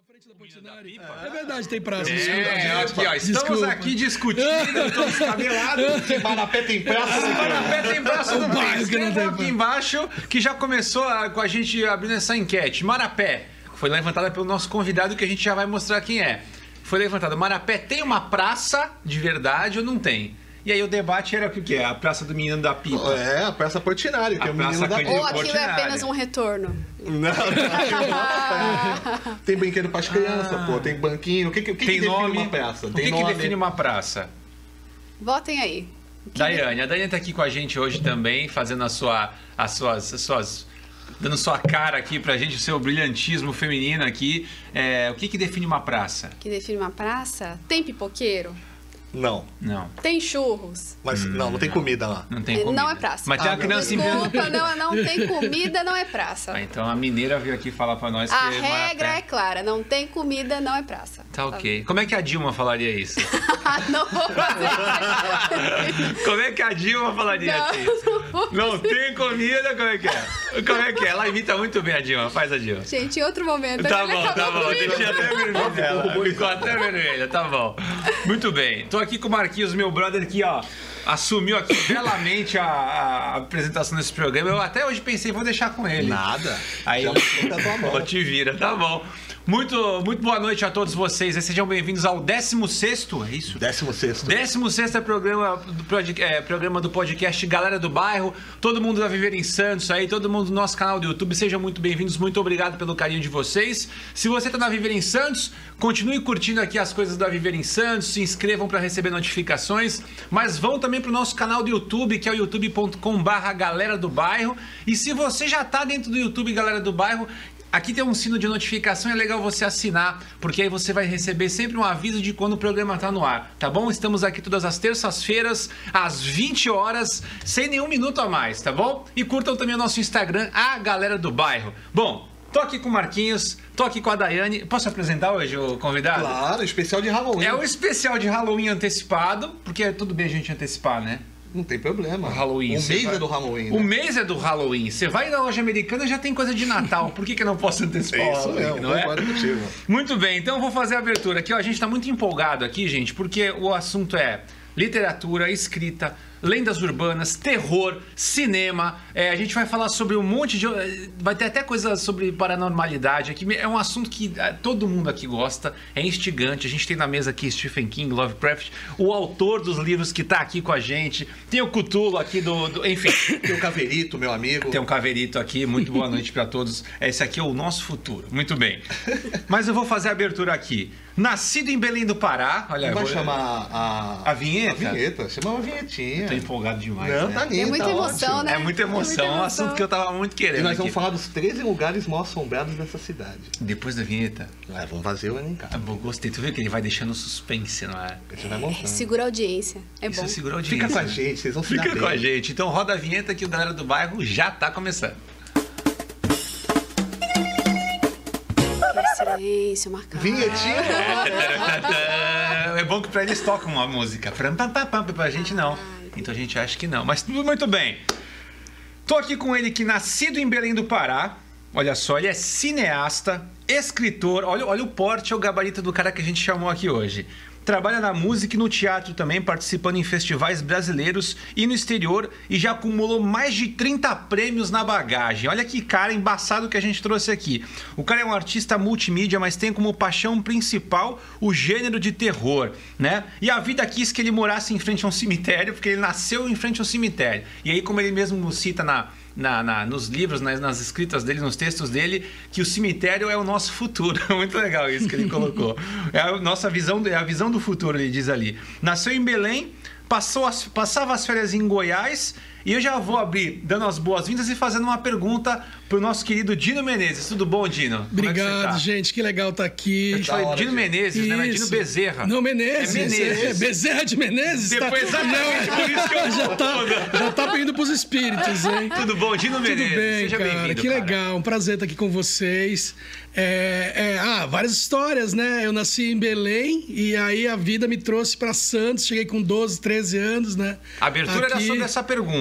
É verdade, tem praça. Aqui, ó, estamos aqui discutindo, todos descabelados. Se Marapé tem praça, Marapé tem praça no bairro. Escreva Aqui embaixo, que já começou com a gente abrindo essa enquete. Marapé foi levantada pelo nosso convidado, que a gente já vai mostrar quem é. Foi levantada, Marapé tem uma praça de verdade ou não tem? E aí o debate era o que é? A Praça do Menino da Pipa. É, a Praça Portinari, que é o Menino da Pipa. Ou aquilo é apenas um retorno? Não, tem brinquedo para as crianças, pô, tem banquinho. O que tem nome? Define uma praça? O que define uma praça? Votem aí. Daiane, a Daiane tá aqui com a gente hoje também, fazendo as suas dando sua cara aqui pra gente, o seu brilhantismo feminino aqui. O que define uma praça? O que define uma praça? Tem pipoqueiro? Não. Tem churros? Mas não tem comida lá. Não tem comida. Não é praça. Mas tem uma criança Desculpa, não tem comida, não é praça. Então a mineira veio aqui falar pra nós que a regra é clara, não tem comida, não é praça. Tá ok. Como é que a Dilma falaria isso? Não vou fazer isso. Como é que a Dilma falaria isso? Não tem comida, como é que é? Como é que é? Ela imita muito bem a Dilma, faz a Dilma. Gente, em outro momento. Tá bom. Deixei até vermelha. Ela ficou até vermelha, tá bom. Muito bem. Tô aqui com o Marquinhos, meu brother, que ó, assumiu aqui belamente a apresentação desse programa. Eu até hoje pensei, vou deixar com ele. Nada. Aí eu te vira, tá bom. Muito boa noite a todos vocês. Sejam bem-vindos ao 16º, é isso? 16º. 16º programa do podcast Galera do Bairro. Todo mundo da Viver em Santos aí, todo mundo do nosso canal do YouTube. Sejam muito bem-vindos, muito obrigado pelo carinho de vocês. Se você tá na Viver em Santos, continue curtindo aqui as coisas da Viver em Santos, se inscrevam para receber notificações, mas vão também pro nosso canal do YouTube, que é o youtube.com/Galera do Bairro. E se você já tá dentro do YouTube Galera do Bairro, aqui tem um sino de notificação, é legal você assinar, porque aí você vai receber sempre um aviso de quando o programa tá no ar, tá bom? Estamos aqui todas as terças-feiras, às 20 horas, sem nenhum minuto a mais, tá bom? E curtam também o nosso Instagram, a Galera do Bairro. Bom, tô aqui com o Marquinhos, tô aqui com a Daiane. Posso apresentar hoje o convidado? Claro, especial de Halloween. É o especial de Halloween antecipado, porque é tudo bem a gente antecipar, né? Não tem problema. O Halloween. O mês é do Halloween, né? O mês é do Halloween. Você vai na loja americana, já tem coisa de Natal. Por que eu não posso antecipar? É isso mesmo, não é? Contigo. Muito bem, então eu vou fazer a abertura aqui. Ó, a gente tá muito empolgado aqui, gente, porque o assunto é literatura, escrita, lendas urbanas, terror, cinema. A gente vai falar sobre um monte de... Vai ter até coisa sobre paranormalidade aqui. É um assunto que todo mundo aqui gosta, é instigante. A gente tem na mesa aqui Stephen King, Lovecraft, o autor dos livros que tá aqui com a gente. Tem o Cthulhu aqui enfim. Tem o Caverito, meu amigo. Tem um Caverito aqui. Muito boa noite para todos. Esse aqui é o nosso futuro. Muito bem. Mas eu vou fazer a abertura aqui. Nascido em Belém do Pará. Olha, vai chamar a vinheta? A vinheta. Chama uma vinhetinha. Tô empolgado demais. Não, né? tá lindo. É muita emoção, ótimo. né? É muita emoção. É um assunto que eu tava muito querendo. E nós vamos aqui. falar dos 13 lugares mal assombrados dessa cidade. Depois da vinheta. Vamos fazer o elencar. Gostei. Tu viu que ele vai deixando suspense, não é? A gente vai montando. Segura a audiência. É Isso bom. segura a audiência. Fica com a gente, vocês vão Fica ficar com bem. a gente. Então roda a vinheta que o Galera do Bairro já tá começando. Silêncio, marcado. Vinhetinha. É bom que pra eles tocam uma música. Pra gente não. Então a gente acha que não. Mas tudo muito bem. Tô aqui com ele que nascido em Belém do Pará. Olha só, ele é cineasta, escritor. Olha o porte, o gabarito do cara que a gente chamou aqui hoje. Trabalha na música e no teatro também, participando em festivais brasileiros e no exterior, e já acumulou mais de 30 prêmios na bagagem. Olha que cara embaçado que a gente trouxe aqui. O cara é um artista multimídia, mas tem como paixão principal o gênero de terror, né? E a vida quis que ele morasse em frente a um cemitério, porque ele nasceu em frente a um cemitério. E aí, como ele mesmo cita nos livros, nas escritas dele, nos textos dele, que o cemitério é o nosso futuro. Muito legal isso que ele colocou. É a nossa visão, é a visão do futuro, ele diz ali. Nasceu em Belém, passava as férias em Goiás, e eu já vou abrir dando as boas-vindas e fazendo uma pergunta pro nosso querido Dino Menezes. Tudo bom, Dino? Obrigado, gente. Que legal estar aqui. Eu te falei Dino Menezes, né? Mas Dino Bezerra. Não, Menezes. É Menezes. Bezerra de Menezes? Depois por isso que eu já tá indo pros espíritos, hein? Tudo bom, Dino Menezes? Tudo bem, Seja cara. bem-vindo, Que legal. Um prazer estar aqui com vocês. Várias histórias, né? Eu nasci em Belém e aí a vida me trouxe para Santos. Cheguei com 12, 13 anos, né? A abertura era sobre essa pergunta.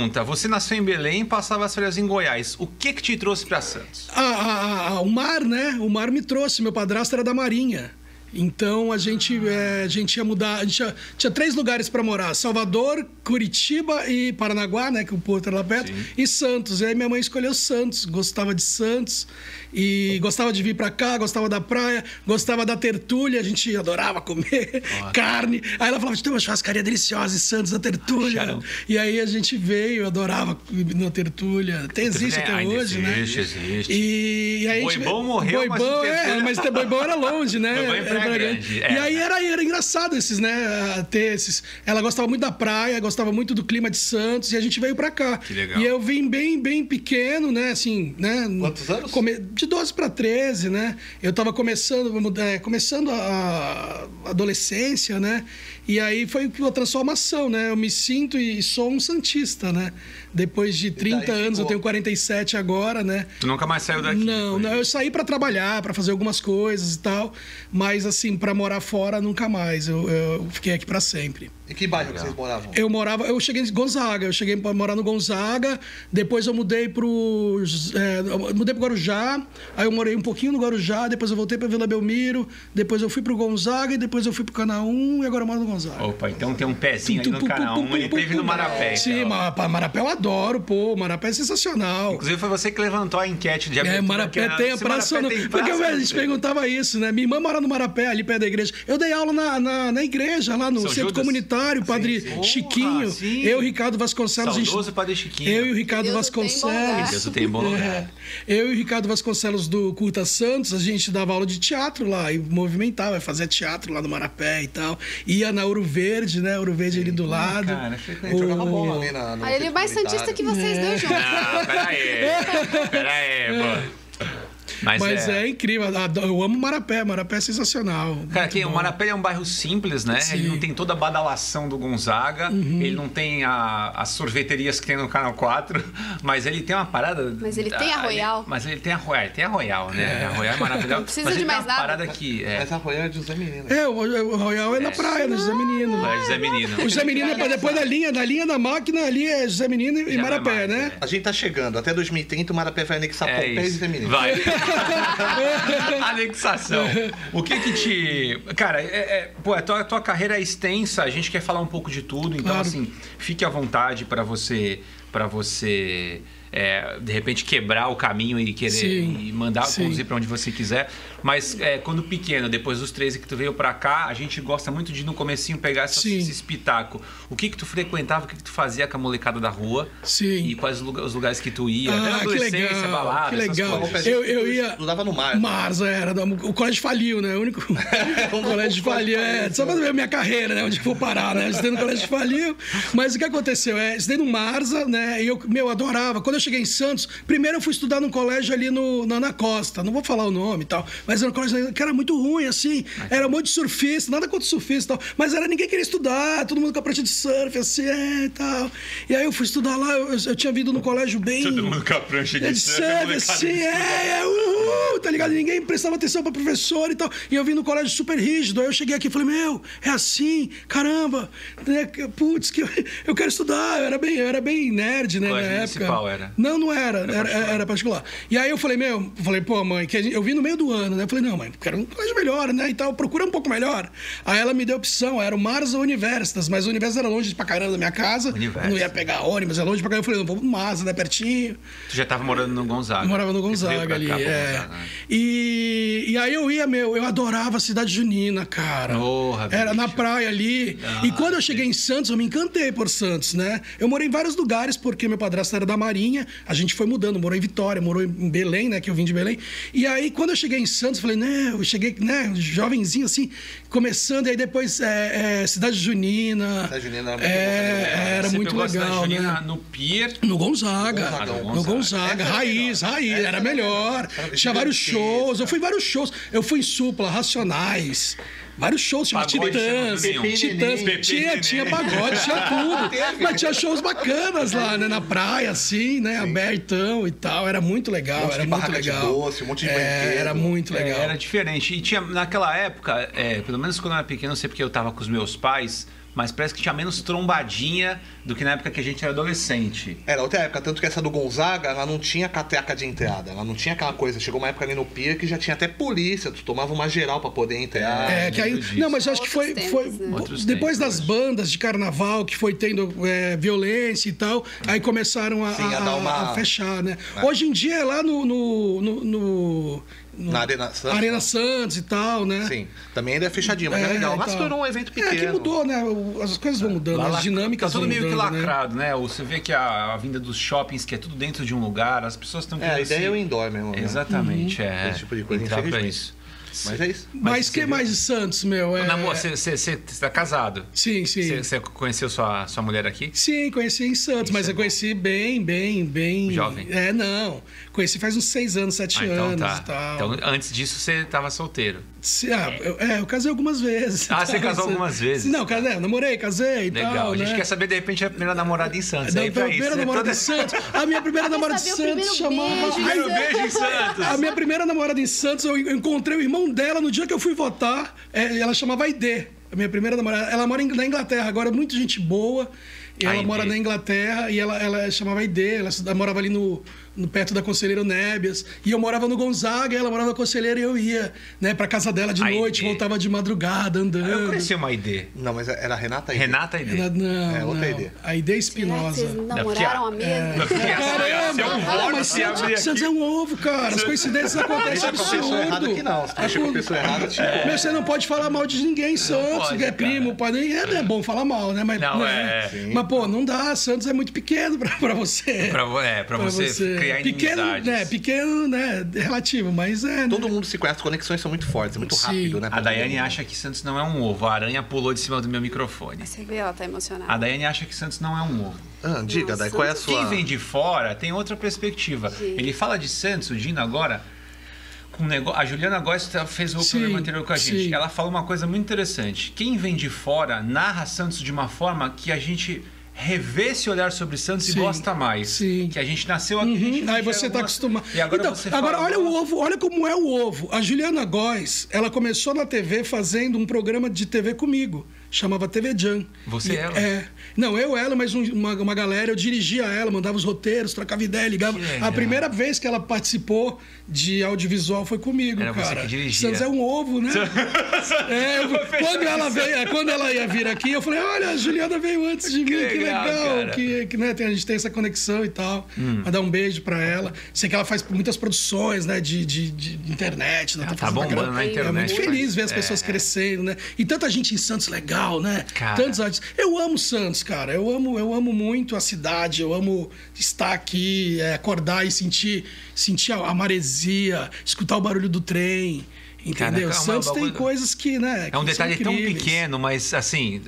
pergunta. Você nasceu em Belém e passava as férias em Goiás. O que te trouxe para Santos? O mar, né? O mar me trouxe. Meu padrasto era da Marinha. Então a gente ia mudar. A gente tinha 3 lugares para morar: Salvador, Curitiba e Paranaguá, né? Que o porto era lá perto, Sim. e Santos. E aí minha mãe escolheu Santos, gostava de Santos e gostava de vir para cá, gostava da praia, gostava da tertúlia. A gente adorava comer carne. Aí ela falava: tem uma churrascaria deliciosa em Santos, da tertúlia. Caramba. E aí a gente veio, eu adorava ir na tertúlia. Existe até Ainda hoje, né? Existe. E aí Boibão morreu, mas Boibão, o tertúlia- mas Boibão era longe, né? Boibão em Praia Grande. E aí era engraçado esses, né? Ter esses. Ela gostava muito da praia, gostava muito do clima de Santos, e a gente veio pra cá. Que legal. E eu vim bem pequeno, né? Assim, né? Quantos anos? De 12 para 13, né? Eu tava começando a adolescência, né? E aí foi uma transformação, né? Eu me sinto e sou um santista, né? Depois de 30 anos, eu tenho 47 agora, né? Tu nunca mais saiu daqui? Não, eu saí para trabalhar, para fazer algumas coisas e tal, mas assim, para morar fora nunca mais. Eu fiquei aqui para sempre. Em que bairro que vocês moravam? Eu cheguei em Gonzaga, eu cheguei para morar no Gonzaga, depois eu mudei pro Guarujá, aí eu morei um pouquinho no Guarujá, depois eu voltei para Vila Belmiro, depois eu fui pro Gonzaga e depois eu fui pro Canaã e agora eu moro no Gonzaga. Opa, então tem um pezinho ali no Canaã, ele teve no Marapé. Sim, então. Marapé eu adoro, pô, Marapé é sensacional. Inclusive foi você que levantou a enquete de abertura. Marapé tem a praça. Porque a gente perguntava isso, né? Minha irmã mora no Marapé, ali perto da igreja. Eu dei aula na igreja, lá no São centro Judas? comunitário, Padre Sim. Chiquinho. Sim. Eu e o Ricardo Vasconcelos. Saudoso Padre Chiquinho. Eu e o Ricardo Deus Vasconcelos. Deus o tem em bom lugar. Eu e o Ricardo Vasconcelos do Curta Santos, a gente dava aula de teatro lá e movimentava, fazia teatro lá no Marapé e tal. Ia na Ouro Verde, né? Ouro Verde ali do lado. Cara, A gente jogava bola ali no Aí ele é mais centro santista que comunitário. vocês dois juntos. Não, peraí, pô. Mas é incrível, eu amo Marapé, Marapé é sensacional. Cara, muito o bom. Marapé é um bairro simples, né? Sim. Ele não tem toda a badalação do Gonzaga, ele não tem as sorveterias que tem no Canal 4, mas ele tem uma parada... Mas ele tem a Royal. Mas ele tem a Royal, né? A Royal é maravilhosa. Não precisa mas de ele mais tem uma nada. parada que... Mas a Royal é de José Menino. O Royal é na praia, no José Menino. Mas José Menino. O José Menino é depois da linha da máquina, ali é José Menino e Já Marapé, não é mais, né? A gente tá chegando. Até 2030 o Marapé vai anexar Pompéi e isso. José Menino. Vai. Anexação. O que te... Cara, pô, a tua carreira é extensa, a gente quer falar um pouco de tudo, então Claro. assim, fique à vontade para você de repente quebrar o caminho e querer Sim, e mandar sim. conduzir para onde você quiser. Mas quando pequeno, depois dos 13 que tu veio para cá, a gente gosta muito de no comecinho pegar Sim. esse espetáculo. O que tu frequentava, o que tu fazia com a molecada da rua? Sim. E quais os lugares que tu ia? Até na Que adolescência, legal, balada, que essas legal. coisas. Eu ia... Estudava no mar. Marza era. O colégio faliu, né? O único colégio faliu. Só pra ver a minha carreira, né? Onde eu vou parar, né? Eu estudei no colégio faliu. Mas o que aconteceu? Estudei no Marza, né? E eu adorava. Quando eu cheguei em Santos, primeiro eu fui estudar num colégio ali na Costa. Não vou falar o nome e tal. Mas era um colégio que era muito ruim, assim. Era um monte de surfista, nada contra surfista e tal. Mas ninguém queria estudar, todo mundo com a prancha de surf, assim, e tal. E aí eu fui estudar lá, eu tinha vindo no colégio bem... Todo mundo com a prancha de surf, assim, tá ligado? Ninguém prestava atenção pra professor e tal. E eu vim no colégio super rígido. Aí eu cheguei aqui e falei, é assim, caramba, né? Putz, que eu quero estudar. Eu era bem nerd, né, Colégio na municipal época. era? Não era. Era particular. E aí eu falei, pô, mãe, eu vim no meio do ano, né? Eu falei, não, mãe, quero um colégio melhor, né? E tal, procura um pouco melhor. Aí ela me deu opção, era o Marza ou Universitas, mas o Universitas era longe pra caramba da minha casa. Universitas. Não ia pegar ônibus, é longe pra caramba. Eu falei, não, vou pro Marza, né? Pertinho. Tu já tava morando no Gonzaga. Eu morava no Você veio Gonzaga pra ali, cá, pra Gonzaga, né? E aí eu ia, eu adorava a cidade junina, cara. Porra, Era bicho. na praia ali. E quando eu cheguei em Santos, eu me encantei por Santos, né? Eu morei em vários lugares, porque meu padrasto era da Marinha. A gente foi mudando, morou em Vitória, morou em Belém, né? Que eu vim de Belém. E aí, quando eu cheguei em Santos, eu falei, né? Eu cheguei, né? Jovenzinho, assim, começando. E aí depois, cidade junina. Cidade junina era era Você muito pegou a cidade legal, junina né? no Pier. No Gonzaga. Gonzagão. No Gonzaga. Raiz. Era melhor. Tinha vários shows. Eu fui em vários shows. Eu fui em Supla, Racionais. Vários shows, tinha Pagode, Titãs. chama Neném. Titãs. Pepe Tinha Neném. pagode, tinha tudo. Mas tinha shows bacanas lá, né? Na praia, assim, né? Abertão e tal. Era muito legal, monte era de muito barraca de legal. doce, um monte de brinquedo. Era muito legal. Era diferente. E tinha, naquela época, pelo menos quando eu era pequeno, não sei porque eu tava com os meus pais, mas parece que tinha menos trombadinha do que na época que a gente era adolescente. Era outra época, tanto que essa do Gonzaga, ela não tinha catraca de entrada, ela não tinha aquela coisa. Chegou uma época ali no Pier que já tinha até polícia, tu tomava uma geral pra poder entrar. Que aí, disso. não, mas eu acho que foi, Outros foi tempos, né? Outros depois tempos, das eu bandas de carnaval que foi tendo violência e tal, aí começaram a, Sim, a dar uma- a fechar, né? Hoje em dia é lá no Na Arena Santos. Arena Santos e tal, né? Sim, também ainda é fechadinho, mas é legal. Mas e tal. tornou um evento É pequeno. que mudou, né? As coisas vão mudando, as dinâmicas tá tudo vão meio que mudando, né? lacrado, né? Você vê que a vinda dos shoppings, que é tudo dentro de um lugar, as pessoas estão A ideia é o indoor mesmo. né? Exatamente, Esse tipo de coisa, entrar pra infelizmente. isso. Mas é isso. Mas você que viu? mais de Santos, meu? Namor, você tá casado? Sim, sim. Você conheceu sua mulher aqui? Sim, conheci em Santos, mas eu conheci bem... Jovem? Não. Conheci faz uns 6 anos, 7 então anos tá. e tal. Então antes disso você tava solteiro. Eu casei algumas vezes. Ah, você casou algumas vezes? Não, namorei, casei e Legal. tal, a gente né? quer saber, de repente, a primeira namorada em Santos. Da Aí pra primeira isso, né? namorada em Santos. A minha primeira namorada em saber o Santos primeiro chamava... beijo. Primeiro beijo em Santos. A minha primeira namorada em Santos, eu encontrei o irmão dela no dia que eu fui votar. Ela chamava Aide. A minha primeira namorada. Ela mora na Inglaterra agora, muito gente boa. E ela Aide. mora na Inglaterra e ela chamava Aide. Ela morava ali no perto da Conselheiro Nébias. E eu morava no Gonzaga, ela morava na Conselheiro e eu ia, né, pra casa dela de Aide. noite, voltava de madrugada, andando. Eu conheci uma ID. Não, mas era a Renata aí. Renata ID. Não, É, outra não. Aide. A Aide Será que Espinosa. vocês namoraram a mesma? Ia ser um Mas vórtice abrir Santos aqui. é um ovo, cara. As coincidências acontecem Deixa com a pessoa errada absurdo. aqui não. Se deixa com a pessoa errada, tipo... Meu, você não pode falar mal de ninguém, Santos, pode, que é primo, cara. pode. É bom falar mal, né? Mas, Não, né? é. Mas, pô, não dá. Santos é muito pequeno pra você. Pra você criar pequeno, inimizades. né? Pequeno, né? Relativo, mas é. Todo né? mundo se conhece, as conexões são muito fortes, é muito Sim. rápido, né? A pra Daiane todo mundo. acha que Santos não é um ovo. A aranha pulou de cima do meu microfone. Você vê, ela tá emocionada. A Daiane acha que Santos não é um ovo. Ah, diga, Nossa, Dai, qual é a Santos- sua... Quem vem de fora tem outra perspectiva. Sim. Ele fala de Santos, o Dino agora, com um negócio. A Juliana Góes fez o Sim, programa anterior com a gente. sim. Ela falou uma coisa muito interessante. Quem vem de fora narra Santos de uma forma que a gente revê esse olhar sobre Santos e Sim, gosta mais. sim. Que a gente nasceu aqui. a gente Aí viveu você tá algumas- acostumado. E agora então, você agora fala, olha o ovo, olha como é o ovo. A Juliana Góes, ela começou na TV fazendo um programa de TV comigo. Chamava TV Jan. Você e ela? Não, ela, mas uma galera, eu dirigia ela, mandava os roteiros, trocava ideia, ligava. Que legal. A primeira vez que ela participou de audiovisual foi comigo, Era você cara. que dirigia. Santos é um ovo, né? Quando ela ia vir aqui, eu falei, olha, a Juliana veio antes de mim, que legal, legal. cara. Que né, a gente tem essa conexão e tal. Mandar um beijo pra ela. Sei que ela faz muitas produções, né, de internet. Né, Tá fazendo pra bombando caramba. na É internet. muito feliz ver as É. pessoas crescendo, né? E tanta gente em Santos legal, né? Cara. Tantos artistas. Eu amo Santos, cara. Eu amo muito a cidade. Eu amo estar aqui, acordar e sentir a maresia, escutar o barulho do trem. Entendeu? Cara, Santos é um tem bagulho- coisas que, né? É um que são detalhe tão incríveis. pequeno, mas assim.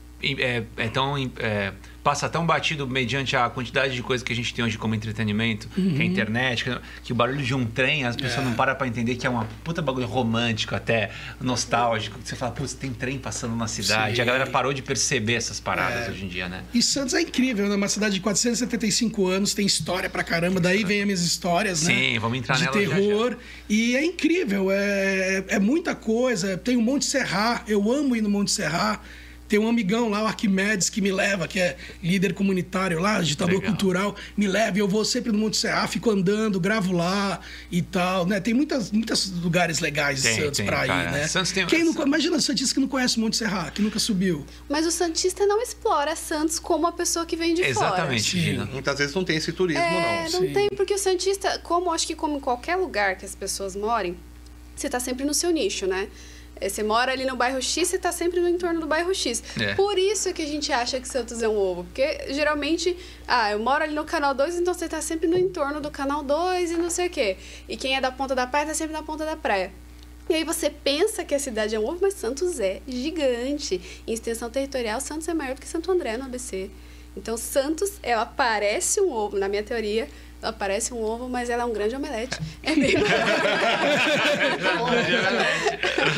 Passa tão batido mediante a quantidade de coisas que a gente tem hoje como entretenimento, que a internet, que o barulho de um trem, as pessoas não param pra entender que é uma puta bagulho romântico, até nostálgico. Que você fala, putz, tem trem passando na cidade. Sim. A galera parou de perceber essas paradas hoje em dia, né? E Santos é incrível, né? Uma cidade de 475 anos, tem história pra caramba. Daí vem as minhas histórias, né? Sim, vamos entrar de nela já, terror. E é incrível, é muita coisa. Tem o Monte Serra, eu amo ir no Monte Serra. Tem um amigão lá, o Arquimedes, que me leva, que é líder comunitário lá, agitador Legal. cultural, me leva e eu vou sempre no Monte Serra, fico andando, gravo lá e tal, né? Tem muitos lugares legais de Tem, Santos tem, pra ir, cara. né? Santos tem- Imagina o Santista que não conhece o Monte Serra, que nunca subiu. Mas o Santista não explora Santos como a pessoa que vem de fora. Exatamente, Sim. Gina. Muitas vezes não tem esse turismo, É, não. não Sim. tem, porque o Santista, acho que como em qualquer lugar que as pessoas morem, você tá sempre no seu nicho, né? Você mora ali no bairro X, você tá sempre no entorno do bairro X. É. Por isso que a gente acha que Santos é um ovo. Porque, geralmente, eu moro ali no Canal 2, então você tá sempre no entorno do Canal 2 e não sei o quê. E quem é da ponta da praia tá sempre na ponta da praia. E aí você pensa que a cidade é um ovo, mas Santos é gigante. Em extensão territorial, Santos é maior do que Santo André no ABC. Então, Santos, ela parece um ovo, na minha teoria, ela parece um ovo, mas ela é um grande omelete. É bem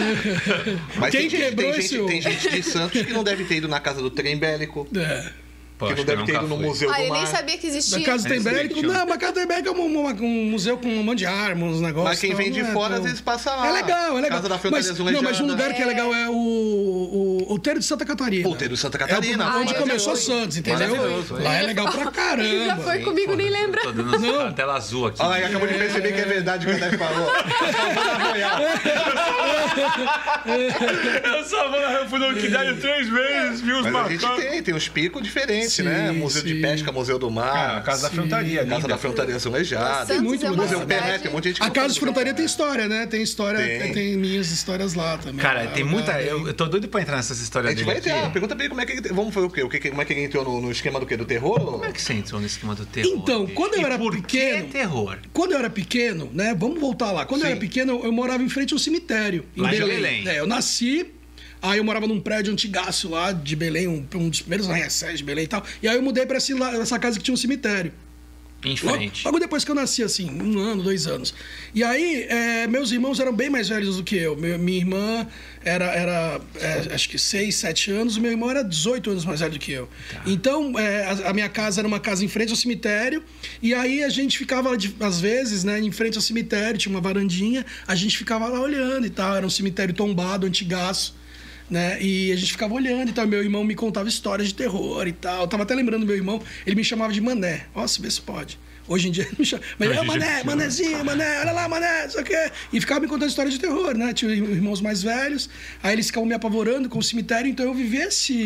Mas Quem tem gente, quebrou esse ovo? tem gente de Santos que não deve ter ido na casa do trem bélico. É. Pô, que acho não deve eu ter nunca ido no fui. Museu do ele nem Mar. sabia que existia. Na Casa Nem Temberg, sei, não, mas Casa Temberg é um museu com um monte de armas, uns negócios. Mas quem tal, vem de não é fora, tão- às vezes, passa lá. É legal. Casa da Fronteira Não, mas um Azulejada. lugar que é legal é o Outeiro de Santa Catarina. Outeiro de Santa Catarina. É onde eu já começou fui. Santos, entendeu? Maravilhoso, Lá é legal pra caramba. Já foi comigo, nem lembra. Tô dando Não. a tela azul aqui. Olha aí, acabou de perceber que é verdade o que a Dai falou. Eu só vou na Funokidade 3 vezes, vi os Mas a gente macacos. tem uns picos diferentes, Sim, né? Museu de sim. Pesca, Museu do Mar. Casa da Frontaria, Casa linda. da Frontaria Azulejada. Santos muito é uma Museu cidade- Pelé, tem um monte de gente que A não Casa conhece. de Frontaria tem história, né? Tem história, Tem. tem minhas histórias lá também. Cara, tem muita. Bem- Eu tô doido pra entrar nessas A histórias gente dele vai aqui. entrar. Pergunta pra ele como é que ele... Vamos fazer o quê? Como é que ele entrou no esquema do quê? Do terror? Como é que você entrou nesse esquema do terror? Então, bicho? quando eu E era por pequeno- que terror? Quando eu era pequeno, né? Vamos voltar lá. Quando eu Sim. era pequeno, eu morava em frente ao cemitério, em Lá em Belém. Belém. É, eu nasci, aí eu morava num prédio antigaço lá de Belém, um dos primeiros arranha-céus de Belém e tal. E aí eu mudei pra essa casa que tinha um cemitério. Em frente. Logo depois que eu nasci, assim, 1 ano, 2 anos. E aí, meus irmãos eram bem mais velhos do que eu. Minha irmã era acho que 6, 7 anos, e meu irmão era 18 anos mais velho do que eu. Tá. Então, a minha casa era uma casa em frente ao cemitério, e aí a gente ficava, às vezes, né, em frente ao cemitério, tinha uma varandinha, a gente ficava lá olhando e tal. Era um cemitério tombado, antigaço. Né? E a gente ficava olhando e tal. Meu irmão me contava histórias de terror e tal. Eu tava até lembrando do meu irmão, ele me chamava de Mané. Nossa, vê se pode. Hoje em dia ele me chama. Mas Hoje ele, em dia Mané, chama. Manézinho, Mané, olha lá, Mané, não sei o quê. E ficava me contando histórias de terror, né? Tinha irmãos mais velhos, aí eles ficavam me apavorando com o cemitério, então eu vivia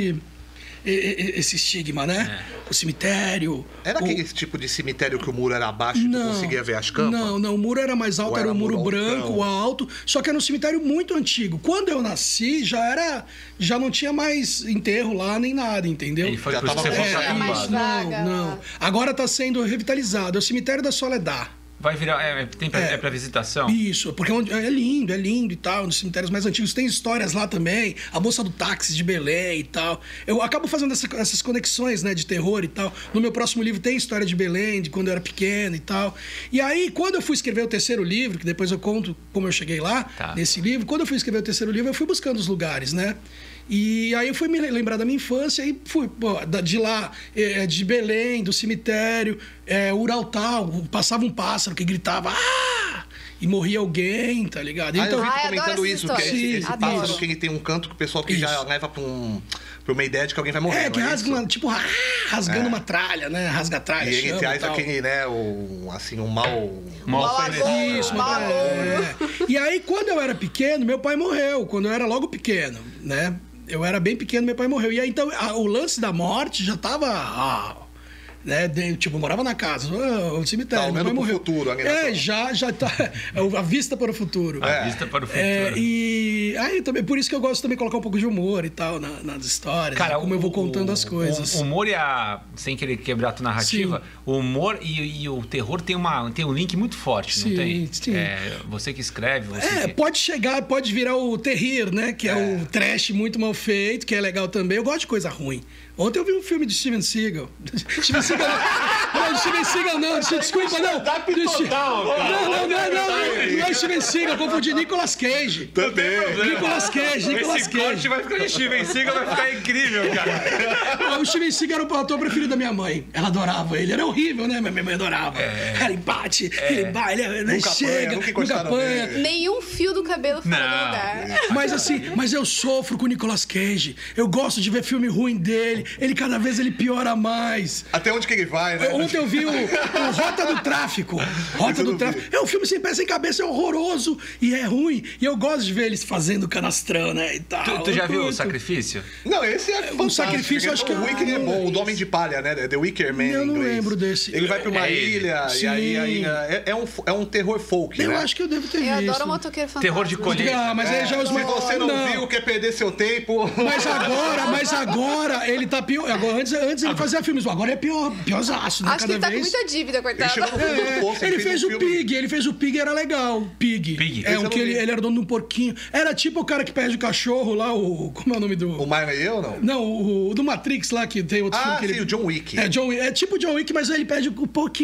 esse estigma, né? O cemitério. Era aquele tipo de cemitério que o muro era baixo e tu conseguia ver as campas? Não, o muro era mais alto, Ou era era um muro muro branco, altão? alto, só que era um cemitério muito antigo. Quando eu nasci, já não tinha mais enterro lá nem nada, entendeu? E foi Já por isso que tava você mais- foi Era mais preocupado. vaga. Não. Agora está sendo revitalizado. É o cemitério da Soledad. Vai virar. É pra visitação? Isso, porque é lindo e tal. Nos cemitérios mais antigos tem histórias lá também. A moça do táxi de Belém e tal. Eu acabo fazendo essas conexões, né, de terror e tal. No meu próximo livro tem história de Belém, de quando eu era pequeno e tal. E aí, quando eu fui escrever o terceiro livro, que depois eu conto como eu cheguei lá, Tá. nesse livro, quando eu fui escrever o terceiro livro, eu fui buscando os lugares, né? E aí eu fui me lembrar da minha infância e fui de lá, de Belém, do cemitério, Uraltal, passava um pássaro que gritava "Ah!" e morria alguém, tá ligado? Ah, eu vi Ai, tu adoro comentando essa isso, que história. esse Sim, pássaro isso. que ele tem um canto que o pessoal que já Isso. leva pra uma ideia de que alguém vai morrer. que não é rasga isso? uma, tipo, rasgando uma tralha, né? Rasga a tralha, E ele chama traz tal. aquele, né, um mal... Mal agouro, Isso, mal agouro. E aí, quando eu era pequeno, meu pai morreu. Quando eu era logo pequeno, né? Eu era bem pequeno, meu pai morreu. E aí, então, o lance da morte já tava... né? Tipo, eu morava na casa, no cemitério, Tá meu olhando pai pro morreu. futuro, a animação. Já tá... A vista para o futuro. A vista para o futuro. E aí também, por isso que eu gosto também de colocar um pouco de humor e tal nas histórias, Cara, como eu vou contando as coisas. O humor e sem querer quebrar a tua narrativa, Sim. o humor e o terror tem um link muito forte, não Sim, tem? sim. Você que escreve, você que... Pode virar o terrir, né? Que é o trash muito mal feito, que é legal também. Eu gosto de coisa ruim. Ontem eu vi um filme de Steven Seagal. Steven Seagal não, Steven Seagal não, desculpa, não. Não é Steven Seagal, confundi Nicolas Cage. Também. Nicolas Cage. Esse corte vai ficar de Steven Seagal, vai ficar incrível, cara. O Steven Seagal era o ator preferido da minha mãe. Ela adorava ele. Era horrível, né? Mas minha mãe adorava. Ele bate, ele Nunca chega, apanha, nunca nunca encostaram apanha. nele. Nenhum fio do cabelo fora do Não. lugar. Mas assim, eu sofro com o Nicolas Cage. Eu gosto de ver filme ruim dele. Ele cada vez ele piora mais. Até onde que ele vai, né? Ontem eu vi o Rota do Tráfico. Rota Isso eu do não Tráfico. vi. É um filme sem pé sem cabeça, é horroroso e é ruim. E eu gosto de ver eles fazendo canastrão, né? E tal. Tu já Eu viu o curto. Sacrifício? Não, esse é fantástico. Sacrifício, Ele acho é que tão eu ruim que ele é não bom. O lembro do Homem de Palha, né? The Wicker Man Eu em não inglês. lembro desse. Ele vai pra uma É ele. ilha e aí é um terror folk, Eu né? acho que eu devo ter Eu visto. adoro Motoqueiro Fantasma. Terror de colheita. Ah, mas aí já os Se você não viu, quer perder seu tempo... Mas agora ele tá pior. Agora, antes ele fazia filmes, agora é piorzaço, né? Acho que Cada ele tá com vez. muita dívida, Ele coitado. chegou no fundo do poço, Ele fez um o filme. Pig, era legal. Pig. Pig. É Esse um eu que não vi. ele era dono de um porquinho. Era tipo o cara que perde o cachorro lá, como é o nome do. O Myron e eu, não? Não, o do Matrix lá, que tem outro filme que sim, ele. o John Wick. É tipo o John Wick, mas ele perde o porquinho.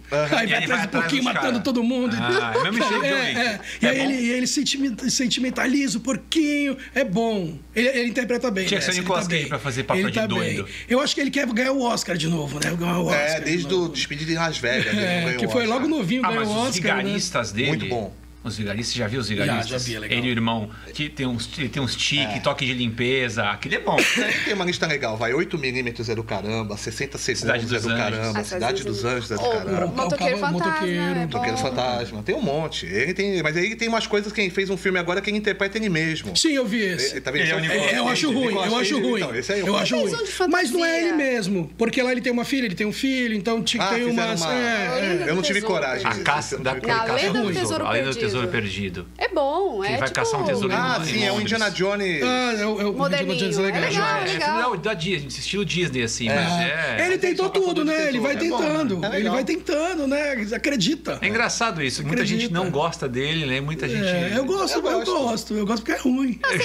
Aí vai atrás um pouquinho, matando todo mundo. É mesmo estilo John Wick. E aí ele sentimentaliza o porquinho. É bom. Ele interpreta bem. Tinha que ser o Nicolas Cage pra fazer papel de doido. Bem. Eu acho que ele quer ganhar o Oscar de novo, né? Ganhar o Oscar desde o Despedido em Las Vegas. Que foi logo novinho, ganhou o Oscar. Mas os vigaristas dele... Muito bom. Os vigaristas, você já viu os vigaristas? Já vi, é legal. Ele e o irmão, que tem uns tique, toque de limpeza. Aquele é bom. Tem uma lista legal, vai. 8mm é do caramba, 60 segundos Cidade é do caramba, Cidade dos Anjos é do caramba. Motoqueiro Fantasma. Motoqueiro Fantasma. Tem um monte. Mas ele tem umas coisas que ele fez um filme agora que ele interpreta ele mesmo. Sim, eu vi esse. Tá vendo? Eu acho ruim. Eu acho ruim. Mas não é ele mesmo. Porque lá ele tem uma filha, ele tem um filho, então tem umas... Eu não tive coragem. A caça da Lenda do Tesouro Perdido. É bom, Ele vai caçar um tesouro sim, é o Indiana Jones. O Indiana Jones é legal. legal. Da Disney, estilo Disney, assim. Ele tentou tudo, né? Ele vai tentando. Ele vai tentando, né? Acredita. É engraçado isso. Muita gente não gosta dele, né? Muita gente... Eu gosto porque é ruim. Não, se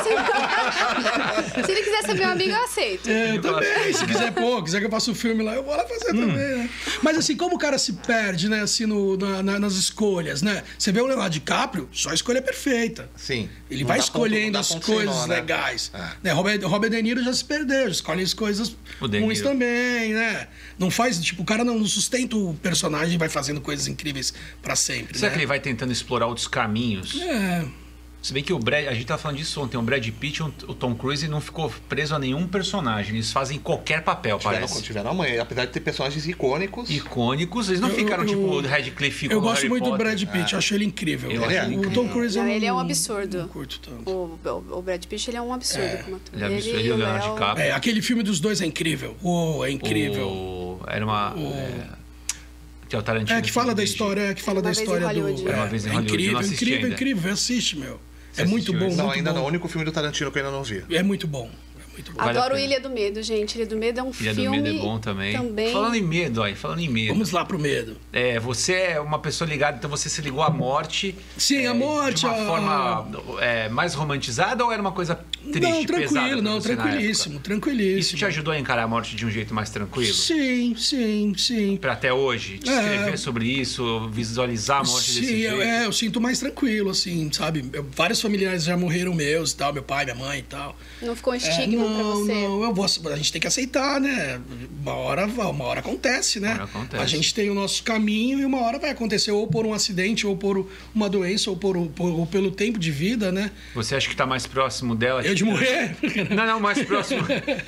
ele quiser ser meu amigo, eu aceito. Eu também. Se quiser que eu faça o filme lá, eu vou lá fazer também, né? Mas assim, como o cara se perde, né? Assim, nas escolhas, né? Você vê o Leonardo DiCaprio, só a escolha é perfeita. Sim. Ele vai escolhendo as coisas legais. Né? Robert De Niro já se perdeu, escolhe as coisas ruins também, né? Não faz, tipo, o cara não sustenta o personagem e vai fazendo coisas incríveis pra sempre. Será que ele vai tentando explorar outros caminhos? Se bem que a gente tava falando disso ontem, o Brad Pitt e o Tom Cruise não ficou preso a nenhum personagem. Eles fazem qualquer papel, parece. Tiveram amanhã, apesar de ter personagens icônicos. Eles não ficaram tipo o Radcliffe com Eu o gosto Harry muito Potter. do Brad Pitt, eu acho ele incrível. O Tom Cruise ele é um absurdo. Não curto tanto. O Brad Pitt, ele é um absurdo como ator. Ele é absurdo, ele e o Leonardo DiCaprio. Aquele filme dos dois é incrível. É incrível. Era uma... que é o Tarantino. Que fala da história, do... Era uma vez em Hollywood. Incrível, assiste, meu. É muito bom. Não, ainda não. O único filme do Tarantino que eu ainda não vi. É muito bom. Adoro Ilha do Medo, gente. Ilha do Medo é um filme... Ilha do Medo é bom também. Falando em medo. Vamos lá pro medo. Você é uma pessoa ligada, então você se ligou à morte. Sim, a morte. De uma forma mais romantizada ou era uma coisa triste, pesada? Não, tranquilíssimo. Isso te ajudou a encarar a morte de um jeito mais tranquilo? Sim. Pra até hoje, escrever sobre isso, visualizar a morte desse jeito? Sim, eu sinto mais tranquilo, assim, sabe? Vários familiares já morreram meus e tal, meu pai, minha mãe e tal. Não ficou um estigma pra você? A gente tem que aceitar, né? Uma hora acontece, né? A gente tem o nosso caminho e uma hora vai acontecer ou por um acidente, ou por uma doença, ou pelo tempo de vida, né? Você acha que tá mais próximo dela? Eu de morrer? Não, mais próximo.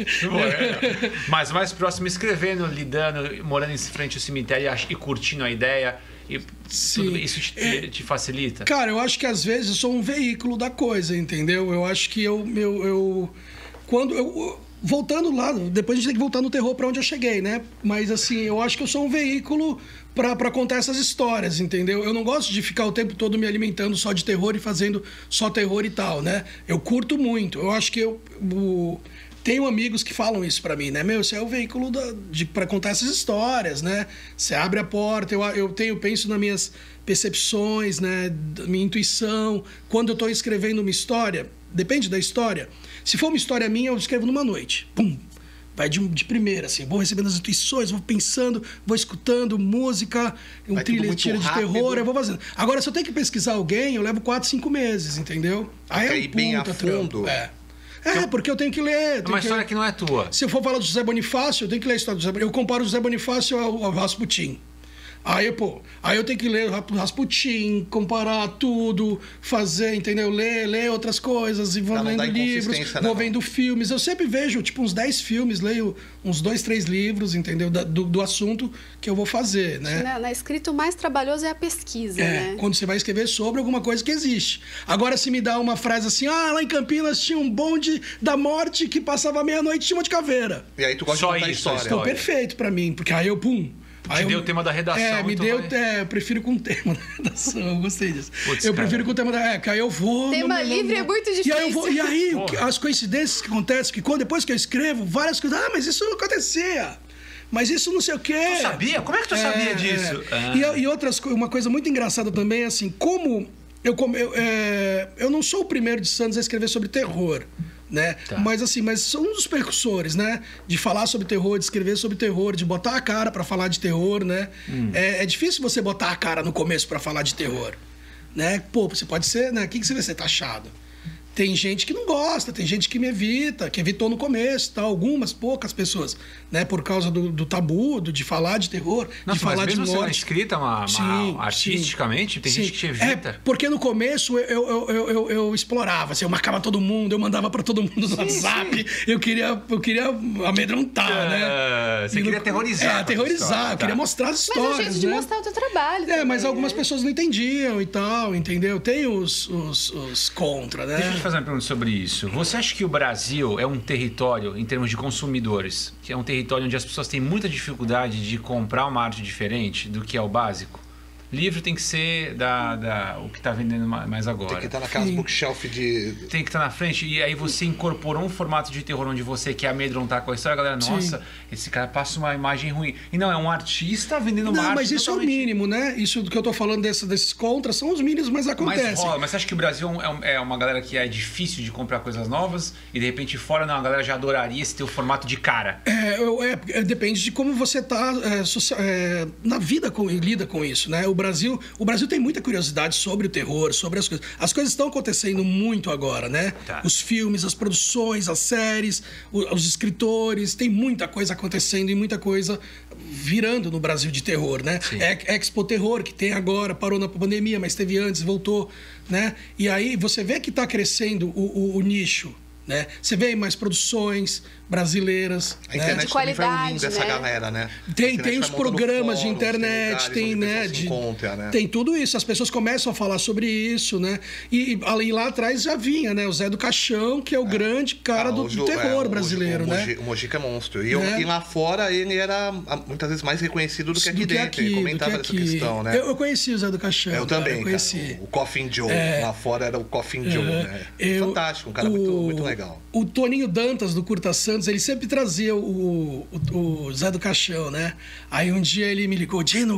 Mas mais próximo escrevendo, lidando, morando em frente ao cemitério e curtindo a ideia. E tudo isso te facilita? Cara, eu acho que às vezes eu sou um veículo da coisa, entendeu? Eu acho que voltando lá, depois a gente tem que voltar no terror para onde eu cheguei, né? Mas assim, eu acho que eu sou um veículo para contar essas histórias, entendeu? Eu não gosto de ficar o tempo todo me alimentando só de terror e fazendo só terror e tal, né? Eu curto muito. Eu acho que tenho amigos que falam isso pra mim, né? Você é o veículo pra contar essas histórias, né? Você abre a porta, eu penso nas minhas percepções, né? Da minha intuição. Quando eu tô escrevendo uma história, depende da história. Se for uma história minha, eu escrevo numa noite. Pum! Vai de primeira, assim. Vou recebendo as intuições, vou pensando, vou escutando música, trilha de terror, eu vou fazendo. Agora, se eu tenho que pesquisar alguém, eu levo 4, 5 meses, entendeu? Aí bem a fundo. Porque eu tenho que ler. Uma história que não é tua. Se eu for falar do José Bonifácio, eu tenho que ler a história do José Bonifácio. Eu comparo o José Bonifácio ao Rasputin. Aí eu tenho que ler o Rasputin, comparar tudo, fazer, entendeu? Ler outras coisas, e vou lendo livros, vou vendo filmes. Eu sempre vejo, tipo, uns 10 filmes, leio uns 2, 3 livros, entendeu? Do assunto que eu vou fazer, né? Na escrita, o mais trabalhoso é a pesquisa, né? Quando você vai escrever sobre alguma coisa que existe. Agora, se me dá uma frase assim, lá em Campinas tinha um bonde da morte que passava meia-noite e tinha uma de caveira. E aí tu gosta de contar a história. Ficou perfeito pra mim, porque aí eu, deu o tema da redação. Eu prefiro com o tema da redação, eu gostei disso. Prefiro com o tema da... que aí eu vou... Tema livre é muito difícil. E aí, as coincidências que acontecem, que depois que eu escrevo, várias coisas... mas isso não acontecia. Mas isso não sei o quê. Tu sabia? Como é que tu sabia disso? E outras coisas, uma coisa muito engraçada também, assim, como... Eu não sou o primeiro de Santos a escrever sobre terror. né? Tá. Mas assim, são um dos precursores, né? De falar sobre terror, de escrever sobre terror, de botar a cara pra falar de terror, né? É difícil você botar a cara no começo pra falar de terror, né? Pô, você pode ser, né? O que você vai ser taxado? Tem gente que não gosta, tem gente que me evita, que evitou no começo, tá? Algumas, poucas pessoas, né? Por causa do tabu, de falar de terror, Nossa, de falar mas mesmo de sendo morte. escrita Sim, artisticamente, tem sim. gente que te evita. É, porque no começo eu explorava, assim, eu marcava todo mundo, eu mandava pra todo mundo no WhatsApp, eu queria amedrontar, né? Você queria aterrorizar. Aterrorizar, eu queria Tá. mostrar as Mas é um histórias, jeito de né? mostrar o teu trabalho. É, mas também, algumas né? pessoas não entendiam e tal, entendeu? Tem os contra, né? Deixa eu te fazer uma pergunta sobre isso. Você acha que o Brasil é um território, em termos de consumidores, que é um território onde as pessoas têm muita dificuldade de comprar uma arte diferente do que é o básico? Livro tem que ser o que está vendendo mais agora. Tem que estar naquelas bookshelf de... Tem que estar na frente. E aí você incorporou um formato de terror onde você quer amedrontar com a história. A galera, nossa, esse cara passa uma imagem ruim. E não, é um artista vendendo uma arte. Não, mas isso totalmente... é o mínimo, né? Isso do que eu tô falando desses contras são os mínimos, mas acontece. Mas você acha que o Brasil é uma galera que é difícil de comprar coisas novas e de repente fora, não, a galera já adoraria esse teu formato de cara? Depende de como você tá na vida lida com isso, né? O Brasil tem muita curiosidade sobre o terror, sobre as coisas. As coisas estão acontecendo muito agora, né? Tá. Os filmes, as produções, as séries, os escritores, tem muita coisa acontecendo e muita coisa virando no Brasil de terror, né? Sim. Expo Terror, que tem agora, parou na pandemia, mas teve antes, voltou, né? E aí você vê que está crescendo o nicho, né? Você vê mais produções brasileiras, A internet De também vai qualidade, unindo essa né? galera, né? A Tem internet os vai montando programas de fóruns, internet, tem, lugares onde né? pessoas se encontram, né? Tem tudo isso, as pessoas começam a falar sobre isso, né? E lá atrás já vinha, né? O Zé do Caixão, que é o grande cara do terror brasileiro, né? O Mojica é monstro. E Né? lá fora ele era muitas vezes mais reconhecido do que aqui dentro. Ele comentava essa questão, né? Eu conheci o Zé do Caixão. Eu também, eu conheci. cara. O Coffin Joe. Lá fora era o Coffin Joe, né? Fantástico, um cara muito legal. O Toninho Dantas, do Curta Santos, ele sempre trazia o Zé do Caixão, né? Aí um dia ele me ligou, Dino,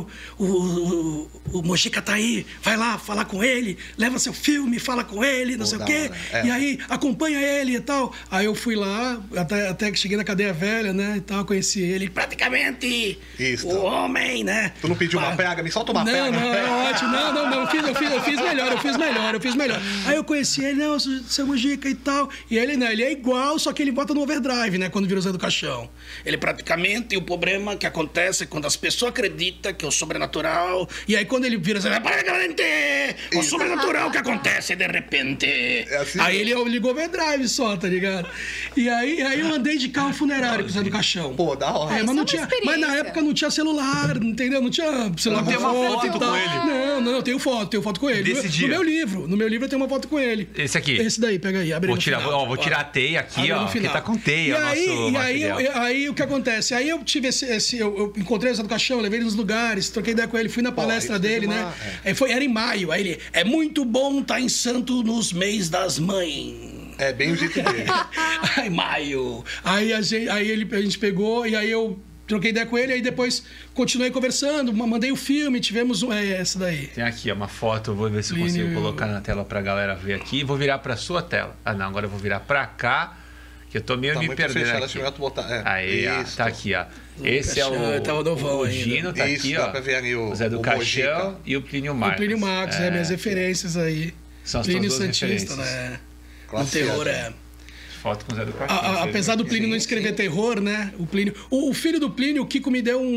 o Mojica tá aí, vai lá falar com ele, leva seu filme, fala com ele, não sei o quê. E aí, acompanha ele e tal. Aí eu fui lá, até que cheguei na Cadeia Velha, né? E tal, conheci ele, praticamente o homem, né? Tu não pediu uma praga? Me solta uma praga. Não, é ótimo. Não, eu fiz melhor. Aí eu conheci ele, não, seu Mojica e tal. E ele, né, ele é igual, só que ele bota no overdrive, né, quando vira o Zé do Caixão. Ele praticamente, o problema que acontece é quando as pessoas acreditam que é o sobrenatural, e aí quando ele vira, praticamente, o sobrenatural que acontece de repente. Assim, aí ele ligou overdrive só, tá ligado? E aí eu andei de carro funerário com o Zé do Caixão. Pô, da hora. Mas, não tinha, mas na época não tinha celular, entendeu? Não tinha celular Não tem uma foto e tal. com ele? Não, tenho foto com ele. Desse dia? No meu livro eu tenho uma foto com ele. Esse aqui? Esse daí, pega aí, abre Vou no tirar, final. vou tirar a teia aqui, Abre ó, no porque final. tá com teia o nosso aí o que acontece? Aí eu tive eu encontrei o Zé do Caixão, levei ele nos lugares, troquei ideia com ele, fui na palestra dele, né? Era em maio. Aí ele, é muito bom estar em Santo nos mês das mães. É bem o jeito dele. Ai, maio. Aí a gente pegou e aí eu troquei ideia com ele, aí depois continuei conversando, mandei o filme, tivemos essa daí. Tem aqui, ó, uma foto, eu vou ver se eu consigo colocar na tela pra galera ver aqui. Vou virar pra sua tela. Ah, não, agora eu vou virar pra cá, que eu tô meio me perdendo fechado, aqui. acho que botar. Aí, ó, tá aqui, ó. Esse é o Gino, tá isso, aqui, dá ó. pra ver ali o Zé do Caixão Mojica. e o Plínio Marcos. O Plínio Marcos, minhas referências aí. São as Plínio tuas duas Santista, referências. né? No Classe terror, A. Foto com o Zé do Caixão. Apesar do Plínio não escrever terror, né? O Plínio. O filho do Plínio, o Kiko me deu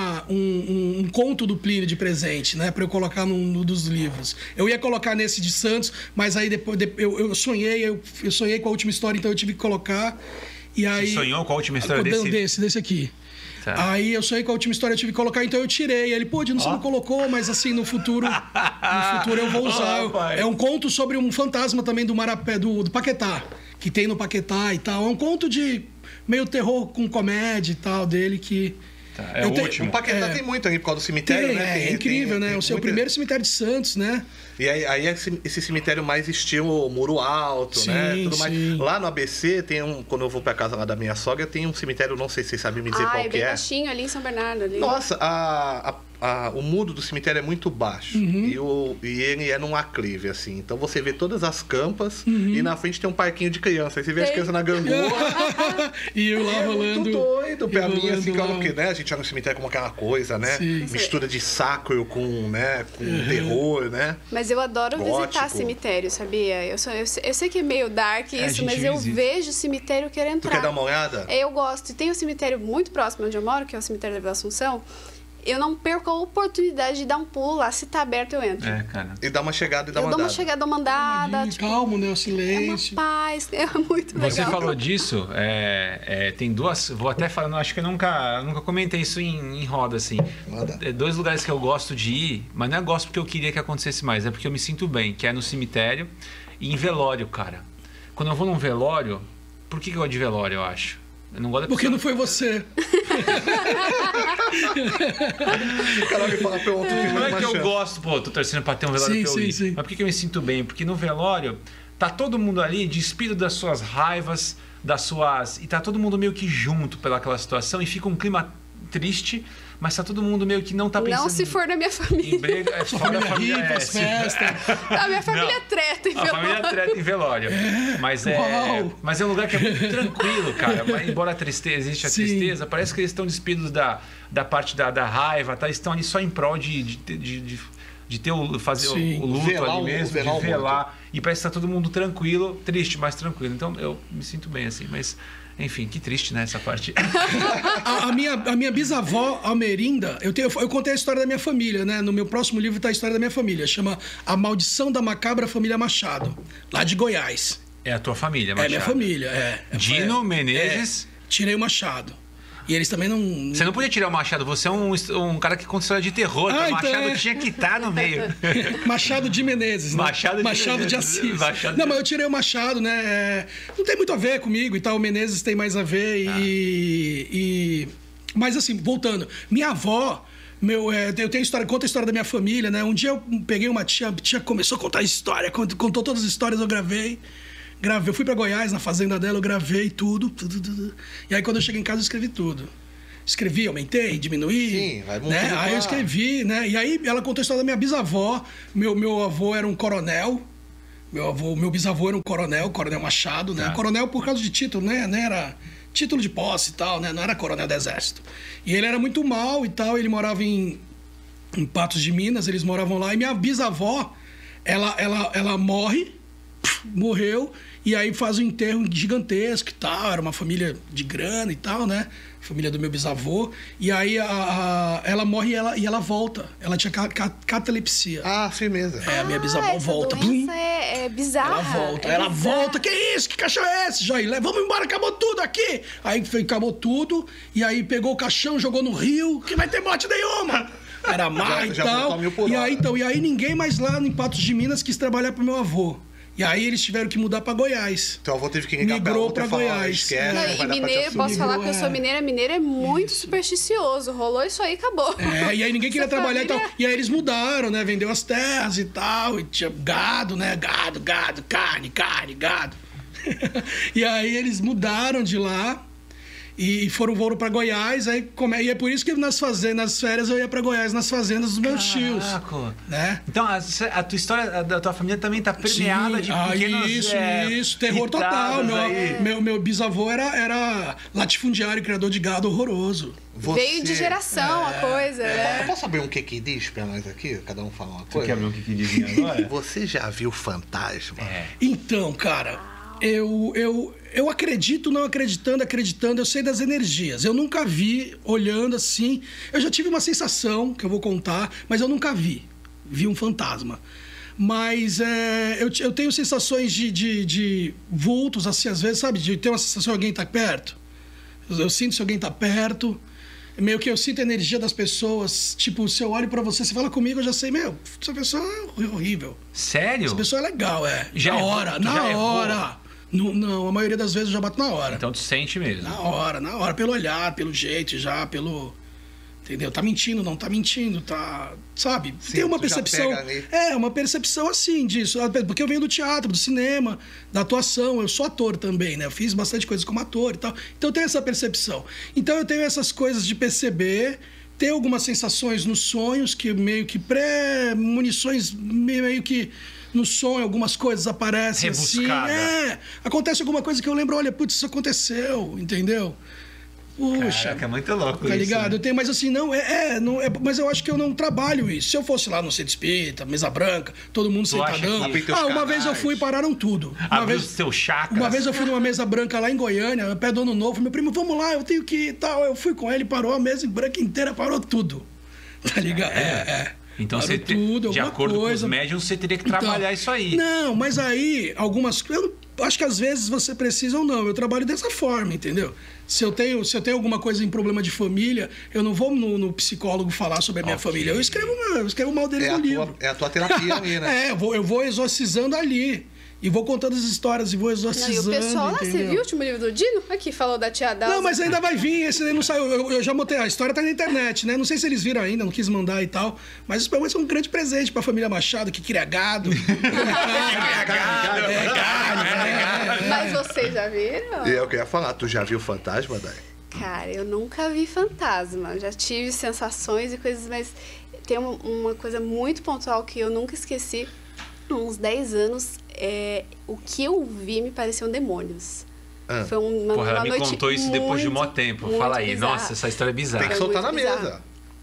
um conto do Plínio de presente, né? Pra eu colocar num dos livros. Eu ia colocar nesse de Santos, mas aí depois eu sonhei com a última história, então eu tive que colocar. E aí, Você sonhou com a última história desse aqui. Tá. Aí eu sonhei com a última história, eu tive que colocar, então eu tirei. Ele, pô, Dino, você não colocou, mas assim, no futuro eu vou usar. É um conto sobre um fantasma também do Marapé, do Paquetá, que tem no Paquetá e tal. É um conto de meio terror com comédia e tal, dele que... Tá, é o último. O Paquetá tem muito aí por causa do cemitério, né? É incrível, né? O seu primeiro cemitério de Santos, né? E aí esse cemitério mais estilo muro alto, né? Tudo mais. Sim. Lá no ABC tem quando eu vou pra casa lá da minha sogra, tem um cemitério, não sei se vocês sabem me dizer qual bem que é. baixinho ali em São Bernardo. Ali. Nossa, o muro do cemitério é muito baixo. E ele é num aclive, assim. Então você vê todas as campas e na frente tem um parquinho de criança. Aí você vê as crianças na gangorra. E eu lá rolando. Muito doido pra mim, assim, lá. porque, né, a gente olha no cemitério como aquela coisa, né? Sim. Mistura de sacro com terror, né? Mas eu adoro Gótico. visitar cemitério, sabia? Eu sei que é meio dark a isso, gente mas eu visita. vejo cemitério querendo Tu entrar. quer dar uma olhada? Eu gosto. E tem um cemitério muito próximo onde eu moro, que é o cemitério da Vila Assunção. Eu não perco a oportunidade de dar um pulo lá. Se tá aberto, eu entro. cara. E dá uma chegada e dá Eu uma dou uma andada. chegada, dou uma andada. Tipo, Calmo, né? O é uma silêncio. paz. É muito legal. Você falou disso, tem duas. Vou até falar, não, acho que eu nunca comentei isso em roda, assim. Manda. 2 lugares que eu gosto de ir, mas não é gosto porque eu queria que acontecesse mais, é porque eu me sinto bem, que é no cemitério e em velório, cara. Quando eu vou num velório, por que eu gosto de velório, eu acho? Eu não gosto da Porque pessoa- não foi você. O cara me fala, pronto, tem Não mais é uma que eu chance. gosto, pô, tô torcendo pra ter um velório Sim, pra eu sim, ir. sim. Mas por que eu me sinto bem? Porque no velório tá todo mundo ali despido das suas raivas, e tá todo mundo meio que junto pelaquela situação e fica um clima triste, mas tá todo mundo meio que não tá pensando Não se for na minha família. em briga, é fora da família, Rifa, as sim. festas. A minha família Não. treta, A então. família treta em velório. Uau. Mas é um lugar que é muito tranquilo, cara. Mas, embora a tristeza, existe a Sim. tristeza, parece que eles estão despidos da parte da raiva, tá? Eles estão ali só em prol de ter fazer Sim. o luto Velar ali o- mesmo, velar o de velar. E parece que tá todo mundo tranquilo, triste, mas tranquilo. Então eu me sinto bem assim, mas enfim, que triste, né, essa parte. A minha bisavó, Almerinda, eu contei a história da minha família, né? No meu próximo livro tá a história da minha família. Chama A Maldição da Macabra Família Machado, lá de Goiás. É a tua família, É Machado. minha família, Dino Menezes. Tirei o Machado. E eles também não... Você não podia tirar o Machado, você é um cara que conta história de terror. Ah, então o então Machado é. tinha que estar no meio. Machado de Menezes, né? Machado de de Menezes. Assis. Machado Não, de- mas eu tirei o Machado, né? Não tem muito a ver comigo e tal. O Menezes tem mais a ver. Mas assim, voltando. Minha avó... eu tenho história, conta a história da minha família, né? Um dia eu peguei uma tia, a tia começou a contar história, contou todas as histórias, eu gravei. Eu fui pra Goiás, na fazenda dela, eu gravei tudo. E aí quando eu cheguei em casa, eu escrevi tudo. Escrevi, aumentei, diminuí. Sim, vai né? montando Aí eu lá. escrevi, né? E aí ela contou a história da minha bisavó. Meu avô era um coronel. Meu bisavô era um coronel Machado, né? Tá. Coronel por causa de título, né? Não era título de posse e tal, né? Não era coronel do exército. E ele era muito mal e tal, ele morava em Patos de Minas, eles moravam lá. E minha bisavó, ela morreu, e aí faz um enterro gigantesco e tal. Era uma família de grana e tal, né? Família do meu bisavô. E aí ela morre e ela volta. Ela tinha catalepsia. Ah, firmeza. A minha bisavó essa volta. doença é bizarra. Ela É bizarra. volta. Que isso? Que caixão é esse, Jair? Vamos embora, acabou tudo aqui. Aí acabou tudo. E aí pegou o caixão, jogou no rio. Que vai ter morte nenhuma. Era mar e já tal. voltou a 1000 por E hora. aí, então, ninguém mais lá em Patos de Minas quis trabalhar pro meu avô. E aí eles tiveram que mudar pra Goiás. Teu avô teve que ligar Migrou outra pra e falar, Goiás. esquece, Não, não e vai dar pra te mineiro, posso assumir. falar que eu sou É. mineira. Mineiro é muito supersticioso. Rolou isso aí, acabou. E aí ninguém queria Essa trabalhar e tal. família- E aí eles mudaram, né? Vendeu as terras e tal. E tinha gado, né? Gado, carne, gado. E aí eles mudaram de lá e foram pra Goiás. E é por isso que nas férias eu ia pra Goiás, nas fazendas dos meus tios. Caraca. Né? Então, a tua história da tua família também tá permeada de pequenos... Isso, terror total. pitadas aí. Meu bisavô era latifundiário, criador de gado horroroso. Veio de geração a coisa, né? Posso abrir um que diz pra nós aqui? Cada um fala uma Você coisa. quer ver o que dizia agora? Você já viu fantasma? Então, cara, eu acredito, não acreditando, eu sei das energias. Eu nunca vi olhando assim. Eu já tive uma sensação, que eu vou contar, mas eu nunca vi. Vi um fantasma. Mas eu tenho sensações de vultos, assim, às vezes, sabe? De ter uma sensação de alguém tá perto. Eu sinto se alguém tá perto. Meio que eu sinto a energia das pessoas. Tipo, se eu olho pra você, você fala comigo, eu já sei, essa pessoa é horrível. Sério? Essa pessoa é legal, Já na errou? hora, Tu na já errou? hora. Não, a maioria das vezes eu já bato na hora. Então tu sente mesmo. Na hora, pelo olhar, pelo jeito, já, pelo... Entendeu? Tá mentindo, não tá mentindo, tá... Sabe? Sim, tem uma tu já percepção... pega ali. Uma percepção assim disso. Porque eu venho do teatro, do cinema, da atuação. Eu sou ator também, né? Eu fiz bastante coisas como ator e tal. Então eu tenho essa percepção. Então eu tenho essas coisas de perceber ter algumas sensações nos sonhos, que meio que pré-munições, meio que no sonho algumas coisas aparecem Rebuscada. assim. Acontece alguma coisa que eu lembro, olha, putz, isso aconteceu, entendeu? Puxa. Caraca, é muito louco Tá isso, ligado? né? Eu tenho, mas assim, não, mas eu acho que eu não trabalho isso. Se eu fosse lá no Centro Espírita, mesa branca, todo mundo Tu acha sentadão. que- Uma vez eu fui e pararam tudo. Abriu os seus chakras. Uma vez eu fui numa mesa branca lá em Goiânia, pé do Ano Novo, meu primo, vamos lá, eu tenho que ir e tal. Eu fui com ele, parou a mesa branca inteira, parou tudo. Tá ligado? Então, Parou você tudo, de alguma acordo com os coisa. médiums, você teria que trabalhar isso aí. Não, mas aí, eu acho que às vezes você precisa ou não. Eu trabalho dessa forma, entendeu? Se eu tenho alguma coisa em problema de família, eu não vou no psicólogo falar sobre a minha família. Eu escrevo mal deles no livro. É a tua terapia ali, né? Eu vou exorcizando ali. E vou contando as histórias e vou Não, e exorcizando. o pessoal lá, você entendeu? viu o último livro do Dino? Aqui, falou da tia Dalza. Não, mas ainda vai vir, esse aí não saiu. Eu já botei, a história tá na internet, né? Não sei se eles viram ainda, não quis mandar e tal. Mas isso vai ser um grande presente pra família Machado, que cria gado. Mas vocês já viram? E eu queria falar, tu já viu Fantasma, Dai? Cara, eu nunca vi fantasma. Já tive sensações e coisas, mas tem uma coisa muito pontual que eu nunca esqueci. Há uns 10 anos, o que eu vi me pareciam demônios. Foi uma Porra, ela me noite contou isso depois de mó tempo. muito Fala aí, bizarra. nossa, essa história é bizarra. Tem que soltar na muito mesa.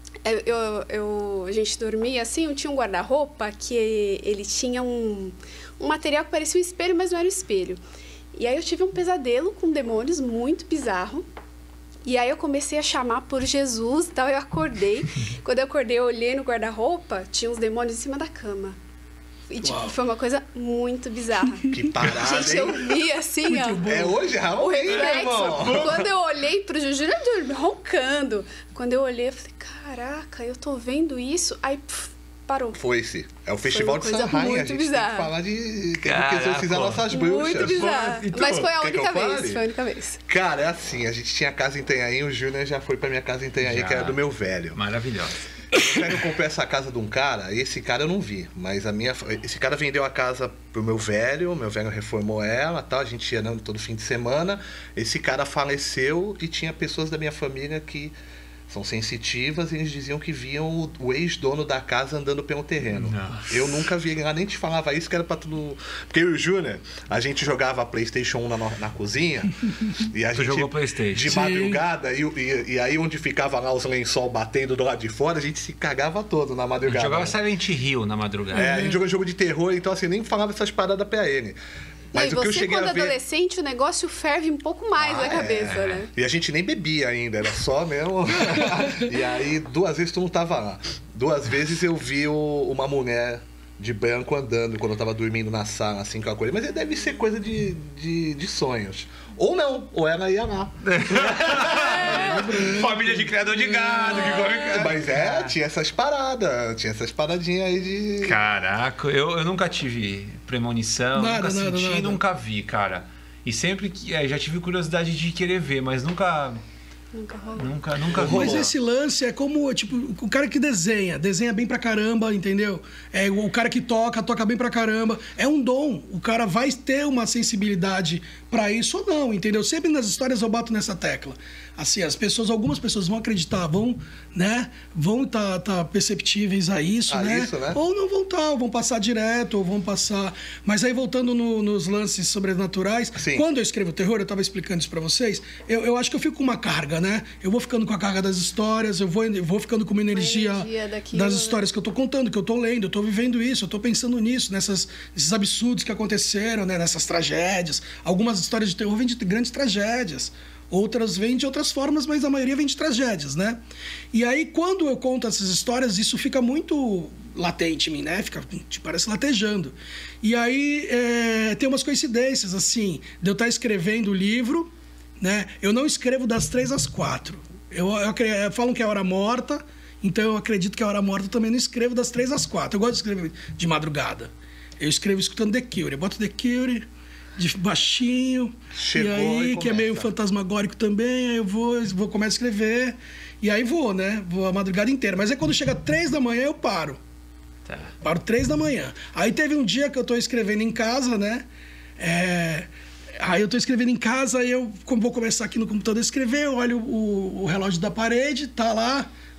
A gente dormia assim, eu tinha um guarda-roupa que ele tinha um material que parecia um espelho, mas não era um espelho. E aí eu tive um pesadelo com demônios muito bizarro. E aí eu comecei a chamar por Jesus e tal, eu acordei. Quando eu acordei, eu olhei no guarda-roupa, tinha uns demônios em cima da cama. E tipo, foi uma coisa muito bizarra. Que parada, Gente, eu hein? vi assim, ó. É hoje, O Raul, reflexo. Quando eu olhei pro Juju, ele dormiu roncando. Quando eu olhei, eu falei, caraca, eu tô vendo isso. Aí, parou. Foi-se. É o Festival de Foi uma coisa Sanrai'a. A muito gente bizarra. tem que falar de... Caraca. Tem que exorcizar nossas bruxas. Muito bizarro. Então, Mas foi a quer que única eu fale? vez. Foi a única vez. Cara, é assim, a gente tinha casa em Itanhaém, o Júnior já foi pra minha casa em Itanhaém, Já. que era do meu velho. Maravilhosa. Eu comprei essa casa de um cara, e esse cara eu não vi, mas esse cara vendeu a casa pro meu velho reformou ela, tal, a gente ia andando todo fim de semana. Esse cara faleceu e tinha pessoas da minha família que são sensitivas e eles diziam que viam o ex-dono da casa andando pelo terreno. Nossa. Eu nunca vi, ela nem te falava isso, que era pra tudo... Porque eu e o Júnior, a gente jogava PlayStation 1 na cozinha, e a Tu gente... jogou PlayStation. De Sim. madrugada, e aí onde ficava lá os lençol batendo do lado de fora, a gente se cagava todo na madrugada. Jogava Silent Hill na madrugada. A gente jogou jogo de terror, então assim, nem falava essas paradas pra ele. Mas e o que eu você, cheguei quando a ver... adolescente, o negócio ferve um pouco mais na cabeça, né? E a gente nem bebia ainda, era só mesmo. E aí, 2 vezes tu não tava lá. 2 vezes eu vi uma mulher de branco andando quando eu tava dormindo na sala, assim, com a coisa. Mas deve ser coisa de sonhos. Ou não, ou ela ia lá. Família de criador de gado, que come... Mas tinha essas paradas, tinha essas paradinhas aí de... Caraca, eu nunca tive premonição, Nada, nunca senti, nada. nunca vi, cara. E sempre que... já tive curiosidade de querer ver, mas nunca Nunca rolou. vi. Mas esse lance é como, tipo, o cara que desenha bem pra caramba, entendeu? O cara que toca bem pra caramba. É um dom. O cara vai ter uma sensibilidade pra isso ou não, entendeu? Sempre nas histórias eu bato nessa tecla. Assim, algumas pessoas vão acreditar, vão tá perceptíveis a isso, né? Isso, né? Ou não vão estar, ou vão passar direto, ou vão passar... Mas aí, voltando nos lances sobrenaturais, Sim. quando eu escrevo terror, eu tava explicando isso pra vocês, eu acho que eu fico com uma carga, né? Eu vou ficando com a carga das histórias, eu vou ficando com uma energia daquilo, das né? histórias que eu tô contando, que eu tô lendo, eu tô vivendo isso, eu tô pensando nisso, nesses absurdos que aconteceram, né? Nessas tragédias. Algumas histórias de terror vêm de grandes tragédias. Outras vêm de outras formas, mas a maioria vem de tragédias, né? E aí, quando eu conto essas histórias, isso fica muito latente em mim, né? Parece latejando. E aí, tem umas coincidências, assim, de eu estar escrevendo o livro, né? Eu não escrevo das 3 às 4. Falam que é hora morta, então eu acredito que é hora morta, eu também não escrevo das 3 às 4. Eu gosto de escrever de madrugada. Eu escrevo escutando The Cure. Eu boto The Cure... de baixinho, Chegou e aí, e que é meio começa. fantasmagórico também, aí eu começo a escrever, e aí vou, né? Vou a madrugada inteira. Mas aí quando chega 3 da manhã, eu paro. Tá. Paro 3 da manhã. Aí teve um dia que eu tô escrevendo em casa, né? Aí eu tô escrevendo em casa, aí eu vou começar aqui no computador a escrever, eu olho o relógio da parede, tá lá,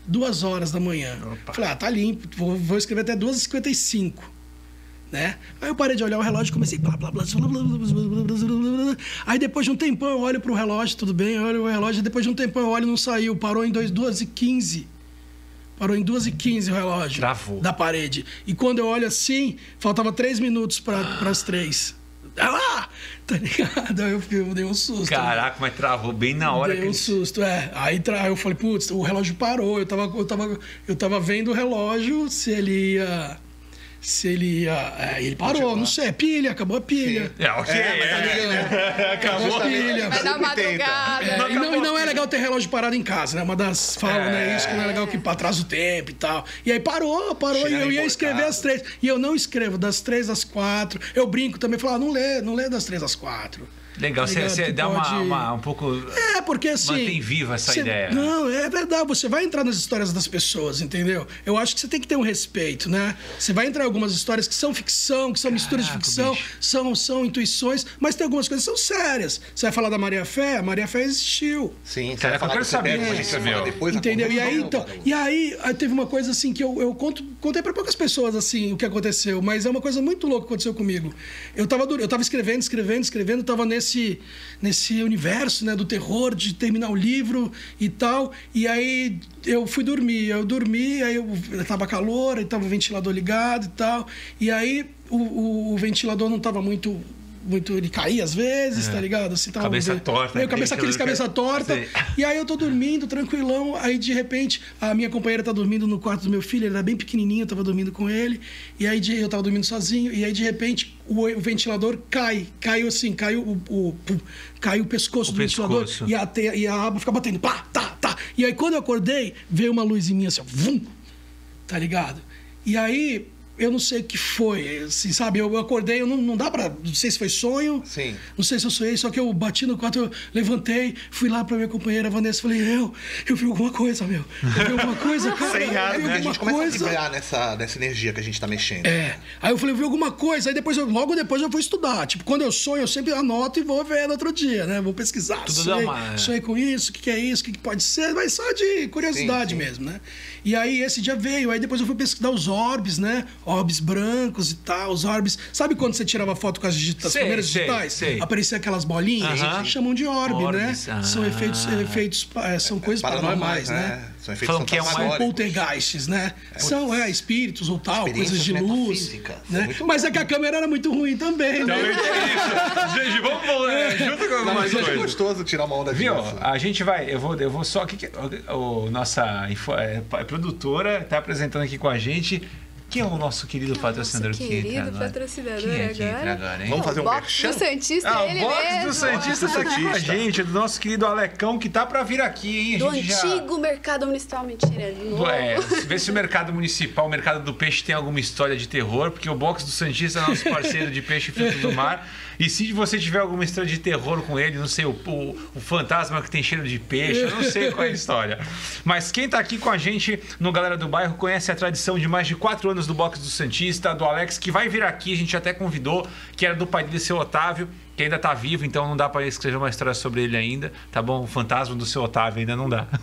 2 horas da manhã. Falei, tá limpo, vou escrever até 2h55. Né? Aí eu parei de olhar o relógio e comecei blá, blá, blá, blá, blá, blá, blá, blá, blá, blá. Aí depois de um tempão eu olho pro relógio, tudo bem, eu olho o relógio, depois de um tempão eu olho e não saiu, parou em 2h15. Parou em 2h15 o relógio. Travou. Da parede. E quando eu olho assim, faltava 3 minutos para as 3. Ah! Tá ligado? Aí eu dei um susto. Caraca, mas travou bem na hora. Dei um susto, Aí eu falei, putz, o relógio parou. Eu tava vendo o relógio se ele ia... ele parou, não sei, pilha, acabou a pilha. Sim. Ok. Acabou a pilha. Vai dar madrugada. E não é legal ter relógio parado em casa, né? Uma das falam, né? Isso que não é legal, que atrasa o tempo e tal. E aí parou, e eu ia escrever às 3. E eu não escrevo das 3 às 4. Eu brinco também, falo, não lê das 3 às 4. Legal, você dá um pouco... porque assim... Mantém viva essa ideia. Não, é verdade. Você vai entrar nas histórias das pessoas, entendeu? Eu acho que você tem que ter um respeito, né? Você vai entrar em algumas histórias que são ficção, que são misturas de ficção, são intuições, mas tem algumas coisas que são sérias. Você vai falar da Maria Fé? A Maria Fé existiu. Sim, cara, eu quero saber como você viu. Depois, entendeu? E aí teve uma coisa assim que eu contei para poucas pessoas assim o que aconteceu, mas é uma coisa muito louca que aconteceu comigo. Eu tava escrevendo, tava nesse universo, né, do terror, de terminar o livro e tal. E aí eu fui dormir. Aí tava calor, aí tava o ventilador ligado e tal. E aí o ventilador não tava muito ele caía às vezes, tá ligado? Assim, tava cabeça torta. Meio cabeça torta. Sei. E aí eu tô dormindo, tranquilão. Aí, de repente, a minha companheira tá dormindo no quarto do meu filho. Ele era bem pequenininho, eu tava dormindo com ele. E aí eu tava dormindo sozinho. E aí, de repente, o ventilador caiu assim, caiu o pescoço do ventilador. E a aba fica batendo. Pá, tá. E aí, quando eu acordei, veio uma luz em mim assim, ó, vum, tá ligado? E aí... Eu não sei o que foi, assim, sabe? Eu acordei, não dá pra... Não sei se foi sonho. Sim. Não sei se eu sonhei, só que eu bati no quarto, eu levantei, fui lá pra minha companheira Vanessa, falei, eu vi alguma coisa, meu. Eu vi alguma coisa, cara. Sem ar, né? A gente começa coisa. a vibrar nessa energia que a gente tá mexendo. Aí eu falei, eu vi alguma coisa, aí logo depois eu vou estudar. Tipo, quando eu sonho, eu sempre anoto e vou ver no outro dia, né? Vou pesquisar. Sonhei com isso, o que é isso, o que pode ser, mas só de curiosidade mesmo, né? E aí esse dia veio, aí depois eu fui pesquisar os orbes, né? Orbes brancos e tal, os orbes... Sabe quando você tirava foto com as primeiras digitais? Aparecia aquelas bolinhas? Chamam de orbe, Orbes, né? São efeitos são coisas paranormais, né? São efeitos São poltergeists, né? São espíritos ou tal, coisas de luz. Né? Mas é que a câmera era muito ruim também, né? Gente, vamos junto com algumas coisas. É gostoso tirar uma onda disso. Viu? A gente vai... Eu vou só... Nossa produtora tá apresentando aqui com a gente... Quem é o nosso querido patrocinador que entra agora? Patrocinador Quem é que entra agora, hein? Vamos fazer um box do Santista, ele mesmo. O box do Santista tá aqui com a gente, do nosso querido Alecão, que tá pra vir aqui, hein? Do antigo mercado municipal, mentira. Vê se o mercado municipal, o mercado do peixe tem alguma história de terror, porque o box do Santista é nosso parceiro de peixe e frutos do mar. E se você tiver alguma história de terror com ele, não sei, o fantasma que tem cheiro de peixe, eu não sei qual é a história. Mas quem tá aqui com a gente no Galera do Bairro conhece a tradição de mais de 4 anos do box do Santista, do Alex, que vai vir aqui, a gente até convidou, que era do pai dele, seu Otávio, que ainda tá vivo, então não dá pra escrever uma história sobre ele ainda, tá bom? O fantasma do seu Otávio ainda não dá.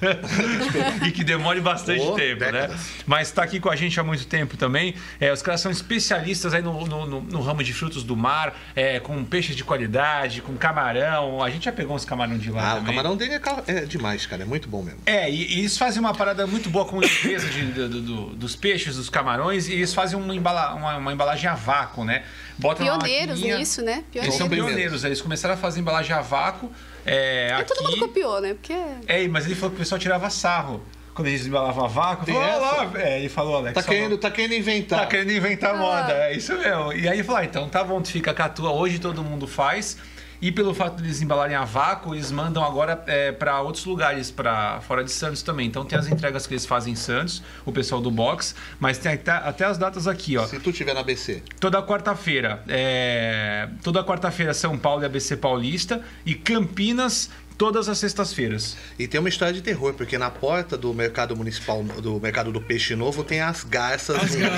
E que demore bastante tempo, décadas. né? Mas tá aqui com a gente há muito tempo também. Os caras são especialistas aí no ramo de frutos do mar, com peixes de qualidade, com camarão. A gente já pegou uns camarão de lá também. O camarão dele é demais, cara. É muito bom mesmo. E eles fazem uma parada muito boa com a limpeza dos peixes, dos camarões, e eles fazem uma embalagem a vácuo, né? Botam pioneiros nisso, né? Eles são pioneiros. Eles começaram a fazer embalagem a vácuo. Aqui... Todo mundo copiou, né? Porque... mas ele falou que o pessoal tirava sarro. Quando eles embalavam a vácuo, ele falou, Alex... Tá querendo inventar. Tá querendo inventar moda, é isso mesmo. E aí ele falou, então tá bom, tu fica com a tua. Hoje todo mundo faz... E pelo fato de eles embalarem a vácuo, eles mandam agora para outros lugares, para fora de Santos também. Então tem as entregas que eles fazem em Santos, o pessoal do box, mas tem até as datas aqui, ó. Se tu tiver na ABC. Toda quarta-feira São Paulo e ABC Paulista, e Campinas todas as sextas-feiras. E tem uma história de terror, porque na porta do mercado municipal, do mercado do Peixe Novo, tem as garças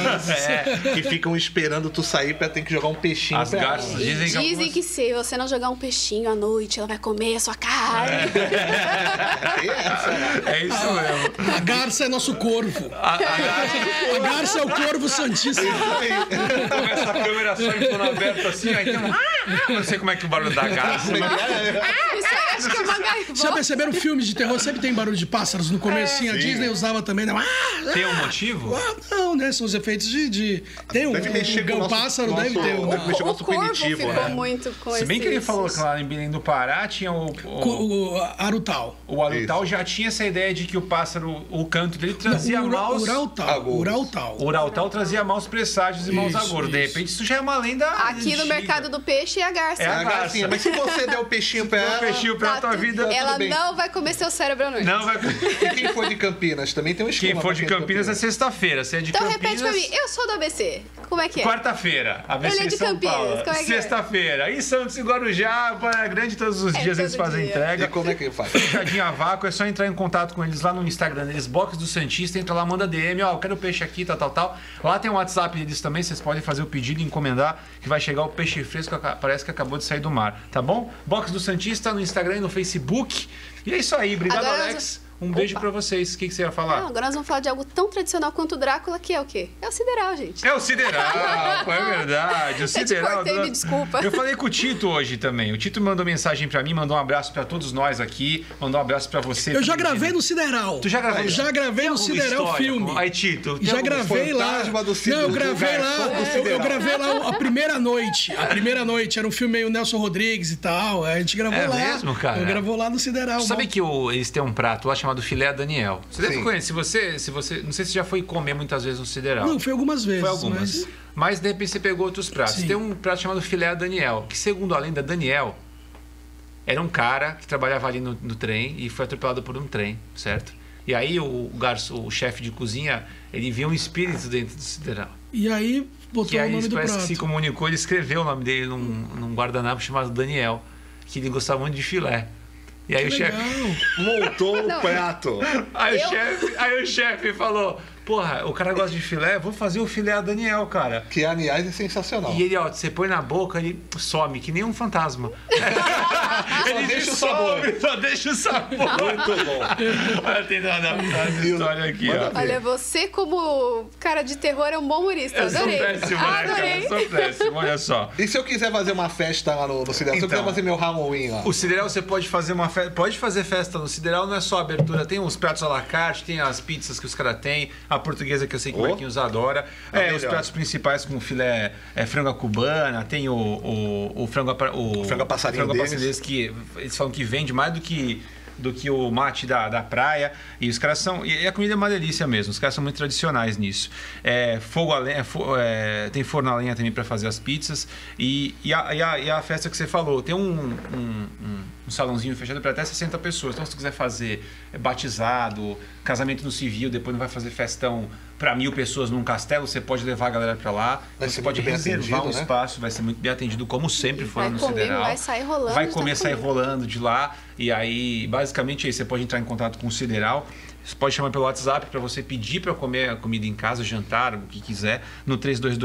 que ficam esperando tu sair pra ter que jogar um peixinho. As garças Dizem que se você não jogar um peixinho à noite, ela vai comer a sua carne. Tem essa, né? É isso mesmo. A garça é nosso corvo. A garça A garça é o corvo santíssimo. começa a câmera só em plano aberto assim, aí tem um... Não sei como é que o barulho da garça... Isso aí acho que é uma gaivota. Já perceberam filmes de terror? Sempre tem barulho de pássaros no começo, assim. A Disney usava também, né? Tem um motivo? Não, né? São os efeitos de... Tem um Deve mexer com o nosso- pássaro, deve ter um... deve mexer com o O nosso corvo cognitivo, ficou né? muito com Se bem que ele esses- falou que lá em Belém do Pará tinha O Arutal. o Alutal já tinha essa ideia de que o pássaro, o canto dele trazia maus... Urautal. O Urautal trazia maus presságios e maus Isso, agouros. De isso. repente, isso já é uma lenda Aqui no antiga. mercado do peixe é a garça. É a A garcinha, mas se você der o peixinho pra Dá um ela... peixinho pra tua vida... Ela bem. não vai comer seu cérebro à noite. Não vai... E quem for de Campinas, também tem um esquema. Quem for pra de Campinas é sexta-feira. Se é de Então Campinas... repete pra mim, eu sou do ABC. Como é que é? Quarta-feira, ABC Ele é de São Campinas, Paulo. como é que é? Sexta-feira, em Santos e Guarujá, Praia Grande, todos os dias todo eles fazem dia. E entrega. como é que ele faz? Jardim a vácuo, é só entrar em contato com eles lá no Instagram deles, Box do Santista, entra lá, manda DM, ó, eu quero peixe aqui, tal. Lá tem o WhatsApp deles também, vocês podem fazer o pedido e encomendar, que vai chegar o peixe fresco, parece que acabou de sair do mar, tá bom? Box do Santista no Instagram e no Facebook. E é isso aí, obrigado, Agora Alex. Um beijo pra vocês. O que você ia falar? Não, agora nós vamos falar de algo tão tradicional quanto o Drácula, que é o quê? É o Sideral, gente. É o Sideral, é verdade. O Sideral. cortei, me desculpa. Eu falei com o Tito hoje também. O Tito mandou mensagem pra mim, mandou um abraço pra todos nós aqui, mandou um abraço pra você. Eu já também, gravei Gina. no Sideral. Tu já gravou? Já gravei no Alguma Sideral história? filme. Aí, Tito, tem Já algum gravei lá. fantasma do Não, eu do gravei lá. garçom do Eu Sideral. gravei lá a primeira noite. A primeira noite. Era um filme meio Nelson Rodrigues e tal. A gente gravou É lá. mesmo, cara? Eu gravou lá no Sideral. Tu sabe que eles têm um prato lá chamado filé Daniel. Você deve Sim. conhecer. Se você, não sei se já foi comer muitas vezes no Sideral. Não, foi algumas vezes. Foi algumas. Mas de repente você pegou outros pratos. Sim. Tem um prato chamado filé Daniel, que segundo a lenda, Daniel era um cara que trabalhava ali no trem e foi atropelado por um trem, certo? E aí o chefe de cozinha, ele viu um espírito dentro do Sideral. E aí botou Que o aí nome do parece prato. que se comunicou, ele escreveu o nome dele num guardanapo chamado Daniel, que ele gostava muito de filé. E aí o chefe... Legal. Montou o prato. Aí o chefe falou, porra, o cara gosta de filé, vou fazer o filé a Daniel, cara. Que, aliás, é sensacional. E ele, ó, você põe na boca, ele some, que nem um fantasma. Ele deixa o sabor. Só deixa o sabor. Muito bom. Olha, tem nada a história aqui, ó. Olha, você como cara de terror é um bom humorista. Eu sou Adorei. péssimo, né, cara? Adorei. Eu sou péssimo, olha só. E se eu quiser fazer uma festa lá no Sideral? Se eu Então. quiser fazer meu Halloween lá? O Sideral você pode fazer uma festa. Pode fazer festa no Sideral, não é só abertura. Tem os pratos à la carte, tem as pizzas que os caras têm, a portuguesa que eu sei que o Oh. Marquinhos adora. A Os melhor. pratos principais com filé frango à cubana, tem o frango O frango a passarinho frango a deles. passarinho deles, que eles falam que vende mais do que o mate da praia. E os caras são. E a comida é uma delícia mesmo. Os caras são muito tradicionais nisso. Fogo a lenha, tem forno a lenha também para fazer as pizzas. E a festa que você falou, tem um salãozinho fechado para até 60 pessoas. Então, se tu quiser fazer batizado, casamento no civil, depois não vai fazer festão para 1000 pessoas num castelo, você pode levar a galera para lá. Vai Você ser pode muito bem reservar atendido, um né? espaço, vai ser muito bem atendido, como sempre foi Vai no comer, Sideral. vai sair rolando Vai de comer, tanta sair comida. rolando de lá. E aí, basicamente, aí você pode entrar em contato com o Sideral. Você pode chamar pelo WhatsApp para você pedir para comer a comida em casa, jantar, o que quiser, no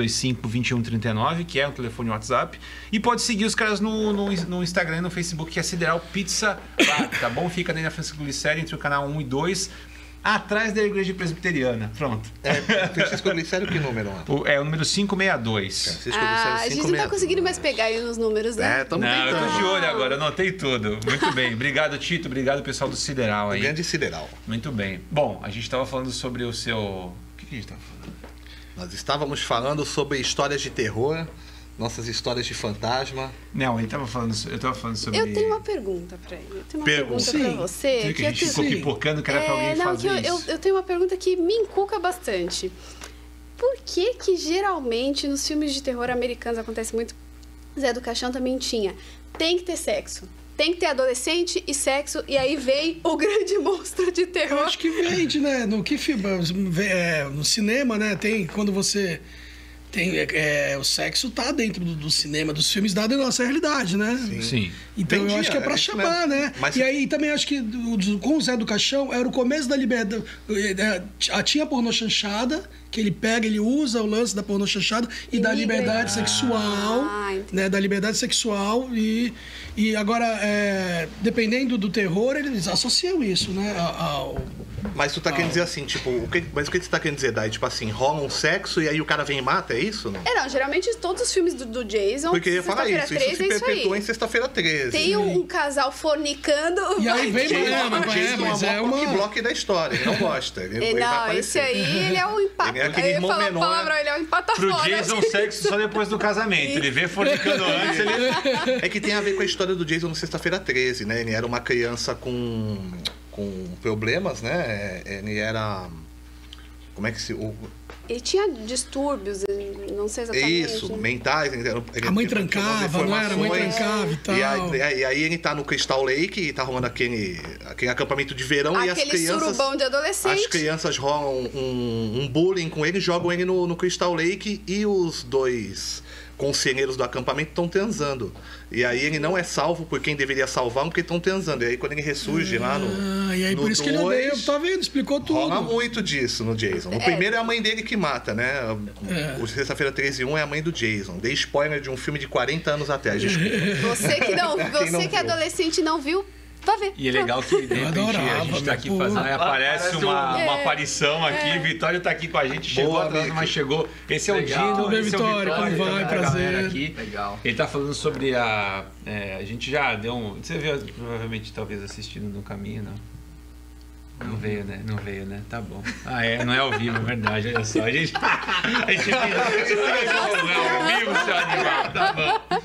3225-2139, que é o telefone WhatsApp. E pode seguir os caras no Instagram e no Facebook, que é Sideral Pizza Bar, tá bom? Fica ali na Francisco Glicério, entre o canal 1 e 2, atrás da Igreja Presbiteriana. Pronto. Francisco Glicério, que número lá? É o número 562. Francisco A gente não tá conseguindo mais pegar aí nos números, né? Estamos Não, eu tentando. tô de olho agora, anotei tudo. Muito bem. Obrigado, Tito. Obrigado, pessoal do Sideral aí. Grande Sideral. Muito bem. Bom, a gente estava falando sobre o seu... O que a gente estava falando? Nós estávamos falando sobre histórias de terror, nossas histórias de fantasma. Não, eu estava falando sobre... Eu tenho uma pergunta pra ele. Eu tenho uma Pergunta. pergunta pra Sim. você. Você viu que a gente ficou Sim. pipocando que era pra alguém não, fazer que isso. eu tenho uma pergunta que me encuca bastante. Por que geralmente nos filmes de terror americanos acontece muito? Zé do Caixão também tinha. Tem que ter sexo. Tem que ter adolescente e sexo, e aí vem o grande monstro de Eu terror. acho que vende, né? No cinema, né? Tem quando você o sexo tá dentro do cinema, dos filmes, dentro da nossa realidade, né? Sim. Então Entendi, eu acho que é pra chamar, né? Mas E aí também acho que com o Zé do Caixão era o começo da liberdade. Tinha a pornô chanchada, que ele pega, ele usa o lance da pornô chanchada e da liberdade sexual, né? Da liberdade sexual e agora, dependendo do terror, eles associam isso, né? Mas tu tá querendo dizer assim, tipo, mas o que tu tá querendo dizer, Dai? Tipo assim, rola um sexo e aí o cara vem e mata, é isso? Não? Não, geralmente todos os filmes do Jason, Porque eu ia falar isso, Sexta-feira isso se 13 perpetuou aí. em Sexta-feira 13. Tem um casal fornicando. E aí vem Jason é uma bloco da história, ele não gosta. Ele vai Não, aparecer. esse aí, ele é um empate. Ele é aquele irmão menor. Ele é um empata Pro foda. Jason, sexo só depois do casamento. Ele vê fornicando antes, ele... É que tem a ver com a história do Jason no Sexta-feira 13, né? Ele era uma criança com problemas, né? Ele era... Como é que se... Ele tinha distúrbios, não sei exatamente. Isso, mentais. A mãe trancava, não era? A mãe trancava e tal. E aí ele tá no Crystal Lake e tá rolando aquele acampamento de verão e as Aquele crianças... surubão de adolescente. As crianças rolam um bullying com ele, jogam ele no Crystal Lake e os dois conselheiros do acampamento estão transando. E aí ele não é salvo por quem deveria salvar, porque estão transando. E aí quando ele ressurge lá no... E aí no por isso que ele odeia, tá vendo? Explicou tudo. Rola muito disso no Jason. No primeiro é a mãe dele que mata, né? O Sexta-feira 13/1 é a mãe do Jason. Dei spoiler de um filme de 40 anos atrás, desculpa. Você que é adolescente e não viu, vai ver. E é legal que de repente a gente tá aqui fazendo, aí aparece uma aparição aqui, Vitória tá aqui com a gente, chegou atrás, mas chegou. Esse é o Dino, Tudo bem, esse é o Vitória? Como vai? a Prazer. galera aqui. Legal. Ele tá falando sobre a gente já deu você viu provavelmente talvez assistindo no caminho, não? Não veio, né? Tá bom. Não é ao vivo, é verdade, olha só. A gente não é ao vivo, seu animal, tá bom.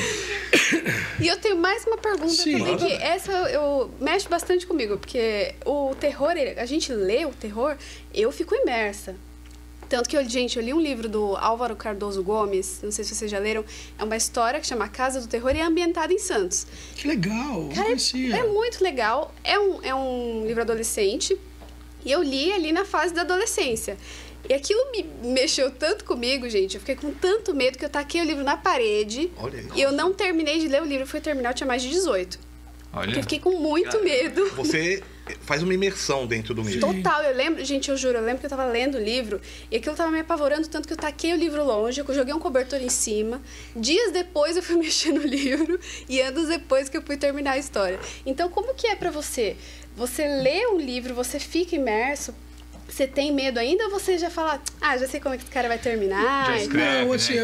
E eu tenho mais uma pergunta também, que essa mexe bastante comigo, porque o terror, a gente lê o terror, eu fico imersa. Tanto que, eu li um livro do Álvaro Cardoso Gomes, não sei se vocês já leram, é uma história que chama Casa do Terror e é ambientada em Santos. Que legal, não conhecia. É muito legal, é um livro adolescente, e eu li ali na fase da adolescência. E aquilo me mexeu tanto comigo, gente, eu fiquei com tanto medo que eu taquei o livro na parede. Olha aí. E eu não terminei de ler o livro, fui terminar, eu tinha mais de 18. Olha. Eu fiquei com muito medo. Você faz uma imersão dentro do livro. Total, eu lembro, gente, eu juro, eu lembro que eu tava lendo o livro e aquilo tava me apavorando tanto que eu taquei o livro longe, eu joguei um cobertor em cima. Dias depois eu fui mexer no livro e anos depois que eu fui terminar a história. Então, como que é pra você? Você lê um livro, você fica imerso, você tem medo ainda ou você já fala, já sei como é que esse cara vai terminar? Já escreve, Não, assim, né,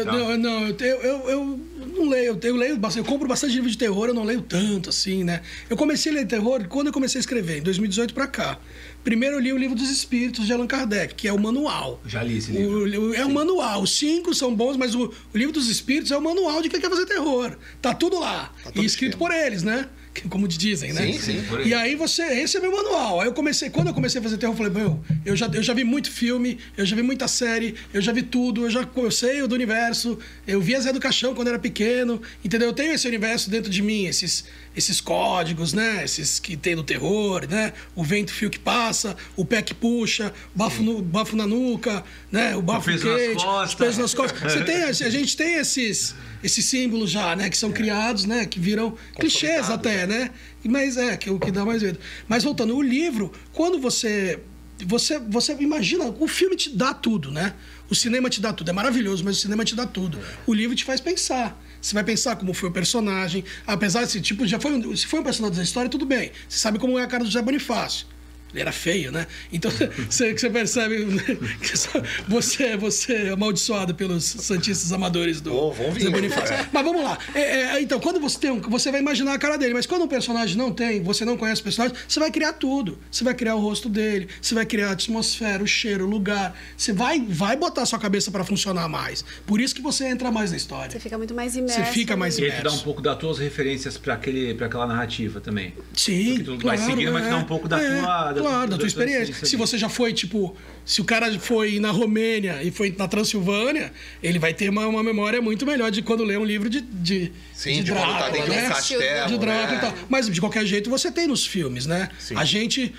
eu não leio, eu leio bastante, eu compro bastante livro de terror, eu não leio tanto, assim, né? Eu comecei a ler terror quando eu comecei a escrever, em 2018 pra cá. Primeiro eu li o Livro dos Espíritos, de Allan Kardec, que é o manual. Já li esse livro. É um manual, os 5 são bons, mas o Livro dos Espíritos é o manual de quem quer fazer terror. Tá tudo lá, e escrito por eles, né? Como dizem, né? Sim, por E aí esse é meu manual. Aí quando eu comecei a fazer terror, eu falei, eu já vi muito filme, eu já vi muita série, eu já vi tudo, eu sei do universo, eu via Zé do Caixão quando era pequeno, entendeu? Eu tenho esse universo dentro de mim, esses códigos, né? Esses que tem no terror, né? O vento fio que passa, o pé que puxa, bafo na nuca, né? O bafo quente, os pesos nas costas. A gente tem esses símbolos já, né? Que são criados, né? Que viram clichês até, né? Mas que é o que dá mais medo. Mas voltando, o livro, quando você imagina, o filme te dá tudo, né? O cinema te dá tudo. É maravilhoso, mas o cinema te dá tudo. O livro te faz pensar. Você vai pensar como foi o personagem. Apesar de, se foi um personagem da história, tudo bem. Você sabe como é a cara do José Bonifácio. Ele era feio, né? Então, você percebe que você é amaldiçoado pelos santistas amadores do Zé Bonifácio. Mas vamos lá. Então, quando você vai imaginar a cara dele, mas quando um personagem não tem, você não conhece o personagem, você vai criar tudo. Você vai criar o rosto dele, você vai criar a atmosfera, o cheiro, o lugar. Você vai botar a sua cabeça para funcionar mais. Por isso que você entra mais na história. Você fica muito mais imerso. Você fica mais imerso. E aí tu dá um pouco das tuas referências para aquela narrativa também. Sim, porque tu vai seguindo, mas tu dá um pouco da Claro, da tua experiência. Se você já foi, tipo, se o cara foi na Romênia e foi na Transilvânia, ele vai ter uma memória muito melhor de quando lê um livro de quando tá dentro né? do castelo, De Drácula né? e tal. Mas, de qualquer jeito, você tem nos filmes, né? Sim. A gente...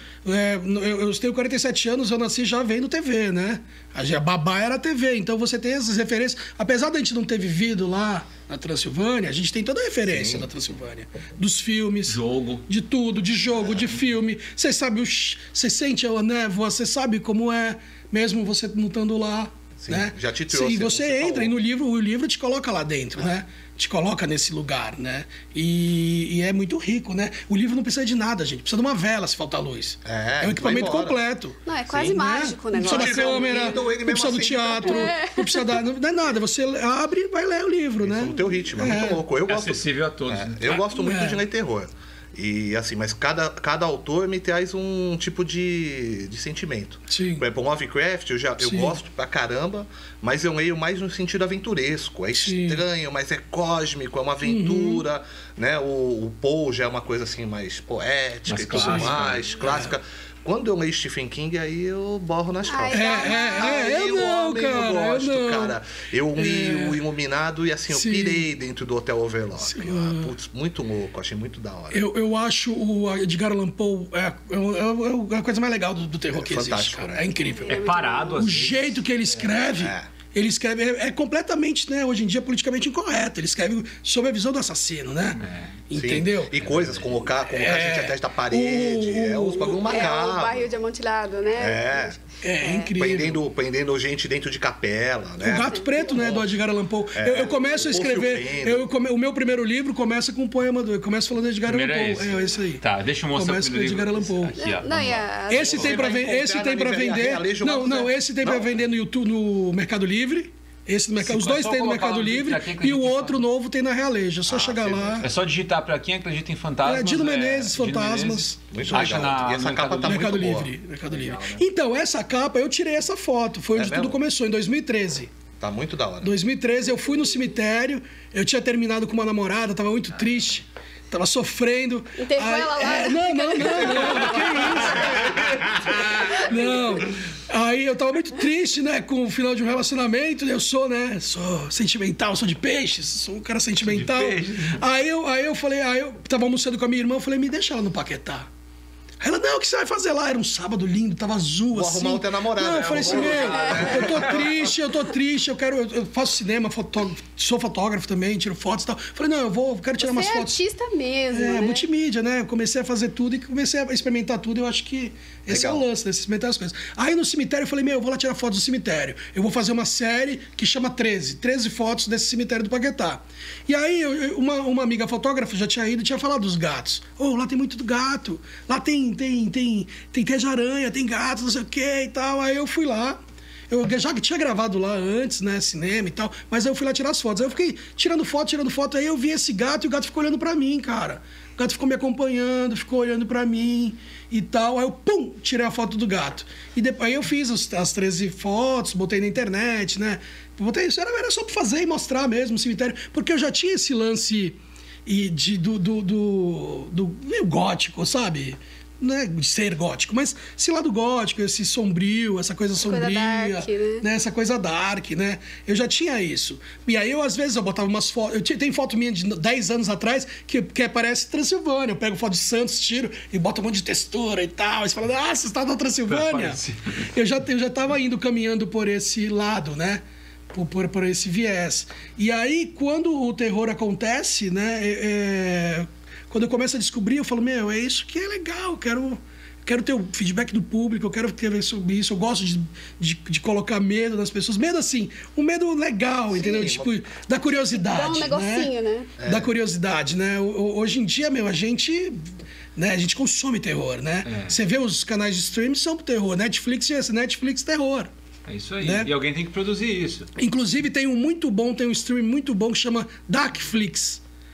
eu tenho 47 anos, eu nasci já vendo TV, né? A babá era TV, então você tem essas referências. Apesar da gente não ter vivido lá na Transilvânia, a gente tem toda a referência da Transilvânia. Dos filmes. Jogo. De tudo, de jogo, de filme. Você sabe, você sente a névoa, você sabe como é, mesmo você não estando lá. Sim, né? já te trouxe. E você entra falou. e o livro te coloca lá dentro, né? Te coloca nesse lugar, né? E é muito rico, né? O livro não precisa de nada, gente. Precisa de uma vela se faltar luz. É um equipamento vai embora. completo. Não, é quase mágico o Não negócio. precisa da câmera, Kindle, ele não mesmo precisa do assim teatro, não precisa não é nada. Você abre e vai ler o livro, né? No teu ritmo, é muito louco. Eu É gosto, acessível a todos. né? eu gosto muito É. de ler terror. E assim, mas cada autor me traz um tipo de sentimento. Sim. Por exemplo, o Lovecraft eu Sim. gosto pra caramba, mas eu leio mais no sentido aventuresco. É Sim. estranho, mas é cósmico, é uma aventura, né? O Poe já é uma coisa assim mais poética Mais e tudo clássica. mais, clássica. Quando eu leio Stephen King, aí eu borro nas Ai, calças. eu não, homem, cara, eu gosto, eu não. cara. Eu li o Iluminado e assim, eu Sim. pirei dentro do Hotel Overlock. Sim. Putz, muito louco, achei muito da hora. Eu acho o Edgar Allan Poe é a coisa mais legal do terror que existe, fantástico, cara. né? É incrível. É parado, às O vezes. jeito que ele escreve, ele escreve é completamente, né, hoje em dia politicamente incorreto. Ele escreve sob a visão do assassino, né? Sim. Entendeu? E coisas, colocar gente atrás da parede, os bagulho É o macabro. barril de amontilado, né? É. Incrível. Prendendo gente dentro de capela, né? O Gato Preto, né, do Edgar Allan Poe. Eu começo a escrever. O meu primeiro livro começa com um poema eu começo falando de Edgar Allan Primeiro Poe. é esse. É esse aí. Tá, deixa eu mostrar Começa o com o Edgar Allan Poe. Aqui, ó. Não, vamos e lá. a... Esse tem pra vender. Esse tem pra vender. Não, esse tem pra vender no YouTube, no Mercado Livre. Esse no mercado, os dois só tem no colocar Mercado lá no Livre Pra Quem Acredita e o em outro novo tem na Realeja. É só chegar lá. É só digitar pra quem acredita em fantasmas. Dino Menezes, Dino Fantasmas. Menezes. Muito Acha legal. na E essa no capa Mercado tá Livre. Mercado muito Livre. boa. Mercado Livre. Legal, né? Então, essa capa, eu tirei essa foto. Foi onde mesmo? tudo começou, em 2013. Tá muito da hora. 2013, eu fui no cemitério, eu tinha terminado com uma namorada, tava muito triste. Tava sofrendo. Enterrou ela lá? Não, que isso? Não. Aí eu tava muito triste, né, com o final de um relacionamento. Eu sou sentimental, sou de peixes, sou um cara sentimental. Aí eu falei, eu tava almoçando com a minha irmã, eu falei, me deixa ela no Paquetá. Aí ela, não, o que você vai fazer lá? Era um sábado lindo, tava azul, Vou assim. arrumar outra namorada, Não, né? eu falei assim, eu tô triste, eu faço cinema, sou fotógrafo também, tiro fotos e tal. Falei, não, quero tirar umas Você é fotos. artista mesmo, né? Multimídia, né? Eu comecei a fazer tudo e comecei a experimentar tudo. Eu acho que esse é o lance, né? Experimentar as coisas. Aí no cemitério eu falei, eu vou lá tirar fotos do cemitério. Eu vou fazer uma série que chama 13 fotos desse cemitério do Paquetá. E aí uma amiga fotógrafa já tinha ido e tinha falado dos gatos. Lá tem muito gato. Lá tem teia de aranha, tem gatos, não sei o que e tal. Aí eu fui lá. Eu já tinha gravado lá antes, né, cinema e tal, mas aí eu fui lá tirar as fotos. Aí eu fiquei tirando foto, aí eu vi esse gato e o gato ficou olhando pra mim, cara. O gato ficou me acompanhando, ficou olhando pra mim e tal. Aí eu, tirei a foto do gato. E depois aí eu fiz as 13 fotos, botei na internet, né. Botei isso, era só pra fazer e mostrar mesmo o cemitério, porque eu já tinha esse lance do meio gótico, sabe? Não é de ser gótico, mas esse lado gótico, esse sombrio, essa coisa sombria, dark, né? Essa coisa dark, né? Eu já tinha isso. E aí, às vezes, eu botava umas fotos... Tem foto minha de 10 anos atrás que aparece Transilvânia. Eu pego foto de Santos, tiro e boto um monte de textura e tal. E você fala, você está na Transilvânia? Eu já estava indo caminhando por esse lado, né? Por esse viés. E aí, quando o terror acontece, né? Quando eu começo a descobrir, eu falo, é isso que é legal, quero ter o feedback do público, eu quero escrever sobre isso, eu gosto de colocar medo nas pessoas. Medo assim, um medo legal, entendeu? Tipo, da curiosidade. Dá um negocinho, né? Da curiosidade, né? Hoje em dia, a gente consome terror, né? Você vê os canais de streaming, são pro terror. Netflix terror. É isso aí. Né? E alguém tem que produzir isso. Inclusive, tem um stream muito bom que chama Darkflix.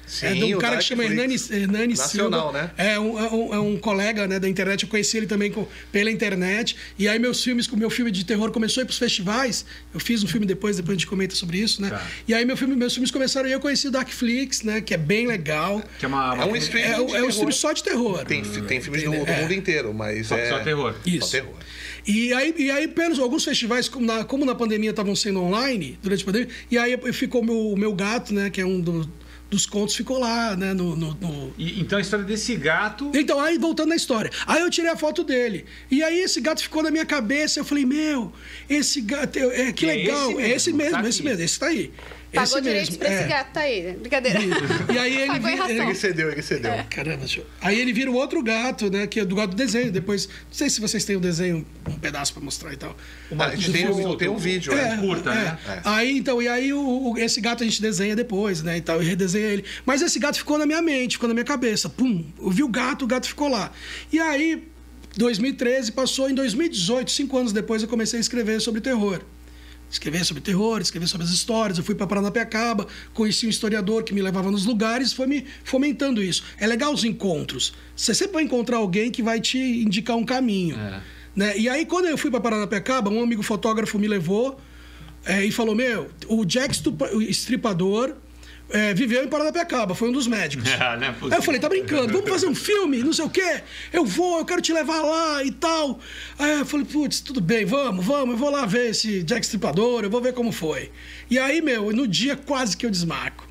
Sim, de um o cara que chama Hernani Nacional, Silva. né? É um colega, né, da internet. Eu conheci ele também pela internet. E aí o meu filme de terror começou a ir pros festivais. Eu fiz um filme depois a gente comenta sobre isso, né? Tá. E aí meus filmes começaram e eu conheci o Darkflix, né? Que é bem legal. Que é um stream um stream só de terror. Tem filmes do mundo inteiro, mas só terror. Isso. Só terror. E aí alguns festivais, como na pandemia, estavam sendo online, durante a pandemia, e aí ficou o meu gato, né? Que é um dos contos, ficou lá, né? Então a história desse gato... Então, aí voltando na história. Aí eu tirei a foto dele. E aí esse gato ficou na minha cabeça. Eu falei, esse gato... que legal. Esse mesmo, esse tá aí. Pagou direitos pra esse gato, tá aí, né? Brincadeira. E aí ele cedeu. Caramba, aí ele vira o outro gato, né? Que é do gato do desenho. Depois, não sei se vocês têm o desenho, um pedaço pra mostrar e tal. A gente tem um vídeo, curta, né? Aí, esse gato a gente desenha depois, né? E tal, e redesenha ele. Mas esse gato ficou na minha mente, ficou na minha cabeça. Pum, eu vi o gato ficou lá. E aí, 2013 passou, em 2018, 5 anos depois, eu comecei a escrever sobre terror. Escrever sobre terror, escrever sobre as histórias. Eu fui para Paranapiacaba, conheci um historiador que me levava nos lugares, foi me fomentando isso. É legal os encontros. Você sempre vai encontrar alguém que vai te indicar um caminho. Né? E aí, quando eu fui para Paranapiacaba, um amigo fotógrafo me levou e falou, o Jack Stripador viveu em Paranapiacaba, foi um dos médicos. Aí eu falei, tá brincando, vamos fazer um filme, não sei o quê? Eu quero te levar lá e tal. Aí eu falei, putz, tudo bem, vamos, eu vou lá ver esse Jack Stripador, eu vou ver como foi. E aí, no dia quase que eu desmarco.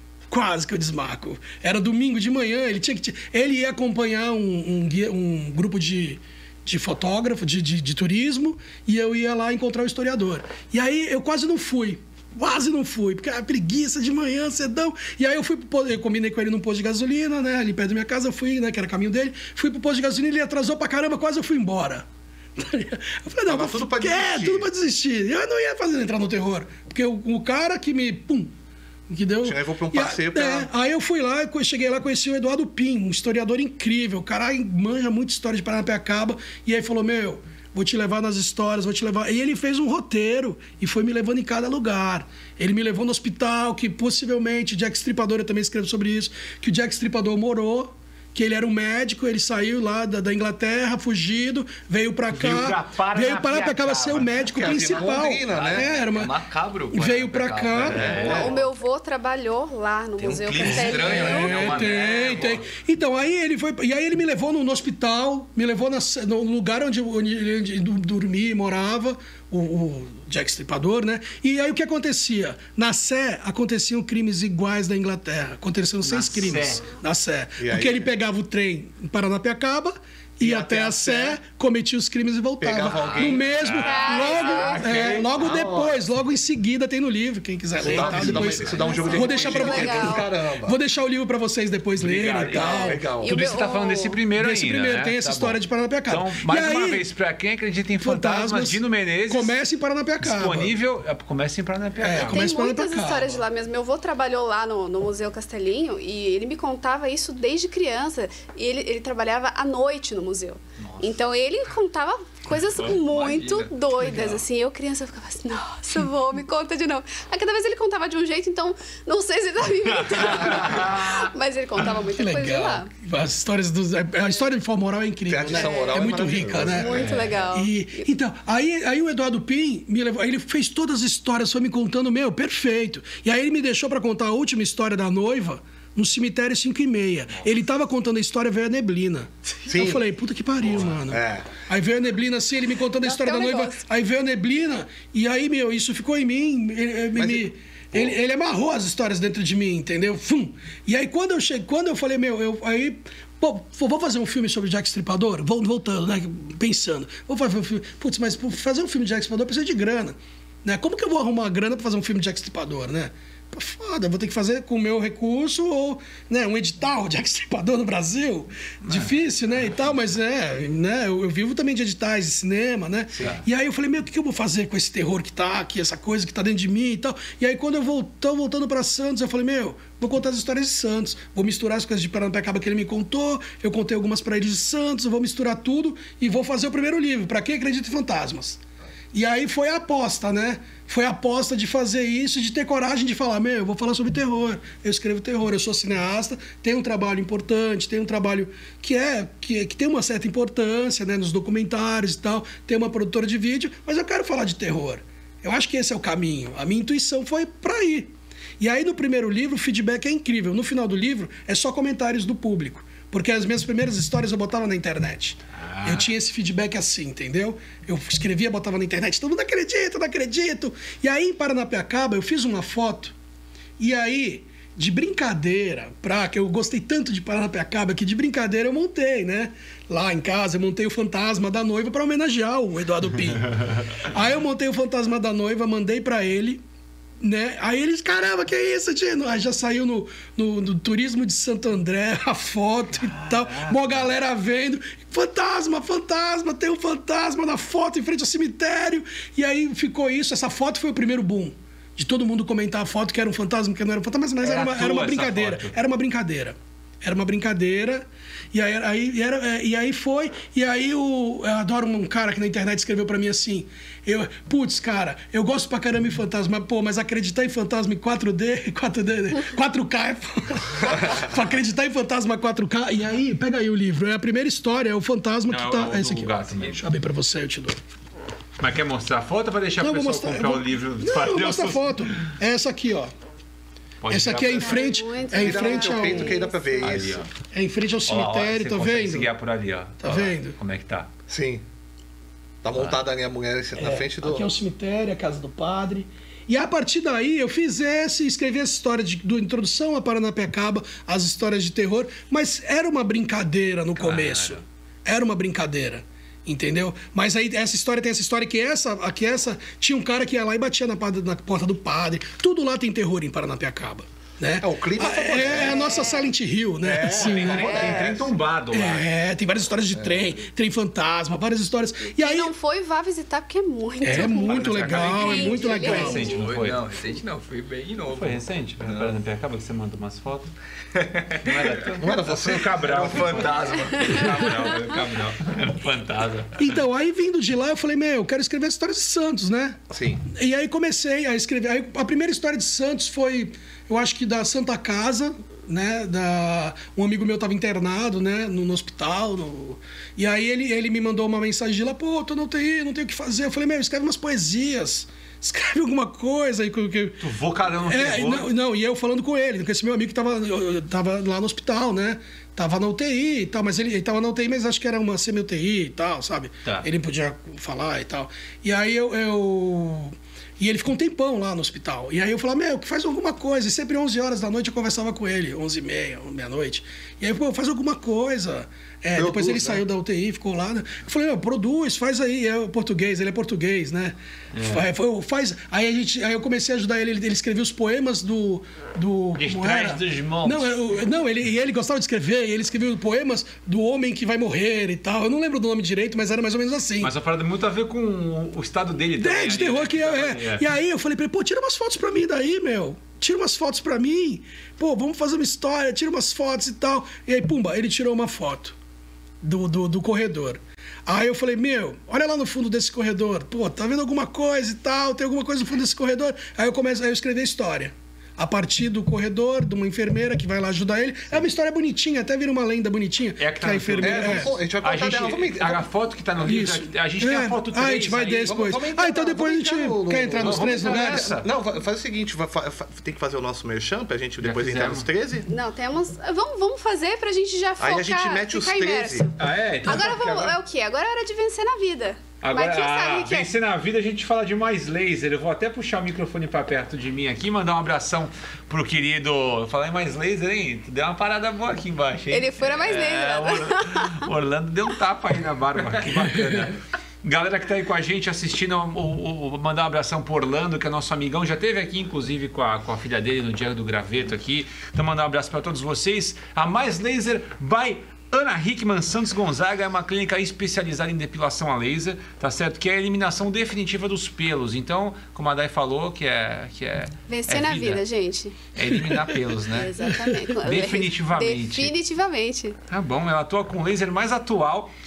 Era domingo de manhã, ele ia acompanhar um grupo de fotógrafo, de turismo, e eu ia lá encontrar o historiador. E aí eu quase não fui, porque era preguiça de manhã, cedão. E aí eu combinei com ele num posto de gasolina, né? Ali perto da minha casa, eu fui, né? Que era caminho dele. Fui pro posto de gasolina, ele atrasou pra caramba, quase eu fui embora. Eu falei, não, tudo pra desistir. Eu não ia fazer entrar no terror. Porque o cara que me... que deu... Você levou pra um passeio Aí eu fui lá, cheguei lá, conheci o Eduardo Pim, um historiador incrível. O cara manja muita história de Paranapiacaba. E aí falou, vou te levar nas histórias, E ele fez um roteiro e foi me levando em cada lugar. Ele me levou no hospital, que possivelmente, Jack Stripador, eu também escrevo sobre isso, que o Jack Stripador morou, que ele era um médico, ele saiu lá da Inglaterra, fugido, veio pra cá. Veio para cá ser o médico principal. Londrina, né? Era macabro. Veio pra cá. O meu avô trabalhou lá no Museu Castelinho. Tem. Então, aí ele foi. E aí ele me levou no hospital, me levou no lugar onde ele dormia e morava, o Jack Stripador, né? E aí o que acontecia? Na Sé aconteciam crimes iguais da Inglaterra. Aconteceram 6 crimes na Sé. Porque ele pegava o trem em Paranapiacaba, ia até a Sé, cometia os crimes e voltava. No mesmo, logo depois, logo em seguida tem no livro, quem quiser ler. Isso dá um jogo de vou deixar pra caramba. Vou deixar o livro pra vocês depois lerem e tal. Legal. Tudo isso você tá falando desse primeiro ainda, né? Tem essa história de Paranapiacaba. Então, mais uma vez, pra quem acredita em fantasmas, Dino Menezes... Comece em Paranapiacaba. Disponível, comece em Paranapiacaba. Tem muitas histórias de lá mesmo. Meu avô trabalhou lá no Museu Castelinho e ele me contava isso desde criança. E ele trabalhava à noite no museu. Nossa. Então ele contava coisas muito doidas, legal. Assim. Eu, criança, ficava assim, nossa, vô, me conta de novo. Aí cada vez ele contava de um jeito, então não sei se ele tá me imitando. Mas ele contava muita coisa de lá. As histórias a história de forma moral é incrível, né? Moral é muito rica, né? Muito legal. Então, aí o Eduardo Pim me levou, ele fez todas as histórias, foi me contando, perfeito. E aí ele me deixou para contar a última história da noiva, no cemitério 5:30. Ele tava contando a história, veio a neblina. Sim. Eu falei, puta que pariu, mano. Aí veio a neblina, assim, ele me contando a história da noiva. Aí veio a neblina, e aí, isso ficou em mim. Ele amarrou as histórias dentro de mim, entendeu? E aí, quando eu falei, vou fazer um filme sobre Jack Stripador? Voltando, né? Pensando. Vou fazer um filme. Putz, mas pra fazer um filme de Jack Stripador precisa de grana. Né? Como que eu vou arrumar grana pra fazer um filme de Jack Stripador, né? Foda, vou ter que fazer com o meu recurso ou, né, um edital de Jack Stripador no Brasil. Difícil, né, e tal, mas né, eu vivo também de editais de cinema, né? Sim. E aí eu falei, o que eu vou fazer com esse terror que tá aqui, essa coisa que tá dentro de mim e tal. E aí quando eu tô voltando para Santos, eu falei, vou contar as histórias de Santos. Vou misturar as coisas de Paranapiacaba que ele me contou, eu contei algumas para ele de Santos, eu vou misturar tudo e vou fazer o primeiro livro, Pra Quem Acredita em Fantasmas. E aí foi a aposta, né? Foi a aposta de fazer isso, de ter coragem de falar, eu vou falar sobre terror, eu escrevo terror, eu sou cineasta, tenho um trabalho importante, tenho um trabalho que tem uma certa importância, né, nos documentários e tal, tem uma produtora de vídeo, mas eu quero falar de terror. Eu acho que esse é o caminho. A minha intuição foi para ir. E aí no primeiro livro o feedback é incrível. No final do livro é só comentários do público. Porque as minhas primeiras histórias eu botava na internet. Eu tinha esse feedback assim, entendeu? Eu escrevia, botava na internet, todo mundo não acredito. E aí em Paranapiacaba eu fiz uma foto. E aí, de brincadeira, que eu gostei tanto de Paranapiacaba, que de brincadeira eu montei, né? Lá em casa eu montei o fantasma da noiva para homenagear o Eduardo Pinho. Aí eu montei o fantasma da noiva, mandei para ele. Né? Aí eles, caramba, que é isso, Tino? Aí já saiu no Turismo de Santo André a foto e tal, uma galera vendo, fantasma, tem um fantasma na foto em frente ao cemitério. E aí ficou isso, essa foto foi o primeiro boom, de todo mundo comentar a foto que era um fantasma, que não era um fantasma, mas era uma brincadeira, era uma brincadeira. E aí foi. E aí eu adoro um cara que na internet escreveu pra mim assim: cara, eu gosto pra caramba em fantasma, mas acreditar em fantasma em 4D, 4K, pra acreditar em fantasma 4K. E aí, pega aí o livro, é a primeira história, é o fantasma que tá. É esse aqui. Deixa eu abrir pra você, eu te dou. Mas quer mostrar a foto ou vai deixar o pessoal comprar o livro? Não, eu mostro a foto. É essa aqui, ó. Essa aqui é em frente, ao peito que aí dá pra ver ali, isso. Ó. É em frente ao cemitério, tá vendo? Se guiar por ali, ó. Tá vendo? Como é que tá? Sim. Tá montada a minha mulher na frente do... Aqui é o cemitério, a casa do padre. E a partir daí eu escrevi essa história do introdução a Paranapiacaba, as histórias de terror, mas era uma brincadeira no começo. Era uma brincadeira. Entendeu? Mas aí tem essa história que essa tinha um cara que ia lá e batia na porta do padre. Tudo lá tem terror em Paranapiacaba. Né? O clima é a nossa Silent Hill, né? Tem trem tombado lá. Tem várias histórias de trem fantasma, várias histórias. E aí não foi, vá visitar porque é muito legal, é muito legal. Foi recente, não foi? Não, recente não, foi bem novo. Foi recente? Acaba que você mandou umas fotos. Não era você? O Cabral. Era um fantasma. Cabral. Era um fantasma. Então, aí vindo de lá, eu falei, eu quero escrever as histórias de Santos, né? Sim. E aí comecei a escrever. Aí, a primeira história de Santos foi, eu acho que da Santa Casa, né? Um amigo meu estava internado, né? No hospital. E aí ele me mandou uma mensagem de lá, tô na UTI, não tenho o que fazer. Eu falei, escreve umas poesias. Escreve alguma coisa aí. Tu vocalão no Não, e eu falando com ele, com esse meu amigo que tava lá no hospital, né? Tava na UTI e tal, mas ele tava na UTI, mas acho que era uma semi-UTI e tal, sabe? Tá. Ele podia falar e tal. E aí E ele ficou um tempão lá no hospital. E aí eu falava, faz alguma coisa. E sempre 11 horas da noite eu conversava com ele, 11h30, meia-noite. E aí, faz alguma coisa. Depois ele saiu da UTI, ficou lá. Né? Eu falei, produz, faz aí. É português, ele é português, né? Faz. Aí eu comecei a ajudar ele. Ele escrevia os poemas do De Trás dos Montes. Ele gostava de escrever. E ele escrevia poemas do homem que vai morrer e tal. Eu não lembro do nome direito, mas era mais ou menos assim. Mas a parada tem muito a ver com o estado dele também. De terror que é. E aí eu falei pra ele, tira umas fotos pra mim daí, Tira umas fotos pra mim. Vamos fazer uma história, tira umas fotos e tal. E aí, pumba, ele tirou uma foto do corredor. Aí eu falei, olha lá no fundo desse corredor. Tá vendo alguma coisa e tal? Tem alguma coisa no fundo desse corredor? Aí eu escrevi a história. A partir do corredor, de uma enfermeira que vai lá ajudar ele. É uma história bonitinha, até vira uma lenda bonitinha. É que tá a enfermeira. A gente vai contar dela. A foto que tá no livro, a gente tem a foto 3. A gente vai depois. Então depois a gente quer entrar nos 3 lugares? Não, faz o seguinte, tem que fazer o nosso merchan pra gente depois entrar nos 13? Não, temos... Vamos fazer pra gente já focar. Aí a gente mete os 13. Então agora é o quê? Agora é hora de vencer na vida. Agora, vencer na vida, a gente fala de mais laser. Eu vou até puxar o microfone pra perto de mim aqui e mandar um abração pro querido... Falar em mais laser, hein? Tu deu uma parada boa aqui embaixo, hein? Ele fura mais laser. Orlando deu um tapa aí na barba, que bacana. Galera que tá aí com a gente assistindo, mandar um abração pro Orlando, que é nosso amigão, já esteve aqui, inclusive, com a filha dele no Dia do Graveto aqui. Então, mandar um abraço para todos vocês. A Mais Laser by Ana Hickman Santos Gonzaga é uma clínica especializada em depilação a laser, tá certo? Que é a eliminação definitiva dos pelos. Então, como a Day falou, que é vencer na vida, gente. É eliminar pelos, né? Exatamente. Definitivamente. Definitivamente. Tá bom, ela atua com o laser mais atual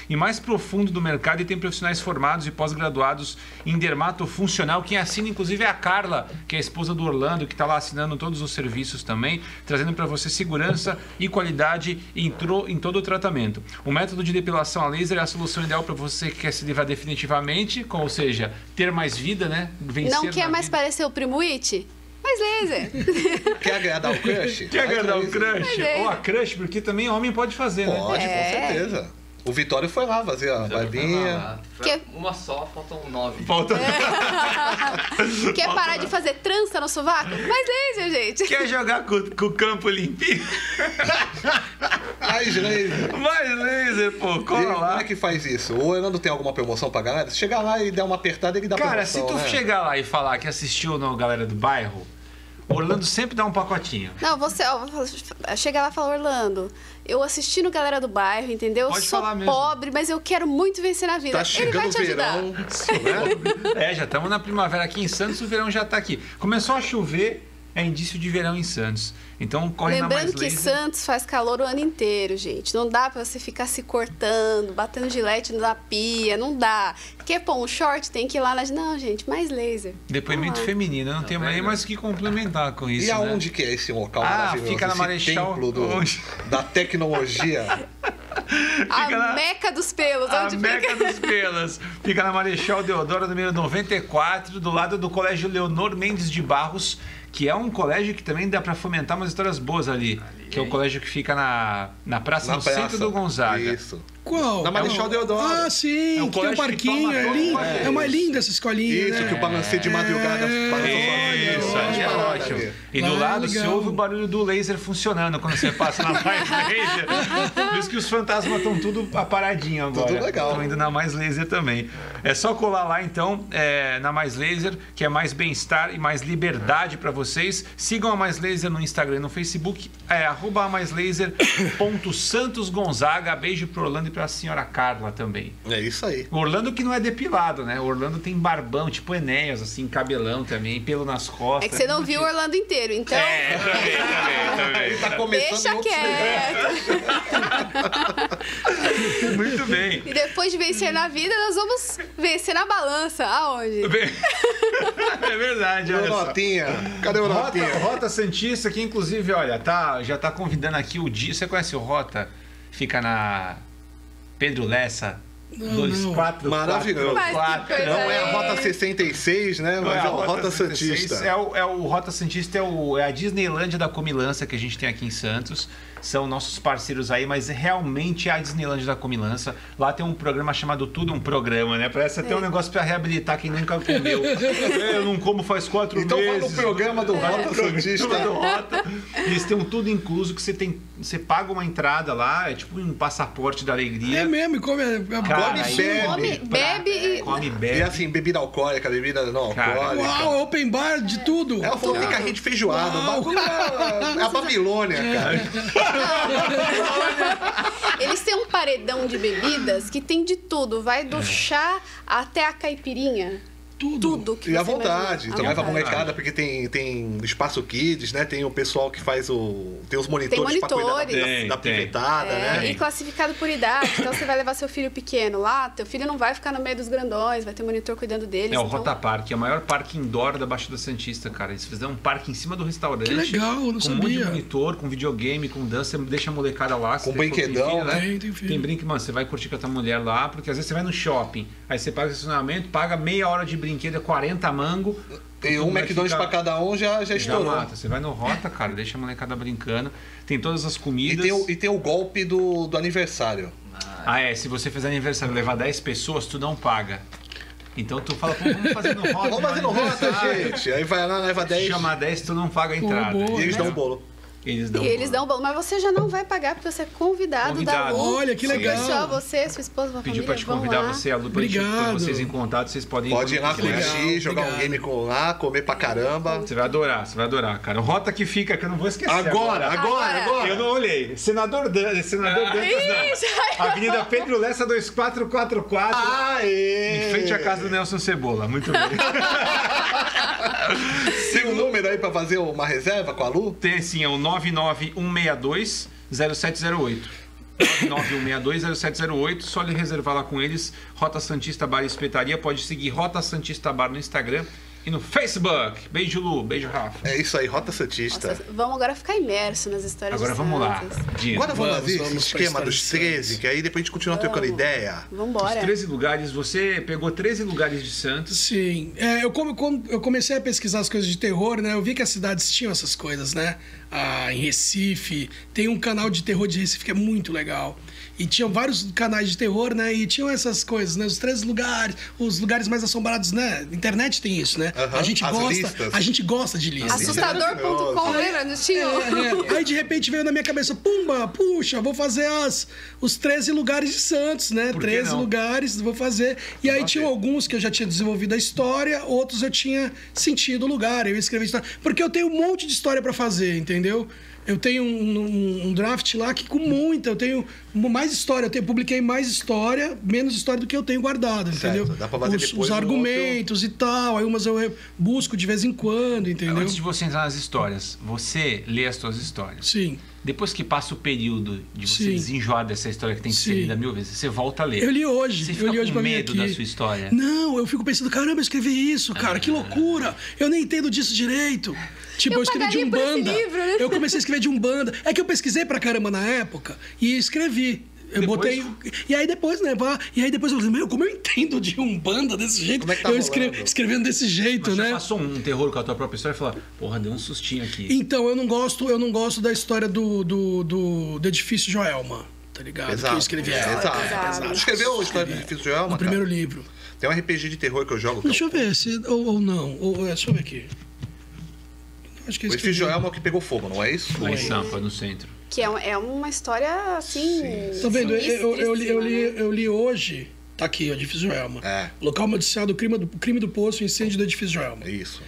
e mais profundo do mercado e tem profissionais formados e pós-graduados em dermatofuncional. Quem assina, inclusive, é a Carla, que é a esposa do Orlando, que está lá assinando todos os serviços também, trazendo para você segurança e qualidade em todo o tratamento. O método de depilação a laser é a solução ideal para você que quer se livrar definitivamente, ou seja, ter mais vida, né? Vencer Não quer mais vida. parecer o Primo It? Mais laser. Quer agradar o crush? Quer agradar o crush? Mas Ou a crush, porque também homem pode fazer, né? Pode, com certeza. O Vitório foi lá fazer a barbinha. Que- Uma só, faltam 9. Falta... Quer parar de fazer trança no sovaco? Mais laser, gente. Quer jogar com o campo limpinho? Mais laser. Mais laser, pô, cola Como lá. é que faz isso? O Orlando tem alguma promoção pra galera? Se chegar lá e der uma apertada, ele dá Cara, se promoção, tu né? chegar lá e falar que assistiu no Galera do Bairro, o Orlando sempre dá um pacotinho. Não, você, ó, chega lá e fala, Orlando, eu assisti no Galera do Bairro, entendeu? Pode Eu sou falar mesmo. pobre, mas eu quero muito vencer na vida. Tá Ele vai chegando te o ajudar. verão, né? Já estamos na primavera aqui em Santos, o verão já tá aqui. Começou a chover, é indício de verão em Santos. Então corre na Mais Lembrando que Laser. Santos faz calor o ano inteiro, gente. Não dá pra você ficar se cortando, batendo gilete na pia, não dá. Quer pôr um short, tem que ir lá na... Não, gente, mais laser. Depoimento Vamos lá. feminino, eu não tenho nem mais o que complementar com isso. E né? aonde que é esse local Ah, maravilhoso? fica na esse Marechal- templo onde? da tecnologia. A lá- meca dos pelos, A onde Meca fica? dos Pelas. Fica na Marechal Deodoro, número 94, do lado do Colégio Leonor Mendes de Barros, que é um colégio que também dá para fomentar umas histórias boas ali. Que é o colégio que fica na praça, no centro do Gonzaga. Isso. Qual? Na Marechal Deodoro. Ah, sim, É um que tem um colégio que parquinho, toma é conta, lindo. é É mais linda essa escolinha, Isso, né? que o balancê de madrugada Isso, ali é ótimo. E do Ah, lado você legal. ouve o barulho do laser funcionando quando você passa na Mais Laser. Por isso que os fantasmas estão tudo aparadinho agora. Tudo legal. Estão indo na Mais Laser também. É só colar lá então, na Mais Laser, que é mais bem-estar e mais liberdade para vocês. Sigam a Mais Laser no Instagram e no Facebook, @amaislaser.santosgonzaga. Beijo pro Orlando e pra senhora Carla também. É isso aí. O Orlando que não é depilado, né? O Orlando tem barbão, tipo Enéas, assim, cabelão também, pelo nas costas. É que você não viu o Orlando inteiro, então É, também. Ele tá começando em deixa outros lugares. quieto. Muito bem. E depois de vencer na vida, nós vamos vencer na balança. Aonde? É verdade, olha Ô, só. Notinha. Cadê o Notinha? Rota Santista, que inclusive, olha, já tá convidando aqui o dia. Você conhece o Rota? Fica na Pedro Lessa, Não, 2444. Maravilhoso. Mas que coisa Não é a é. Rota 66, né? Mas é a Rota 66. Santista. É o Rota Santista, é a Disneylândia da Comilança que a gente tem aqui em Santos. São nossos parceiros aí, mas realmente é a Disneylândia da Comilança. Lá tem um programa chamado Tudo um Programa, né? Parece até um negócio pra reabilitar quem nunca comeu. Eu não como faz 4 Então meses. fala do programa do Rota Santista. Do Rota. Eles têm um tudo incluso que você paga uma entrada lá, é tipo um passaporte da alegria. É mesmo, e come. Cara, Come, aí bebe. Come, bebe e... Come e E bebe. assim, bebida alcoólica, bebida não Cara, alcoólica. Uau, open bar de tudo. É o falou tem carrinho de feijoada. O Uau. bagulho é a Babilônia, cara. Eles têm um paredão de bebidas que tem de tudo. Vai do chá até a caipirinha. Tudo que E à você vontade. imagina. Então À leva a vontade. molecada, porque tem espaço kids, né? Tem o pessoal que faz tem os monitores pra cuidar monitores. da Tem. pimentada, É, né? e classificado por idade. Então você vai levar seu filho pequeno lá, teu filho não vai ficar no meio dos grandões, vai ter monitor cuidando deles. É o então... Rota Park, é o maior parque indoor da Baixada Santista, cara. Eles fizeram um parque em cima do restaurante. Que legal, eu não com um monte de sabia. monitor, com videogame, com dança, deixa a molecada lá. Com se tem brinquedão, filho, né? Tem filho. Tem brinco, mano, você vai curtir com a tua mulher lá, porque às vezes você vai no shopping, aí você paga estacionamento, paga meia hora de brinquedo, é 40 mango. Tem um vai McDonald's ficar- pra cada um, já Já estourou. mata. Você vai no Rota, cara, deixa a molecada brincando. Tem todas as E comidas. tem o golpe do aniversário. Ah, é. Se você fizer aniversário e levar 10 pessoas, tu não paga. Então tu fala, pô, vamos fazer no Rota. Vamos fazer no Rota, aniversário. gente. Aí vai lá, leva 10 Chama 10, tu não paga a entrada. boa, e eles né? dão um bolo. Eles dão E eles dão bolo, mas você já não vai pagar porque você é convidado da Convidado. Lu. Olha, que legal. Só você, sua esposa, sua Pediu família, pra te vão convidar lá. você, a Lu, pra gente Obrigado. pôr vocês em contato, vocês podem Pode ir lá quando quiser. curtir, Legal, jogar um obrigado. game com lá, comer pra caramba. Você vai adorar, cara. O Rota que fica, que eu não vou esquecer. Agora. Eu não olhei. Senador Dantas, não. Avenida Pedro Lessa 2444. Aê! Em frente à casa do Nelson Cebola. Muito bem. Tem um número aí pra fazer uma reserva com a Lu? Tem sim, é o 99162-0708. 991620708, só lhe reservar lá com eles. Rota Santista Bar e Espetaria, pode seguir Rota Santista Bar no Instagram e no Facebook. Beijo, Lu, beijo, Rafa. É isso aí, Rota Santista. Nossa, vamos agora ficar imerso nas histórias Agora de vamos lá. Santos. Dinho. Agora vamos Vamos fazer pra esse esquema história dos de 13, Santos. que aí depois a gente continua trocando ideia. Os Vambora. 13 lugares, você pegou 13 lugares de Santos. Sim. Eu comecei a pesquisar as coisas de terror, né? Eu vi que as cidades tinham essas coisas, né? Em Recife, tem um canal de terror de Recife que é muito legal. E tinham vários canais de terror, né? E tinham essas coisas, né? Os 13 lugares, os lugares mais assombrados, né? Internet tem isso, né? Aham, A gente gosta de listas. Assustador.com, lembra? Não tinha? Aí de repente veio na minha cabeça, puxa, vou fazer os 13 lugares de Santos, né? Por que 13 não? lugares, vou fazer. E aí tinham alguns que eu já tinha desenvolvido a história, outros eu tinha sentido o lugar, eu escrevi história. Porque eu tenho um monte de história pra fazer, entendeu? Eu tenho um draft lá que com muita, eu tenho mais história, publiquei mais história, menos história do que eu tenho guardado, entendeu? Dá pra fazer depois os no argumentos e tal, aí umas eu busco de vez em quando, entendeu? Antes de você entrar nas histórias, você lê as suas histórias. Sim. Depois que passa o período de você Sim. desenjoar dessa história que tem que ser Sim. lida 1000 vezes, você volta a ler. Eu li hoje. Você fica eu li hoje com pra vir medo aqui. da sua história? Não, eu fico pensando, caramba, eu escrevi isso, cara, que loucura. Eu nem entendo disso direito. Tipo, eu escrevi de pagaria por esse Umbanda. livro, né? Eu comecei a escrever de Umbanda. É que eu pesquisei pra caramba na época e escrevi. Eu Depois? botei. E aí depois, né? E aí depois eu falei, meu, como eu entendo de Umbanda desse jeito? Como é que tá eu rolando? escrevendo desse jeito, Mas né? você passou um terror com a tua própria história e falou, porra, deu um sustinho aqui. Então, eu não gosto da história do edifício Joelma, tá ligado? Exato. Que eu escrevi ela. Exato. Escreveu a história do Edifício Joelma? No primeiro livro. Tem um RPG de terror que eu jogo. Deixa eu ver se. Ou não. Deixa eu ver aqui. Acho que eu O Edifício escrevi. Joelma é o que pegou fogo, não é isso? Lá em Sampa, no centro. Que é uma história, assim... Tá vendo? Eu sinistríssima, né? li hoje. Tá aqui, o Edifício Joelma. É. Local noticiado crime do poço, incêndio do Edifício Joelma. É isso.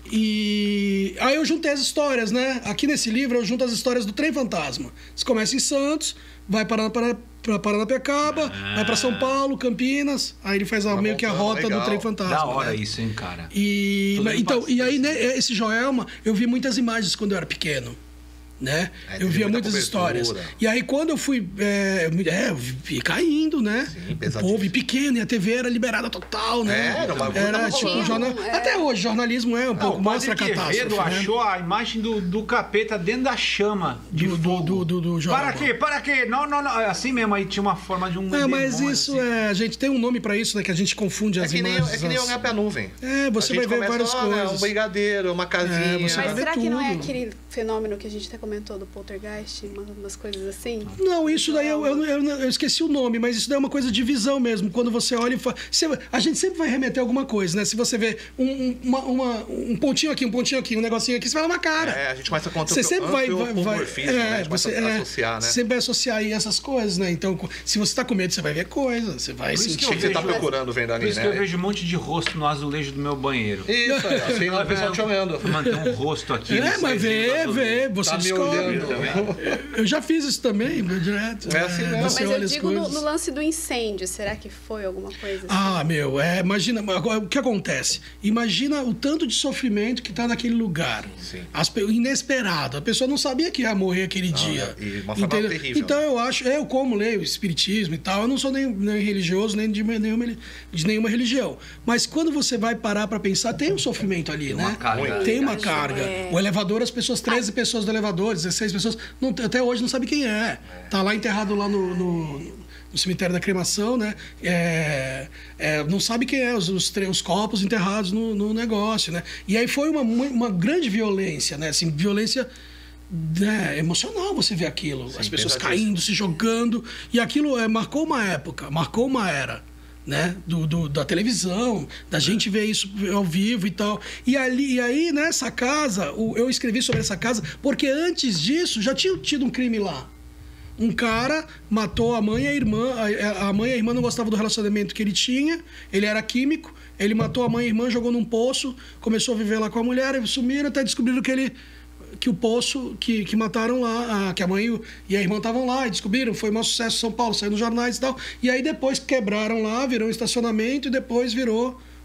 E aí eu juntei as histórias, né? Aqui nesse livro eu junto as histórias do Trem Fantasma. Você começa em Santos, vai para Paranapiacaba, vai para São Paulo, Campinas. Aí ele faz meio que a montando, rota legal. do Trem Fantasma. Da hora né? isso, hein, cara. E aí, né, esse Joelma, eu vi muitas imagens quando eu era pequeno. Né? Teve Eu via muita muitas cobertura. histórias. E aí, quando eu fui. Eu vi caindo, né? Sim, o pesadíssimo. povo, e pequeno, e a TV era liberada total, né? Era, mas era tava tipo rolando. jornal. Até hoje, jornalismo é um pouco, o mostra a Padre catástrofe. Quevedo Né? achou a imagem do capeta dentro da chama de fogo. Do Joelma. Para quê? Não. Assim mesmo, aí tinha uma forma de um Mas demônio, isso assim. A gente tem um nome pra isso, né? Que a gente confunde as É que nem imagens. olhar pra nuvem. Você A vai gente ver começa, várias É coisas. um brigadeiro, uma casinha. você vai Mas ver será que não é tudo. aquele fenômeno que a gente até comentou do poltergeist? Umas coisas assim? Não, isso daí eu esqueci o nome, mas isso daí é uma coisa de visão mesmo. Quando você olha e fala. A gente sempre vai remeter a alguma coisa, né? Se você vê um pontinho aqui, um negocinho aqui, você vai lá na cara. A gente começa a contar Você sempre vai. né? Começa a associar, né? Você sempre vai associar aí essas coisas, né? Então, se você tá com medo, você vai ver coisa, você vai Por isso sentir. que O que você tá vejo- procurando vendo Por ali, isso que eu né? vejo um monte de rosto no azulejo do meu banheiro. Isso, assim o pessoal te olhando. Manter um rosto aqui. É, mas vê, você Tá me descobre. olhando. Eu já fiz isso também, direto. É assim mesmo. Você Mas olha eu as digo coisas. no lance do incêndio. Será que foi alguma coisa assim? Imagina, agora, o que acontece? Imagina o tanto de sofrimento que tá naquele lugar. Sim. Inesperado. A pessoa não sabia que ia morrer aquele dia. e uma forma Entendeu? terrível. Então eu acho, eu como leio espiritismo e tal, eu não sou nem religioso, nem de nenhuma religião. Mas quando você vai parar pra pensar, tem um sofrimento ali, né? carga. Tem uma Imagina, carga. é. O elevador, as pessoas, 13 pessoas do elevador, 16 pessoas, até hoje não sabe quem é. Tá lá enterrado lá no cemitério da cremação, né? Não sabe quem é, os corpos enterrados no negócio, né? E aí foi uma grande violência, né? Assim, violência emocional você vê aquilo. As pessoas pesadíssimo. caindo, se jogando. E aquilo marcou uma época, marcou uma era. Né? Da televisão, da gente ver isso ao vivo e tal. E aí, nessa casa, eu escrevi sobre essa casa, porque antes disso já tinha tido um crime lá. Um cara matou a mãe e a irmã. A mãe e a irmã não gostavam do relacionamento que ele tinha. Ele era químico. Ele matou a mãe e a irmã, jogou num poço, começou a viver lá com a mulher, eles sumiram até descobriram que o poço que mataram lá, que a mãe e a irmã estavam lá e descobriram, foi um maior sucesso em São Paulo, saiu nos jornais e tal. E aí depois quebraram lá, virou um estacionamento e depois virou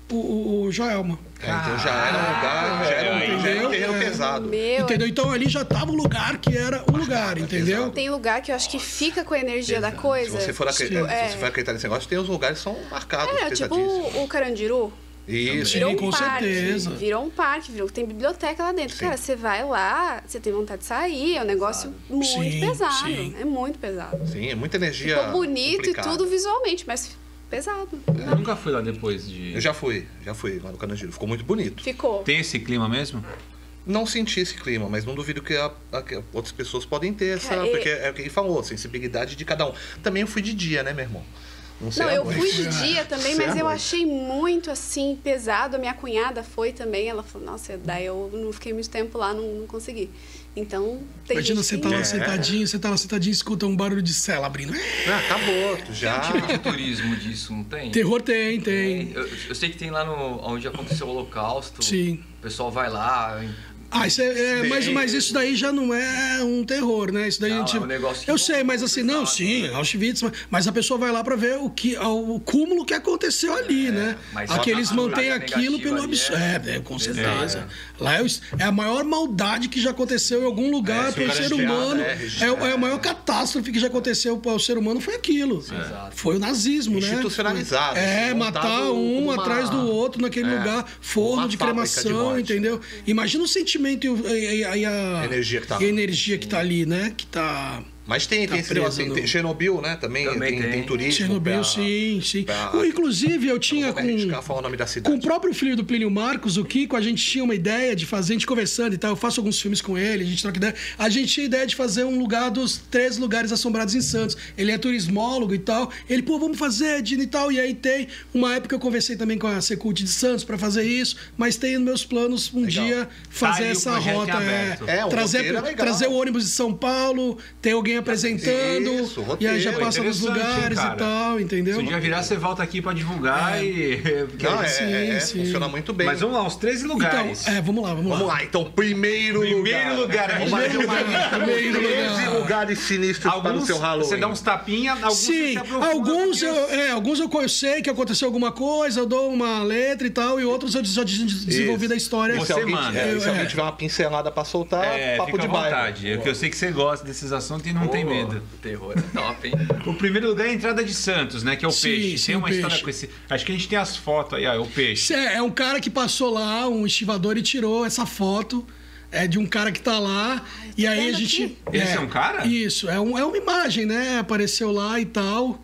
o Joelma. Então já era um lugar, já era um terreno pesado. Entendeu? Então ali já tava um lugar que era um lugar, entendeu? Tem lugar que eu acho que fica com a energia da coisa. Se você for acreditar nesse negócio, tem os lugares que são marcados, tipo pesadíssimos. o Carandiru. Isso. Virou Sim, um com parque, certeza. Virou um parque, tem biblioteca lá dentro. Sim. Cara, você vai lá, você tem vontade de sair, é um negócio muito Sim, pesado. sim. É muito pesado. Sim, é muita energia. Ficou bonito complicada. e tudo visualmente, mas pesado. Eu nunca fui lá depois de... Eu já fui lá no Carandiru. Ficou muito bonito. Ficou. Tem esse clima mesmo? Não senti esse clima, mas não duvido que que outras pessoas podem ter essa. Cara, Porque é o que ele falou, a sensibilidade de cada um. Também eu fui de dia, né, meu irmão? Sei Não, a eu noite. fui de dia também, Sei mas a eu noite. achei muito, assim, pesado. A minha cunhada foi também, ela falou, nossa, daí eu não fiquei muito tempo lá, não consegui. Então, tem Imagina gente você tá lá É. sentadinho, e escuta um barulho de cela abrindo. Ah, acabou, tu já. Tem um tipo de turismo disso, não tem? Terror tem. Eu sei que tem lá onde aconteceu o Holocausto. Sim. O pessoal vai lá. Isso mas isso daí já não é um terror, né? Isso daí Não, a gente... é um negócio que Eu sei, mas assim, não, pesado, sim, né? Auschwitz, mas a pessoa vai lá pra ver o cúmulo que aconteceu ali, né? mas Aqui a eles carga mantêm aquilo negativa pelo ali absurdo. Com certeza. Exato. Lá é a maior maldade que já aconteceu em algum lugar para o ser humano. É a maior catástrofe que já aconteceu para o ser humano foi aquilo. Exato. Foi o nazismo, né? Institucionalizado. Matar um atrás do outro naquele lugar, forno uma de fábrica de cremação, morte. entendeu? Imagina o sentimento e a Energia que tá lá. e a energia que tá ali, né? Que tá... Mas tem esse preso negócio, tem no- Chernobyl, né? Também Também tem turismo. Chernobyl, sim. Inclusive, eu tinha Não vou me arriscar a falar o nome da com cidade. o próprio filho do Plínio Marcos, o Kiko, a gente tinha uma ideia de fazer, a gente conversando e tal, eu faço alguns filmes com ele, a gente troca ideia. A gente tinha ideia de fazer um lugar dos 13 lugares assombrados em Santos. Ele é turismólogo e tal. Ele, vamos fazer, Dino e tal. E aí tem uma época eu conversei também com a Secult de Santos para fazer isso, mas tem nos meus planos um dia fazer aí o essa projeto rota. em aberto. O roteiro é legal. Trazer o ônibus de São Paulo, ter alguém apresentando, Isso, e aí já roteiro, passa nos interessante, lugares cara. e tal, entendeu? Se um dia virar, você volta aqui pra divulgar e... Não, Sim. funciona muito bem. Mas vamos lá, os 13 lugares. Então, vamos lá. Vamos lá, então, primeiro lugar. Vamos Vamos lá. lá, 13 lugares sinistros para o seu Halloween. Você dá uns tapinhas, alguns Sim, você se aprofunda, alguns porque eu sei que aconteceu alguma coisa, eu dou uma letra e tal, e outros eu já desenvolvi Isso. da história. E se alguém, manda. se alguém tiver uma pincelada para soltar, papo fica de à bairro. vontade. Porque eu sei que você gosta desses assuntos e não tem medo. O terror é top, hein? O primeiro lugar é a entrada de Santos, né? Que é o Sim, peixe. sim, Tem o uma história peixe. com esse... Acho que a gente tem as fotos aí, ó. É o peixe. É um cara que passou lá, um estivador, e tirou essa foto de um cara que tá lá. E aí a vendo gente. aqui. Esse é um cara? Isso, é uma imagem, né? Apareceu lá e tal.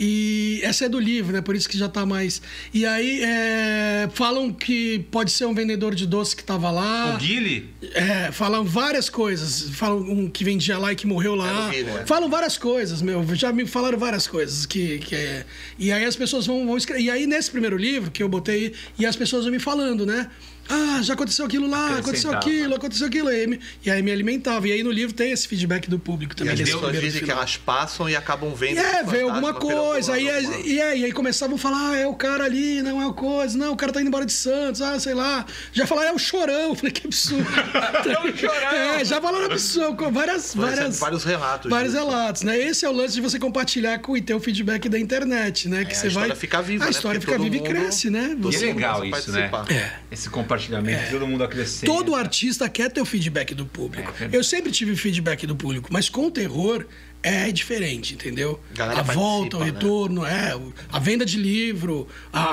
E essa é do livro, né? Por isso que já tá mais. E aí falam que pode ser um vendedor de doce que tava lá. O Guile? Falam várias coisas. Falam um que vendia lá e que morreu lá. o Guilherme. Falam várias coisas, meu. Já me falaram várias coisas. E aí as pessoas vão escrever. E aí, nesse primeiro livro que eu botei, e as pessoas vão me falando, né? Já aconteceu aquilo lá, aconteceu aquilo. E aí me alimentava. E aí no livro tem esse feedback do público E também. as nesse pessoas primeiro dizem que final. elas passam e acabam vendo. Vê alguma coisa. E aí começavam a falar, é o cara ali, não é o coisa. Não, o cara tá indo embora de Santos, sei lá. Já falaram, é o Chorão. Eu falei, que absurdo. É o Chorão. Já falaram absurdo. Vários relatos. Vários disso. relatos, né? Esse é o lance de você compartilhar e ter o feedback da internet, né? Que a você história vai... fica viva, A né? história Porque fica todo viva e mundo- cresce, né? E é Você legal começa a isso, né? participar. Esse compartilhamento, todo mundo acrescenta. Todo artista quer ter o feedback do público. É. Eu sempre tive feedback do público, mas com o terror é diferente, entendeu? Galera A volta, o participa, né? retorno, a venda de livro,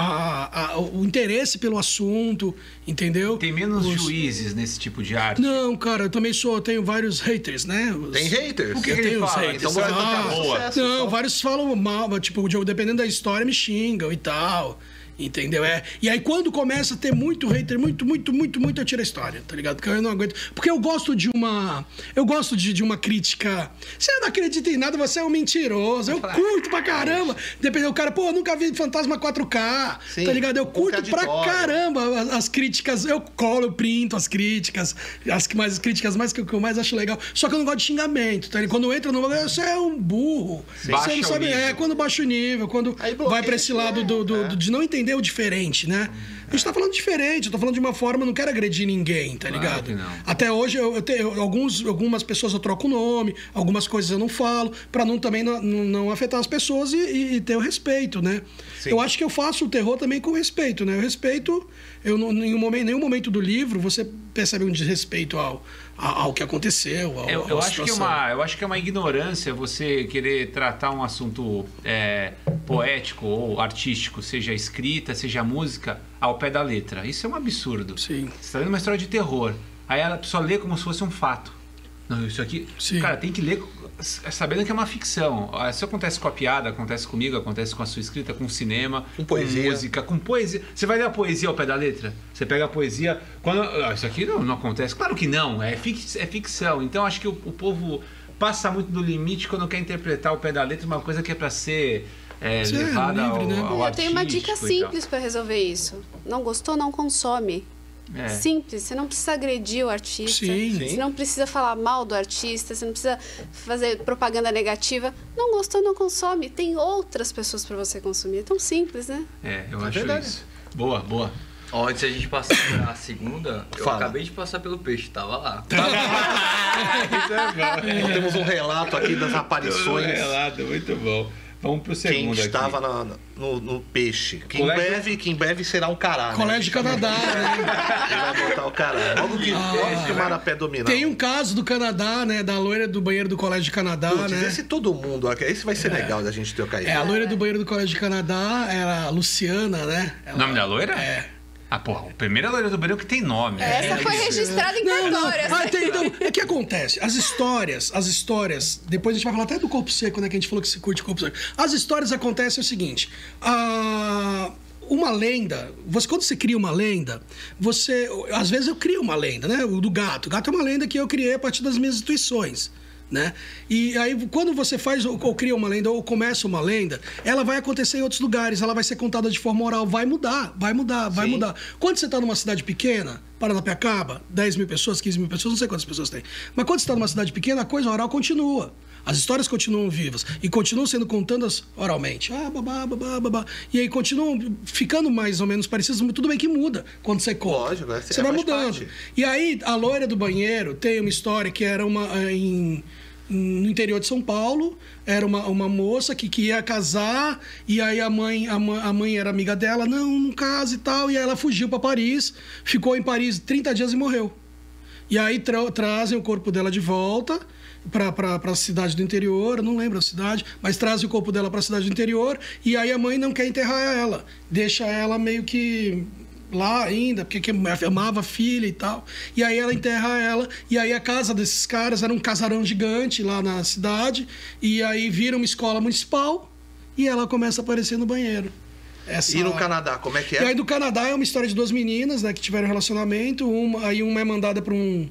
o interesse pelo assunto, entendeu? Tem menos juízes nesse tipo de arte. Não, cara, eu também tenho vários haters, né? Tem haters? O que Eu ele tenho os fala? haters. Então vai botar sucesso. Não, só. vários falam mal, tipo, dependendo da história, me xingam e tal. Entendeu? E aí, quando começa a ter muito hater, muito, eu tiro a história, tá ligado? Porque eu não aguento. Porque eu gosto de uma. Eu gosto de uma crítica. Você não acredita em nada, você é um mentiroso. Eu curto pra caramba. Dependendo, o cara, eu nunca vi Fantasma 4K. Sim, Tá ligado? Eu curto pra contraditório. caramba as críticas. Eu printo as críticas. As críticas mais que eu mais acho legal. Só que eu não gosto de xingamento, tá ligado? Quando entra no bagulho, você é um burro. Você Baixa não o sabe. nível. Quando baixa o nível, quando Aí bloqueia, vai pra esse lado de não entender entender o diferente, né? A gente tá falando diferente, eu tô falando de uma forma, eu não quero agredir ninguém, tá Claro ligado? que não. Até hoje, algumas pessoas eu troco o nome, algumas coisas eu não falo, pra também não afetar as pessoas e ter o respeito, né? Sim. Eu acho que eu faço o terror também com respeito, né? O respeito, em nenhum momento do livro você percebe um desrespeito ao que aconteceu, Eu acho que é uma ignorância você querer tratar um assunto poético ou artístico, seja escrita, seja música, ao pé da letra. Isso é um absurdo. Sim. Você está lendo uma história de terror, aí a pessoa lê como se fosse um fato. Não, isso aqui... Sim. Cara, tem que ler sabendo que é uma ficção. Isso acontece com a piada, acontece comigo, acontece com a sua escrita, com o cinema, Com poesia. com música, com poesia. Você vai ler a poesia ao pé da letra? Você pega a poesia... isso aqui não acontece. Claro que não, é ficção. Então acho que o povo passa muito do limite quando quer interpretar ao pé da letra uma coisa que é para ser levada livre, né? ao Eu tenho uma dica artístico e tal. simples pra resolver isso. Não gostou, não consome. É. Simples, você não precisa agredir o artista, Sim. você não precisa falar mal do artista, você não precisa fazer propaganda negativa. Não gostou, não consome. Tem outras pessoas para você consumir. É tão simples, né? Eu acho verdade. isso. Boa. Ó, antes da gente passar pra segunda, eu Fala. acabei de passar pelo peixe, tava lá. Então, temos um relato aqui das aparições. Relato, muito bom. Vamos pro Quem segundo estava aqui. no peixe. Que Colégio- em breve será um cará. Colégio de Canadá, né? Ele vai botar o cará. Logo que o Marapé dominar. Tem um caso do Canadá, né? Da loira do banheiro do Colégio de Canadá, Putz, né? esse todo mundo aqui. Esse vai ser legal da gente trocar isso. A loira do banheiro do Colégio de Canadá era a Luciana, né? O nome da loira? É. Ah, porra, a primeira loira do banheiro que tem nome. Essa foi registrada em cartório. Então, o que acontece? As histórias, depois a gente vai falar até do corpo seco, né? Que a gente falou que se curte corpo seco. As histórias acontecem o seguinte: uma lenda, quando você cria uma lenda, às vezes eu crio uma lenda, né? O do gato. O gato é uma lenda que eu criei a partir das minhas intuições. Né? E aí, quando você faz ou cria uma lenda ou começa uma lenda, ela vai acontecer em outros lugares, ela vai ser contada de forma oral, vai mudar. Quando você está numa cidade pequena, Paranapiacaba, 10 mil pessoas, 15 mil pessoas, não sei quantas pessoas tem, mas quando você está numa cidade pequena, a coisa oral continua. As histórias continuam vivas e continuam sendo contadas oralmente. Babá. E aí continuam ficando mais ou menos parecidas, mas tudo bem que muda quando você conta. Lógico, você vai mudando. parte. E aí, a loira do banheiro tem uma história que era no interior de São Paulo, era uma moça que ia casar, e aí a mãe era amiga dela, não casa e tal, e aí ela fugiu para Paris, ficou em Paris 30 dias e morreu. E aí trazem o corpo dela de volta para a cidade do interior, eu não lembro a cidade, mas trazem o corpo dela para a cidade do interior, e aí a mãe não quer enterrar ela, deixa ela meio que lá ainda, porque amava a filha e tal. E aí ela enterra ela, e aí a casa desses caras era um casarão gigante lá na cidade, e aí vira uma escola municipal, e ela começa a aparecer no banheiro. E no Canadá, como é que E é? aí do Canadá é uma história de duas meninas, né, que tiveram um relacionamento, uma é mandada para um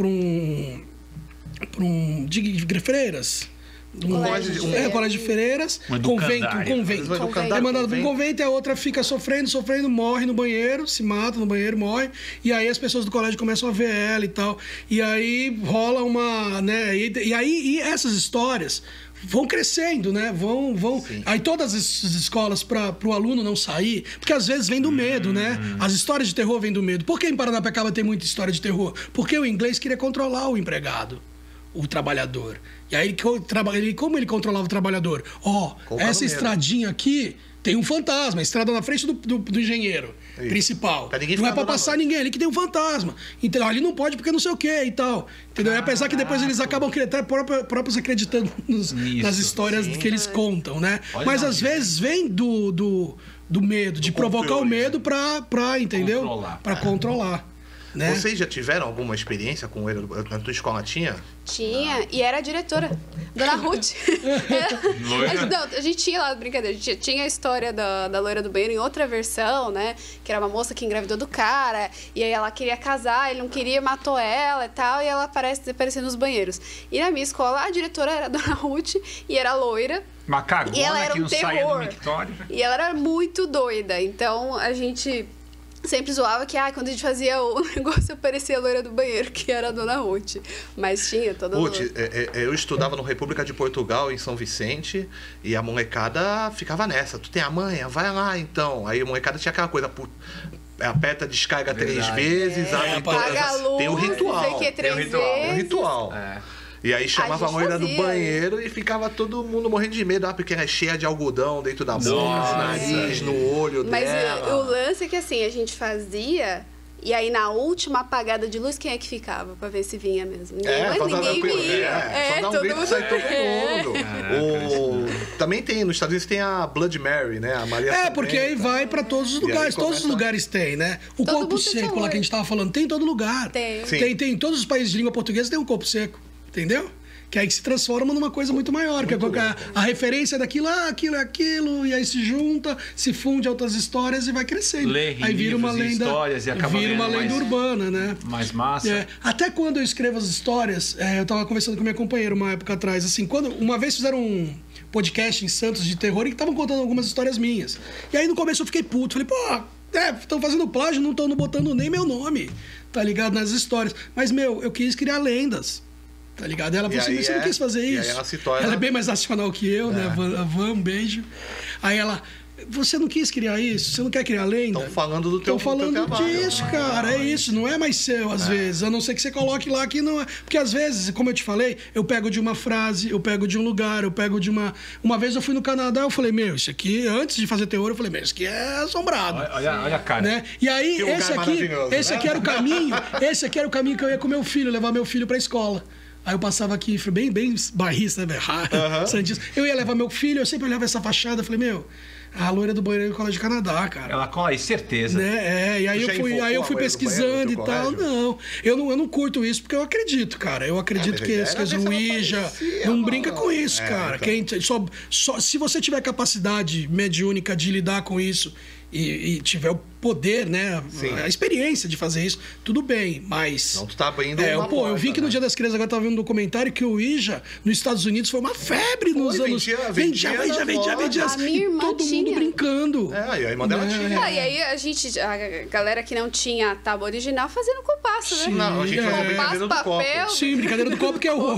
de freiras. Colégio de freiras, Um convento. educandário. É mandado para um convento e a outra fica sofrendo, morre no banheiro, se mata no banheiro, morre. E aí as pessoas do colégio começam a ver ela e tal. E aí rola uma, né? E aí essas histórias vão crescendo, né? Vão. Sim. Aí todas as escolas para o aluno não sair, porque às vezes vem do medo, né? As histórias de terror vêm do medo. Por que em Paranapiacaba tem muita história de terror? Porque o inglês queria controlar o empregado, o trabalhador. E aí, como ele controlava o trabalhador? Essa estradinha aqui tem um fantasma, a estrada na frente do engenheiro principal. Não é pra passar ninguém, ali que tem um fantasma. Então, ali não pode porque não sei o que e tal. Entendeu? Apesar que depois eles acabam próprios acreditando nas histórias que eles contam, né? Mas às vezes vem do medo, de provocar o medo pra entendeu? Pra controlar. Né? Vocês já tiveram alguma experiência com ele? Na tua escola tinha? Tinha, e era a diretora, Dona Ruth. A gente tinha lá, brincadeira, a gente tinha a história da loira do banheiro em outra versão, né? Que era uma moça que engravidou do cara, e aí ela queria casar, ele não queria, matou ela e tal, e ela aparecia nos banheiros. E na minha escola, a diretora era a Dona Ruth, e era loira. Macagona, E ela era que um não saía do terror. mictório. E ela era muito doida, então a gente sempre zoava que, quando a gente fazia o negócio, aparecia a loira do banheiro, que era a Dona Ruth. Mas tinha toda... Ruth, eu estudava no República de Portugal, em São Vicente, e a molecada ficava nessa. Tu tem a manha? Vai lá, então. Aí a molecada tinha aquela coisa... Aperta a descarga 3 vezes, abre todas... Apaga a luz, tem o ritual. Tem o ritual. E aí chamava a loira do banheiro e ficava todo mundo morrendo de medo, porque ela é cheia de algodão dentro da boca, no nariz, no olho dela. Mas o lance é que assim, a gente fazia... E aí, na última apagada de luz, quem é que ficava pra ver se vinha mesmo? Ninguém via. Só dá um grito e sai todo mundo. Também tem, nos Estados Unidos tem a Blood Mary, né? A Maria porque aí vai pra todos os lugares. Todos os lugares tem, né? O corpo seco lá que a gente tava falando, tem em todo lugar. Tem em todos os países de língua portuguesa tem um corpo seco, entendeu? Que aí se transforma numa coisa muito maior. A referência daquilo, aquilo é aquilo, e aí se junta, se funde a outras histórias e vai crescendo. Aí vira uma lenda, histórias e acaba vira uma lenda urbana, né? Mais massa. Até quando eu escrevo as histórias, eu tava conversando com minha companheira uma época atrás, assim, uma vez fizeram um podcast em Santos de terror e estavam contando algumas histórias minhas. E aí no começo eu fiquei puto, falei, estão fazendo plágio, não estão botando nem meu nome, tá ligado, nas histórias. Mas, eu quis criar lendas. Tá ligado? Ela falou assim, mas você não quis fazer isso? Ela é bem mais nacional que eu, né? A Van, um beijo. Aí ela, você não quis criar isso? Você não quer criar lenda? Estão falando do teu trabalho. Estão falando disso, cara. É isso, não é mais seu, às vezes. A não ser que você coloque lá que não é. Porque às vezes, como eu te falei, eu pego de uma frase, eu pego de um lugar, eu pego de uma... Uma vez eu fui no Canadá, eu falei, isso aqui, antes de fazer terror, eu falei, isso aqui é assombrado. Olha a cara. Né? E aí, esse aqui era o caminho, que eu ia com meu filho, levar meu filho pra escola. Aí eu passava aqui, bem barrista, né? Santista. Eu ia levar meu filho, eu sempre olhava essa fachada, falei, a loira do banheiro cola de Canadá, cara. Ela cola aí, certeza. Né? E aí eu fui pesquisando e tal. Não, eu não curto isso porque eu acredito, cara. Eu acredito que esse Ouija não brinca com isso, cara. Então. Se você tiver capacidade mediúnica de lidar com isso e tiver o poder, né? Sim. A experiência de fazer isso, tudo bem, mas... Não, tu tá abrindo eu vi que no Dia das Crianças, agora tava vendo um documentário que o Ouija, nos Estados Unidos, foi uma febre nos anos... Vendia. A minha irmã todo mundo brincando. E a irmã dela tinha. E aí a galera que não tinha tábua original fazendo compasso, né? Sim, não, a gente fazia brincadeira do copo. Sim, brincadeira do copo, que é o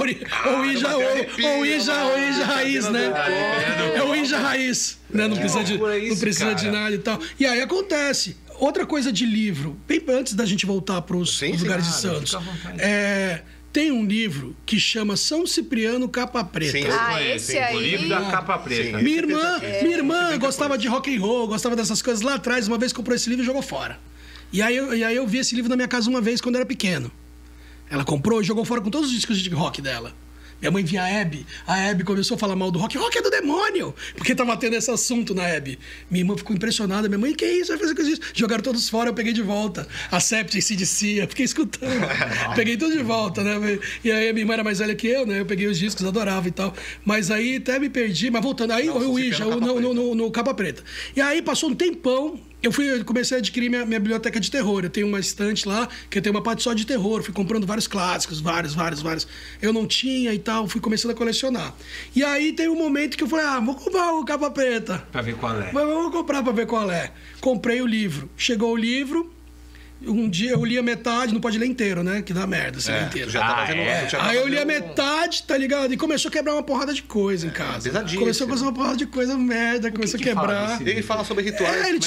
Ouija raiz, né? É o Ouija raiz. Né? Não precisa de nada e tal. E aí acontece. Outra coisa de livro, bem antes da gente voltar para os lugares de Santos. Tem um livro que chama São Cipriano Capa Preta. Sim, esse aí. O livro da Capa Preta. Sim, minha irmã gostava de rock and roll, gostava dessas coisas lá atrás. Uma vez comprou esse livro e jogou fora. E aí eu vi esse livro na minha casa uma vez quando eu era pequeno. Ela comprou e jogou fora com todos os discos de rock dela. Minha mãe via a Hebe começou a falar mal do rock. Rock é do demônio! Porque tava tendo esse assunto na Hebe. Minha irmã ficou impressionada. Minha mãe, que isso? Vai fazer coisa isso? Jogaram todos fora, eu peguei de volta. A Septic, CDC, eu fiquei escutando. Peguei tudo de volta, né? E aí a minha irmã era mais velha que eu, né? Eu peguei os discos, adorava e tal. Mas aí até me perdi. Mas voltando, aí o Ouija, no Capa Preta. E aí passou um tempão. Eu comecei a adquirir minha biblioteca de terror. Eu tenho uma estante lá, que eu tenho uma parte só de terror. Fui comprando vários clássicos, vários. Eu não tinha e tal, fui começando a colecionar. E aí tem um momento que eu falei, vou comprar o Capa Preta. Pra ver qual é. Vou comprar pra ver qual é. Comprei o livro. Chegou o livro, um dia eu li a metade, não pode ler inteiro, né? Que dá merda se ler inteiro. Já tava vendo, aí eu li a metade, tá ligado? E começou a quebrar uma porrada de coisa em casa. Pesadíssimo. Começou a fazer uma porrada de coisa merda, começou a quebrar. Ele fala sobre rituais. Ele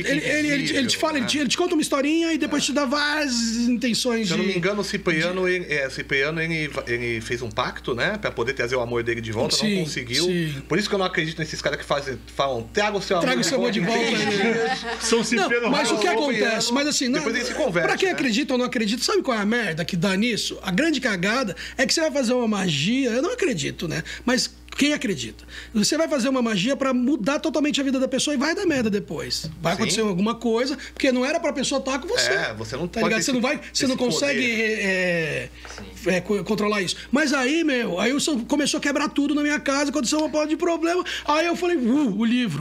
te conta uma historinha e depois te dá várias intenções. Se eu não me engano, o Cipriano ele fez um pacto, né? Pra poder trazer o amor dele de volta, não conseguiu. Sim. Por isso que eu não acredito nesses caras que falam, traga o seu amor de volta. São Cipriano. Mas o que acontece? Mas assim, se conversa, pra quem acredita ou não acredita, sabe qual é a merda que dá nisso? A grande cagada é que você vai fazer uma magia, eu não acredito, né? Mas quem acredita? Você vai fazer uma magia pra mudar totalmente a vida da pessoa e vai dar merda depois. Vai acontecer alguma coisa, porque não era pra pessoa estar com você. Você não tá ligado? Você não consegue controlar isso. Mas aí, aí começou a quebrar tudo na minha casa, aconteceu uma porra de problema. Aí eu falei, o livro.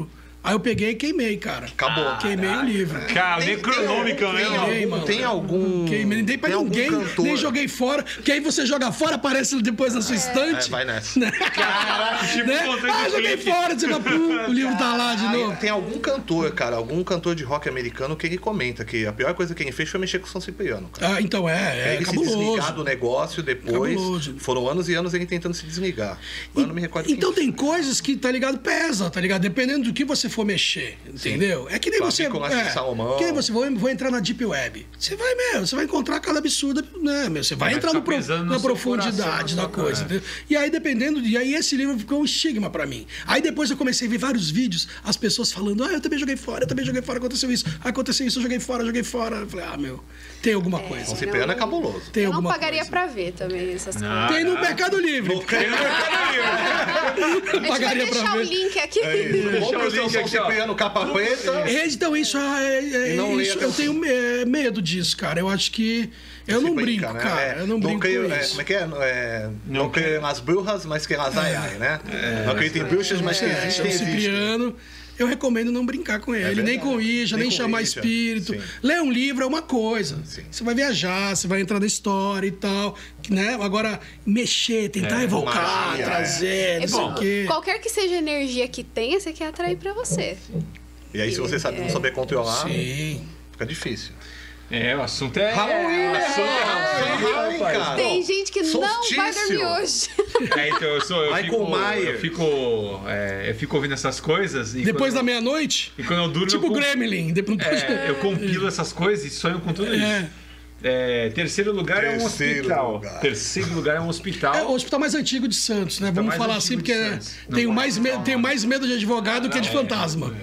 Aí eu peguei e queimei, cara. Acabou. Queimei o livro. Cara, Necronômica, né? Tem algum... Queimei, nem dei pra tem algum ninguém, cantor- nem joguei fora. Porque aí você joga fora, aparece depois na sua estante. Vai nessa. Caraca, tipo, Né? contando Joguei clique. fora, você fala, pum, o livro tá lá de novo. Tem algum cantor, cara, algum cantor de rock americano que ele comenta que a pior coisa que ele fez foi mexer com o São Cipriano, cara. Ah, então é Ele se desligar cabuloso. do negócio depois. Cabuloso. Foram anos e anos ele tentando se desligar. Agora não me recordo Então quem tem coisas que, tá ligado, pesa, tá ligado? Dependendo do que você for mexer, entendeu? É que nem você... Clavícula de Salomão. Que nem você vou entrar na Deep Web. Você vai encontrar cada absurda, né, meu? Você vai entrar ficar pesando no na seu profundidade coração, da coisa, entendeu? E aí, e aí esse livro ficou um estigma pra mim. Aí depois eu comecei a ver vários vídeos, as pessoas falando, eu também joguei fora, aconteceu isso, eu joguei fora. Eu falei, meu, tem alguma coisa. São Cipriano é cabuloso. Tem Eu não alguma pagaria coisa. pra ver também essas coisas. Não. Tem no Mercado Livre. Tem no Mercado Livre. A gente vai Pagaria pra deixar o ver. link aqui. Compre o seu São Cipriano capa preta. Então, isso não leia eu tenho medo disso, cara. Eu acho que. Eu Se não brinca, brinco, né? cara. Eu não brinco creio, com isso. como é que é? Não creio nas bruxas, mas que nas ai, né? Não acredito em bruxas, mas que São existem. Cipriano, eu recomendo não brincar com ele, nem verdade. com Ouija, nem com chamar Ouija, espírito. sim. Ler um livro é uma coisa. Sim. Você vai viajar, você vai entrar na história e tal, né? Agora, mexer, tentar evocar, magia, trazer, não sei o quê. Qualquer que seja a energia que tenha, você quer atrair pra você. E aí, se você não saber controlar, Sim. fica difícil. O assunto é... Halloween, o assunto é Halloween, rapaz. cara. Tem gente que não vai solstício. dormir hoje. Então Michael Myers. eu fico ouvindo essas coisas e Depois quando, da meia-noite, e quando eu durmo tipo eu, Gremlin. Depois... eu compilo essas coisas e sonho com tudo isso. Terceiro lugar é um Terceiro hospital. lugar. Terceiro lugar é um hospital. É o hospital mais antigo de Santos, né? Vamos mais falar antigo assim, porque de Santos. Não tenho pode falar tenho mais medo de advogado do que de fantasma.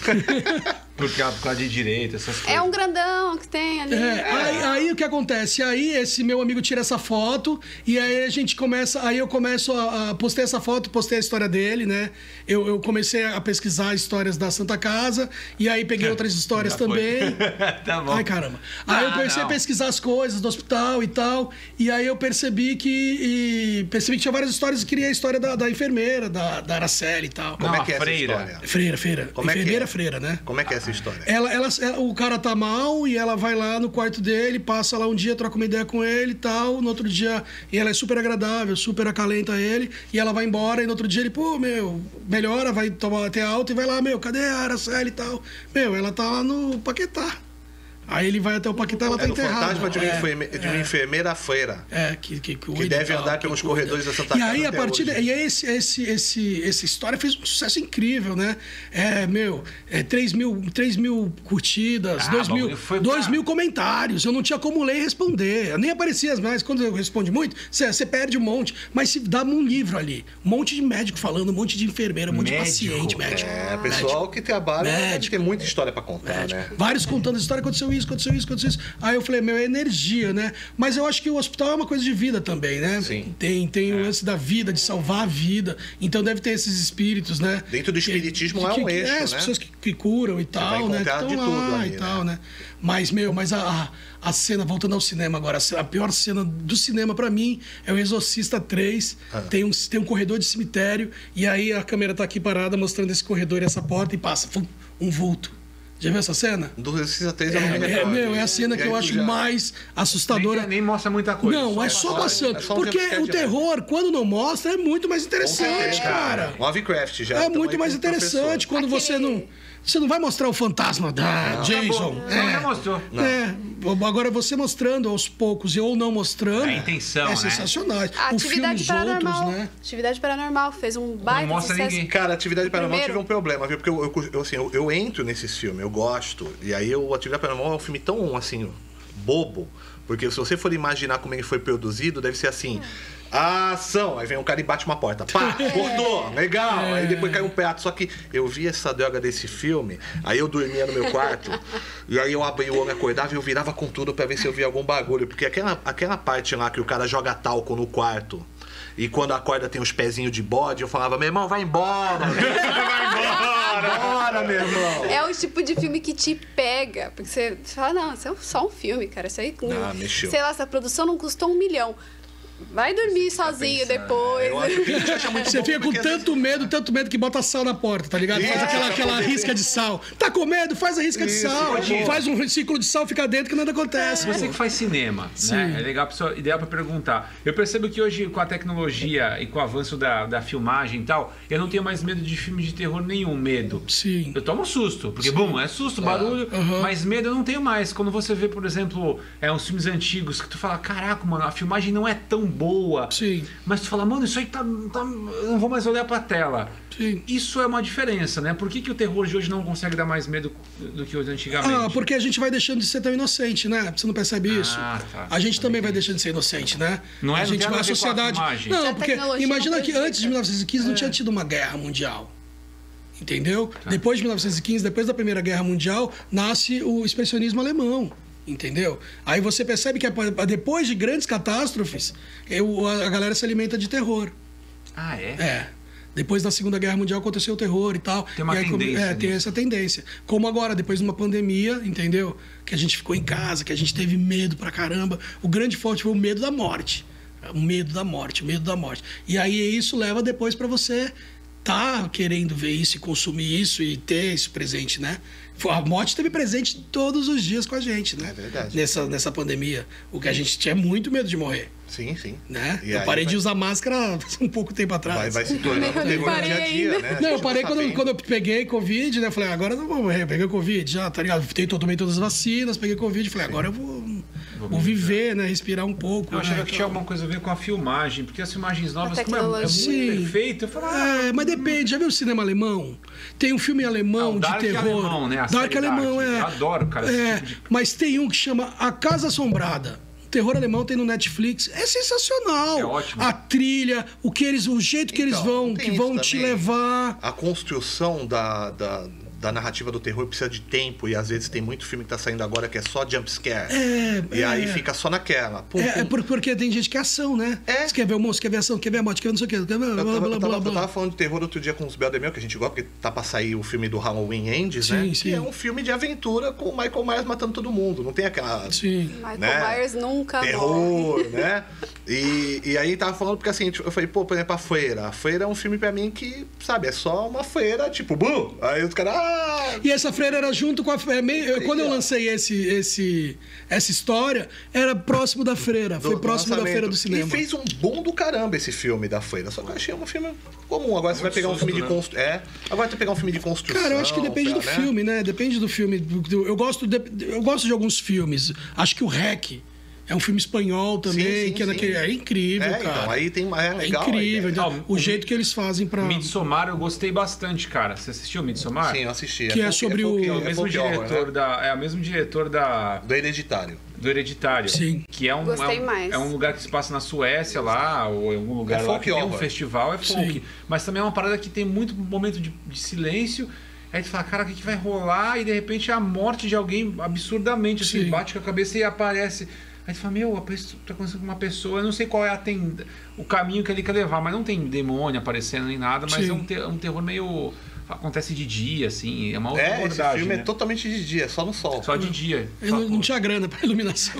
Por causa de direito, essas coisas. É um grandão que tem ali. Aí o que acontece? Aí esse meu amigo tira essa foto e aí a gente começa. Aí eu começo a postei essa foto, postei a história dele, né? Eu comecei a pesquisar histórias da Santa Casa e aí peguei outras histórias Já foi. também. Tá bom. Ai, caramba. Aí eu comecei a pesquisar as coisas do hospital e tal. E aí eu percebi que tinha várias histórias. Eu queria a história da enfermeira, da Araceli e tal. Como é Não, que é a essa freira. história? Freira. Como é que Enfermeira, é? freira, né? Como é que é essa história? O cara tá mal e ela vai lá no quarto dele, passa lá um dia, troca uma ideia com ele e tal. No outro dia, e ela é super agradável, super acalenta ele. E ela vai embora e no outro dia ele, melhora, vai tomar até alta e vai lá, cadê a Araceli e tal? Ela tá lá no Paquetá. Aí ele vai até o Paquetá, ela tá no enterrada. fantasma de uma enfermeira freira. Que deve andar pelos corredores da Santa Casa. E aí, a até partir hoje. e aí essa história fez um sucesso incrível, né? 3 mil curtidas, 2 mil comentários. Eu não tinha como ler e responder. Eu nem aparecia mais. Quando eu respondo muito, você perde um monte. Mas se dá um livro ali. Um monte de médico falando, um monte de enfermeira, um monte de paciente, médico. Pessoal que trabalha Médico. tem muita história pra contar, Médico. né? Vários contando a história, aconteceu isso. Aí eu falei, é energia, né? Mas eu acho que o hospital é uma coisa de vida também, né? Sim. Tem o lance da vida, de salvar a vida. Então deve ter esses espíritos, né? Dentro do espiritismo é um eixo, as né? pessoas que curam e tal, né? Que encontrar estão de lá tudo ali, e tal, né? Mas a cena, voltando ao cinema agora, a pior cena do cinema pra mim é o Exorcista 3. Tem um corredor de cemitério e aí a câmera tá aqui parada mostrando esse corredor e essa porta e passa um vulto. Já viu essa cena? Do Exorcista 3 eu não me recordo. É a cena que eu acho mais assustadora. Nem mostra muita coisa. Não, é só passando. é só um Porque jumpscare o terror, quando não mostra, é muito mais interessante, cara. Lovecraft já. É muito mais interessante quando você não vai mostrar o fantasma da Jason. Já mostrou. Agora você mostrando aos poucos ou não mostrando. A intenção, é né? sensacional. A O filme Atividade Os Paranormal. Outros, né? Atividade Paranormal fez um baita Não mostra sucesso. ninguém. Cara, Atividade Paranormal Primeiro. tive um problema, viu? Porque eu entro nesses filmes, eu gosto. E aí o Atividade Paranormal é um filme tão, assim, bobo. Porque se você for imaginar como ele foi produzido, deve ser assim... Ação! Aí vem um cara e bate uma porta. Pá! Cortou! Legal! Aí depois cai um prato. Só que eu vi essa droga desse filme, aí eu dormia no meu quarto, e aí eu abria o olho, acordava e eu virava com tudo pra ver se eu via algum bagulho. Porque aquela parte lá que o cara joga talco no quarto, e quando acorda tem os pezinhos de bode, eu falava, meu irmão, vai embora! Vai embora, meu irmão! É o tipo de filme que te pega. Porque você fala, não, isso é só um filme, cara. Isso aí, mexeu. sei lá, essa produção não custou 1 milhão. Vai dormir sozinho depois. Eu acho que a gente acha muito Você bom fica com porque às tanto medo que bota sal na porta, tá ligado? Faz aquela risca de sal. Tá com medo? Faz a risca de sal. Faz um ciclo de sal, fica dentro que nada acontece. Você que faz cinema, né? É legal, ideal pra perguntar. Eu percebo que hoje, com a tecnologia e com o avanço da filmagem e tal, eu não tenho mais medo de filme de terror nenhum, medo. Sim. Eu tomo susto, porque, bom, é susto, barulho, mas medo eu não tenho mais. Quando você vê, por exemplo, uns filmes antigos que tu fala, caraca, mano, a filmagem não é tão boa. Sim. Mas tu fala, mano, isso aí tá eu não vou mais olhar pra tela. Sim. Isso é uma diferença, né? Por que o terror de hoje não consegue dar mais medo do que os antigamente? Porque a gente vai deixando de ser tão inocente, né? Você não percebe isso? Tá. A gente também vai deixando de ser inocente, né? Não é? A gente Não tem vai nada a ver com a sociedade. filmagem. Não, A porque tecnologia imagina não que prejudica. antes de 1915 não tinha tido uma guerra mundial. Entendeu? Depois de 1915, depois da Primeira Guerra Mundial, nasce o expressionismo alemão. Entendeu? Aí você percebe que depois de grandes catástrofes, a galera se alimenta de terror. Ah, é? É. Depois da Segunda Guerra Mundial aconteceu o terror e tal. Tem uma e aí, tendência tem essa tendência. Como agora, depois de uma pandemia, entendeu? Que a gente ficou em casa, que a gente teve medo pra caramba. O grande forte foi o medo da morte. O medo da morte. E aí isso leva depois pra você tá querendo ver isso e consumir isso e ter isso presente, né? A morte esteve presente todos os dias com a gente, né? É verdade. Nessa pandemia. O que a gente tinha muito medo de morrer. Sim, sim. Né? E Eu aí parei de usar máscara um pouco tempo atrás. Vai se tornando Eu terror no parei dia a dia, ainda. né? A Não, eu gente parei tá quando bem. eu peguei Covid, né? Eu falei, agora eu não vou morrer. Peguei Covid já, tá ligado? Tomei todas as vacinas, peguei Covid. Falei, agora eu vou viver, né? Respirar um pouco. Eu achava né? que tinha alguma coisa a ver com a filmagem, porque as filmagens novas, como é muito Sim. perfeito, eu falo, Mas depende. Já viu o cinema alemão? Tem um filme alemão o de Dark terror. alemão, né? A Dark série alemão, Dark. é. Eu adoro, cara, esse tipo de- Mas tem um que chama A Casa Assombrada. Terror alemão tem no Netflix. É sensacional. É ótimo. A trilha, o jeito que eles Então, vão, tem que isso vão te também. levar. A construção da narrativa do terror precisa de tempo, e às vezes tem muito filme que tá saindo agora que é só jump scare. E aí fica só naquela. Pum, pum. Porque tem gente que é ação, né? É. Você quer ver o monstro, quer ver a ação, quer ver a morte, quer ver não sei o quê. Eu tava falando de terror outro dia com os Belder meu, que a gente gosta, porque tá pra sair o filme do Halloween Ends, né? Sim. Que é um filme de aventura com o Michael Myers matando todo mundo. Não tem aquela Sim. Michael né? Myers nunca morre. terror, né? E aí tava falando, porque assim, eu falei, pô, por exemplo, A Freira é um filme pra mim que, sabe, é só uma freira, tipo, bum! Aí os caras, E essa freira era junto com a freira. Quando eu lancei essa história, era próximo da freira. Foi do próximo da lançamento. feira do cinema. E fez um bom do caramba esse filme da Freira. Só que eu achei um filme comum. Agora você vai pegar um filme de construção. Agora você vai pegar um filme de construção. Cara, eu acho que depende do né? filme, né? Depende do filme. Eu gosto de alguns filmes. Acho que o REC é um filme espanhol também, Sim, que é sim. naquele. É incrível, cara. Então, aí tem. É legal. É incrível. Não, o jeito que eles fazem pra. Midsommar eu gostei bastante, cara. Você assistiu Midsommar? Sim, eu assisti. Que é sobre o- É o mesmo diretor né? é o mesmo diretor Do Hereditário. do Hereditário. Sim. Que é um, Gostei mais. é um lugar que se passa na Suécia lá, ou em algum lugar É lá folk que tem um horror. festival, é folk. Sim. Mas também é uma parada que tem muito momento de silêncio. Aí tu fala, cara, o que vai rolar? E de repente é a morte de alguém absurdamente, assim, Sim. bate com a cabeça e aparece. Aí tu fala, meu, tá acontecendo com uma pessoa, eu não sei qual é o caminho que ele quer levar, mas não tem demônio aparecendo nem nada, mas Sim. é um terror meio. Acontece de dia, assim, é uma outra Esse abordagem. filme né? é totalmente de dia, só no sol. Só de dia. Eu não tinha grana pra iluminação.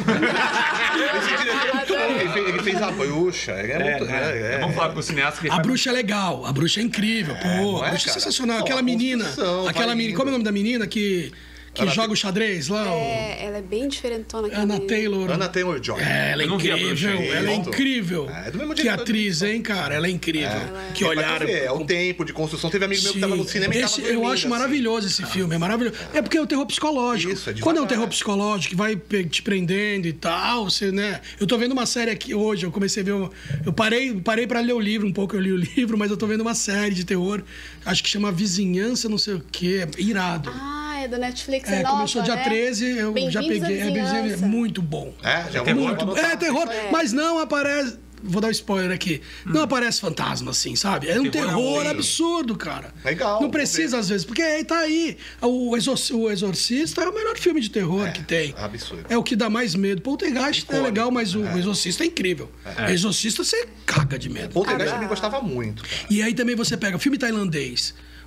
Esse diretor é muito bom. Ele fez A Bruxa. Ele é muito. Vamos falar com o cineasta que ele A faz- bruxa é legal, a bruxa é incrível. Pô, não a é, bruxa é cara? sensacional. Pô, Aquela a menina. construção, Aquela vai menina. indo. Como é o nome da menina que Ana joga o xadrez lá? Ela é bem diferentona. aquela Ana menina. Taylor. Ana Taylor-Joy. Ela é Eu não vi a incrível, bruxa ainda. ela é Pronto. incrível. É do mesmo Que diretor de atriz, hein, cara? Ela é incrível. Que Mas olhar. tu vê, é o tempo de construção. Teve amigo meu que tava no cinema e tava Eu dormindo, acho assim. maravilhoso esse filme, é maravilhoso. É porque é o terror psicológico. Isso, é devagar. Quando é um terror psicológico que vai te prendendo e tal, você, né? Eu tô vendo uma série aqui hoje, eu comecei a ver. Eu parei pra ler o livro, um pouco eu li o livro, mas eu tô vendo uma série de terror, acho que chama Vizinhança, não sei o quê, é irado. Ah, é do Netflix, é nova, Começou dia né? 13, eu já Bem-vindos à peguei. É Vizinhança. muito bom. Já terror? vou anotar. É terror, mas não aparece. Vou dar um spoiler aqui. Não aparece fantasma assim, sabe? É um Terror é terror horrível. absurdo, cara. Legal, Não vou precisa, às vezes, porque aí tá aí. O Exorcista é o melhor filme de terror que tem. absurdo. É o que dá mais medo. Poltergeist é Icônico. legal, mas o Exorcista é incrível. Exorcista você caga de medo. Poltergeist também gostava muito, cara. E aí também você pega filme tailandês.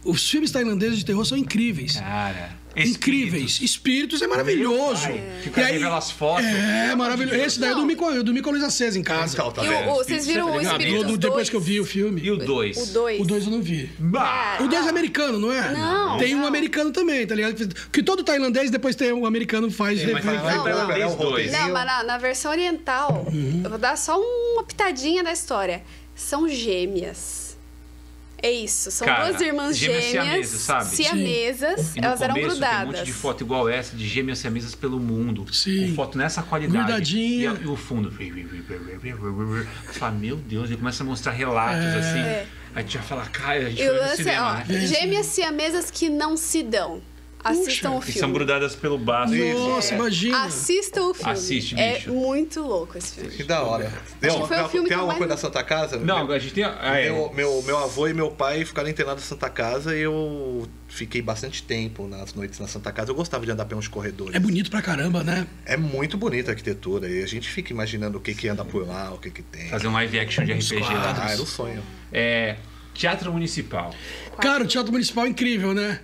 Os filmes tailandeses de terror são incríveis. Cara, Incríveis. Espíritos é maravilhoso. Fica revela as fotos. É maravilhoso. Esse daí eu dormi com a luz acesa em casa. Então, tá E vendo? vocês viram o Espíritos 2? Depois que eu vi o filme. E o 2? O 2. O 2 eu não vi. Bah! O 2 é americano, não é? Não. Tem um Não. americano também, tá ligado? Que todo tailandês depois tem um americano faz. Mas Não, tailandês não. 2. Não, mas na versão oriental, eu vou dar só uma pitadinha da história. São gêmeas. É isso, são Cara, duas irmãs gêmeas gêmeas, siamesas, sabe? siamesas, E no elas eram começo grudadas. tem um monte de foto igual essa de gêmeas siamesas pelo mundo. Sim. Com foto nessa qualidade. Grudadinha. E o fundo. Você fala, meu Deus, ele começa a mostrar relatos assim. Aí tu já fala, cara, a gente E foi o no lance é, cinema, ó, né? gêmeas siamesas que não se dão. Assistam o Que filme. são grudadas pelo baço. Nossa, imagina. Assistam o filme. Assiste, é bicho. muito louco esse filme. Que da hora. Acho que foi o filme tem que eu alguma mais coisa da vi. Santa Casa? Não, a gente tem. Meu avô e meu pai ficaram internados na Santa Casa e eu fiquei bastante tempo nas noites na Santa Casa. Eu gostava de andar pelos corredores. É bonito pra caramba, né? É muito bonita a arquitetura e a gente fica imaginando o que anda por lá, o que tem. Fazer um live action de RPG lá. Ah, era o sonho. Teatro Municipal. Cara, o Teatro Municipal é incrível, né?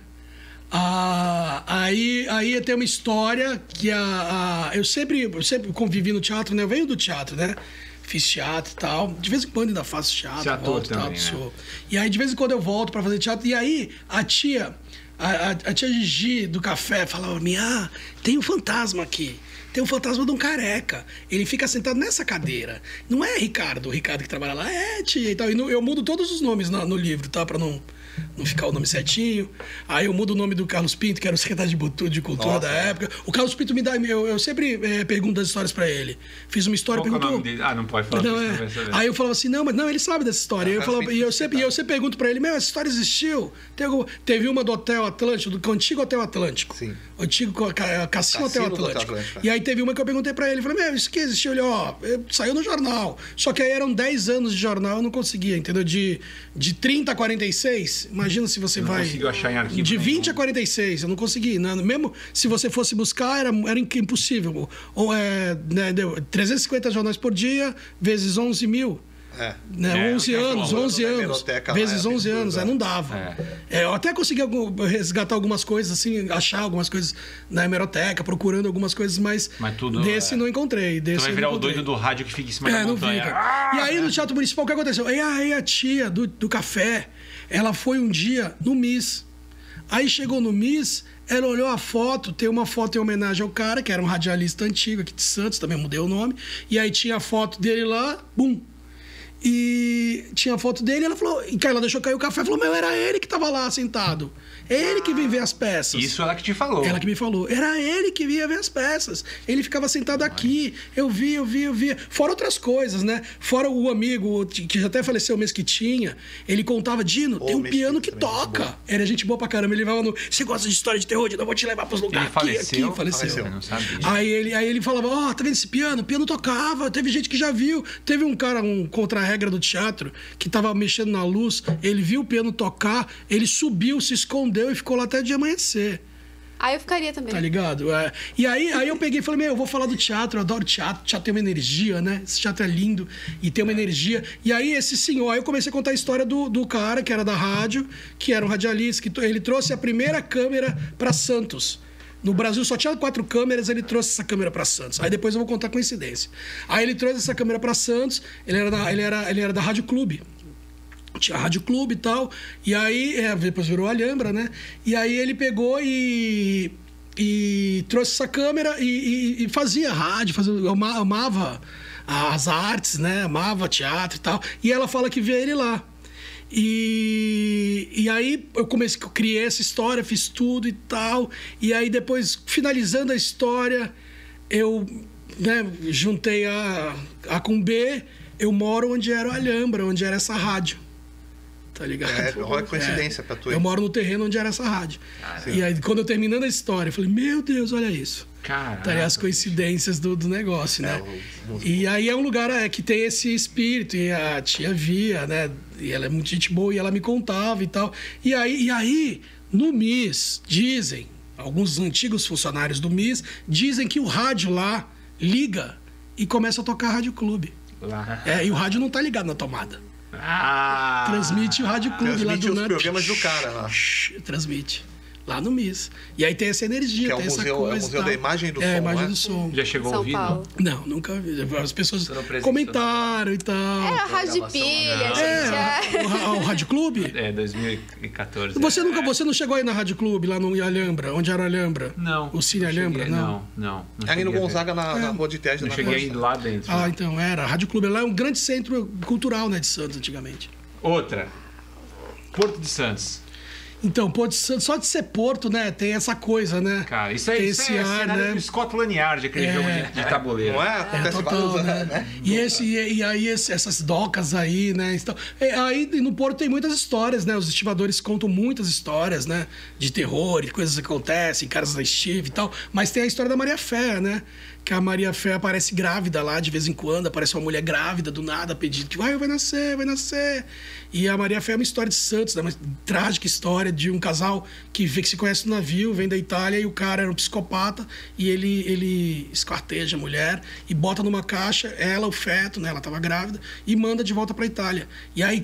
Aí tem uma história que eu sempre convivi no teatro, né? Eu venho do teatro, né? Fiz teatro e tal. De vez em quando ainda faço teatro. Você é ator volto, também, tal, né? sou. E aí, de vez em quando eu volto pra fazer teatro. E aí, a tia Gigi do café falava: tem um fantasma aqui. Tem um fantasma de um careca. Ele fica sentado nessa cadeira. Não é o Ricardo que trabalha lá. É, tia e tal. E eu mudo todos os nomes no livro, tá? Pra não ficar o nome certinho. Aí eu mudo o nome do Carlos Pinto, que era o secretário de Cultura Nossa, da época. O Carlos Pinto me dá... Eu sempre pergunto as histórias pra ele. Fiz uma história... Qual que é o perguntou... nome dele? Ah, não pode falar. Não, porque senão vai saber. Aí eu falava assim, não, mas não, ele sabe dessa história. Ah, Eu sempre pergunto pra ele, essa história existiu? Teve uma do Hotel Atlântico, do antigo Hotel Atlântico. Sim. O antigo Cassino Hotel do Hotel Atlântico. Atlântico, é. E aí teve uma que eu perguntei pra ele, falei, isso que existiu? Ele, saiu no jornal. Só que aí eram 10 anos de jornal, eu não conseguia, entendeu? De 30 a 46, imagina se você Não vai... conseguiu achar em arquivo De 20 nenhum. a 46, eu não consegui. Né? Mesmo se você fosse buscar, era impossível. Deu 350 jornais por dia, vezes 11 mil. Né? 11 anos, 11 anos. Vezes 11 anos, não dava. Eu até consegui resgatar algumas coisas, assim, achar algumas coisas na hemeroteca, procurando algumas coisas, mas tudo, desse não encontrei. Você vai virar o doido do rádio que fica em cima da não montanha. fica. E aí no Teatro Municipal, o que aconteceu? Aí a tia do café, ela foi um dia no Miss. Aí chegou no Miss, ela olhou a foto, tem uma foto em homenagem ao cara, que era um radialista antigo aqui de Santos, também mudei o nome. E aí tinha a foto dele lá, bum. E tinha a foto dele, ela falou, e ela deixou cair o café, falou, era ele que tava lá sentado. Ele que vem ver as peças. Isso ela que te falou. Ela que me falou. Era ele que vinha ver as peças. Ele ficava sentado aqui. Eu via. Fora outras coisas, né? Fora o amigo, que já até faleceu o Mesquitinha, ele contava, Dino, tem um piano que toca. Era gente boa pra caramba. Ele levava no... Você gosta de história de terror? Eu vou te levar pros lugares. Ele Faleceu. Eu não sabia. Aí ele falava, tá vendo esse piano? O piano tocava. Teve gente que já viu. Teve um cara, um contra-regra do teatro, que tava mexendo na luz. Ele viu o piano tocar, ele subiu, se escondeu e ficou lá até o dia amanhecer. Aí eu ficaria também. Tá ligado? E aí eu peguei e falei, eu vou falar do teatro, eu adoro teatro, teatro tem uma energia, né? Esse teatro é lindo e tem uma energia. E aí esse senhor, aí eu comecei a contar a história do cara que era da rádio, que era um radialista, que ele trouxe a primeira câmera para Santos. No Brasil só tinha 4 câmeras, ele trouxe essa câmera para Santos. Aí depois eu vou contar a coincidência. Aí ele trouxe essa câmera para Santos, ele era da Rádio Clube. Tinha a Rádio Clube e tal. E aí, depois virou Alhambra, né? E aí ele pegou e trouxe essa câmera e fazia rádio, amava as artes, né? Amava teatro e tal. E ela fala que vê ele lá. E aí eu criei essa história, fiz tudo e tal. E aí depois, finalizando a história, eu juntei A com B. Eu moro onde era o Alhambra, onde era essa rádio. Tá ligado? Olha a coincidência pra tu. Eu moro no terreno onde era essa rádio. E aí, quando eu terminando a história, eu falei, meu Deus, olha isso. Caraca, tá aí as coincidências do negócio, né? E aí é um lugar que tem esse espírito. E a tia via, né? E ela é muito gente boa e ela me contava e tal. E aí no MIS, dizem, alguns antigos funcionários do MIS, dizem que o rádio lá liga e começa a tocar Rádio Clube. Lá. E o rádio não tá ligado na tomada. Transmite o Rádio Clube lá Transmite do os NAN. programas do cara lá. Transmite. Lá no MIS. E aí tem essa energia, Que é o tem essa museu, coisa. é o museu e tal. da imagem do É, a som, imagem né? do som. Já chegou a São ouvir, Paulo. Não, nunca vi. As pessoas Você não presenciou comentaram e tal. É a rádio de gravação, pilha, não. gente. O Rádio Clube? não? É, 2014. Você não chegou aí na Rádio Clube, lá no Alhambra, onde era o Alhambra? Não. O Cine não cheguei- Alhambra? Não. Não. Ali no cheguei a ver. Gonzaga, na Rua de Teste. Não na cheguei a ir Costa. lá dentro. Ah, então era. A Rádio Clube lá é um grande centro cultural, né, de Santos, antigamente. Outra. Porto de Santos. Então, Porto de Santos, só de ser Porto, né, tem essa coisa, né? Cara, isso aí, tem isso esse é ar, cenário né? do Scotland Yard, aquele jogo de tabuleiro. Não é? Acontece Total, vários né? anos, né? E aí essas docas aí, né? Então, aí no Porto tem muitas histórias, né? Os estivadores contam muitas histórias, né? De terror e coisas que acontecem, caras da estive e tal. Mas tem a história da Maria Fé, né? Que a Maria Fé aparece grávida lá de vez em quando, aparece uma mulher grávida do nada, pedindo que vai nascer, vai nascer. E a Maria Fé é uma história de Santos, né? Uma trágica história de um casal que se conhece no navio, vem da Itália, e o cara era um psicopata, e ele esquarteja a mulher e bota numa caixa, ela, o feto, né? Ela estava grávida, e manda de volta para Itália. E aí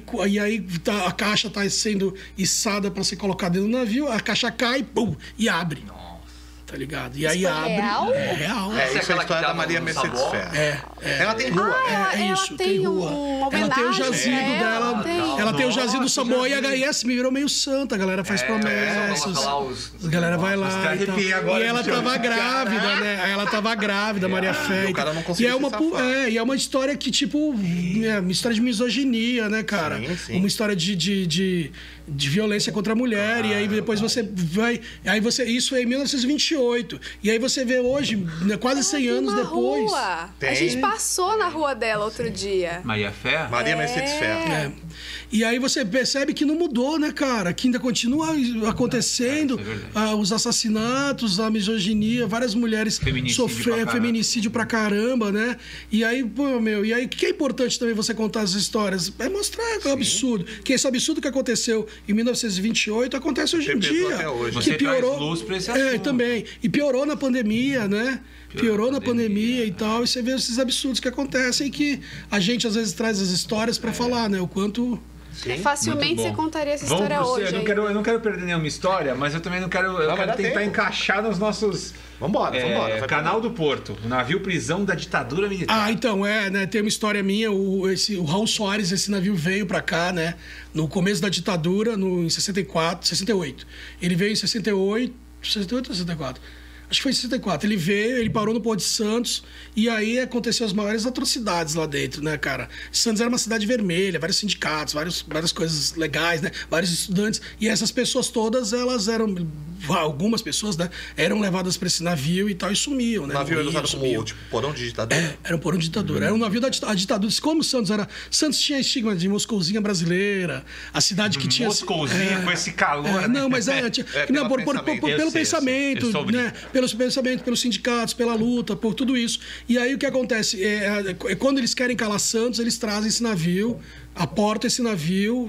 a caixa está sendo içada para ser colocada dentro do navio, a caixa cai, pum, e abre. Tá ligado? E aí Isso é abre. real? É real. É, isso é a aquela que história da tava Maria no Mercedes sabor? Ferro. É. Ela tem rua. É ela isso, tem tem rua. uma Ela tem o homenagem jazigo a ela, dela. tem. Ela tem o jazigo do Nossa, Samoa e a já vi. HS virou meio santa. A galera faz promessas. Coloca lá os A galera vai lá. Até E, tal. arrepiei agora, E ela bicho. tava grávida, né? Aí ela tava grávida, Maria Fé. o cara não conseguiu e é uma, se safar. e é uma história que, tipo, é uma história de misoginia, né, cara? Sim, sim. Uma história de violência contra a mulher. E aí depois você vai. Isso é em 1928. E aí você vê hoje, né, quase 100 anos Uma depois. rua. Tem. A gente passou na rua dela outro dia. Maria Fé? Maria Mercedes Ferro. É. E aí você percebe que não mudou, né, cara? Que ainda continua acontecendo isso é verdade. os assassinatos, a misoginia, várias mulheres Feminicídio sofrem pra caramba. feminicídio pra caramba, né? E aí, pô, e aí o que é importante também você contar as histórias? É mostrar o absurdo. Que esse absurdo que aconteceu em 1928 acontece hoje em Perpetua dia. até hoje. Você Que piorou. traz luz pra esse É, assunto. também. E piorou na pandemia, né? Piorou na pandemia e tal, e você vê esses absurdos que acontecem, que a gente às vezes traz as histórias pra falar, né? O quanto. Sim. Facilmente Muito bom. você contaria essa Vamos história pro hoje. eu, aí. eu não quero perder nenhuma história, mas eu também não quero. Eu Não, vai quero dar tentar tempo. encaixar nos nossos. Vambora. vai Canal do Porto, o navio prisão da ditadura militar. Ah, então, né? Tem uma história minha. O Raul Soares, esse navio veio pra cá, né? No começo da ditadura, em 68. Ele veio em 68 ou 64? Acho que foi em 64. Ele veio, ele parou no Porto de Santos e aí aconteceu as maiores atrocidades lá dentro, né, cara? Santos era uma cidade vermelha, vários sindicatos, várias coisas legais, né? Vários estudantes. E essas pessoas todas, elas eram... Algumas pessoas, né? Eram levadas pra esse navio e tal e sumiam, né? O navio era Morriam, usado sumiam. como, tipo, porão de ditadura. Era um porão de ditadura. Era um navio da ditadura. Como Santos era... Santos tinha estigma de Moscouzinha brasileira. A cidade que tinha... Moscouzinha com esse calor, né? Não, mas não, pelo Eu sei, pensamento, eu sou né? Pelos pensamentos, pelos sindicatos, pela luta, por tudo isso. E aí o que acontece? Quando eles querem calar Santos, eles trazem esse navio, aportam esse navio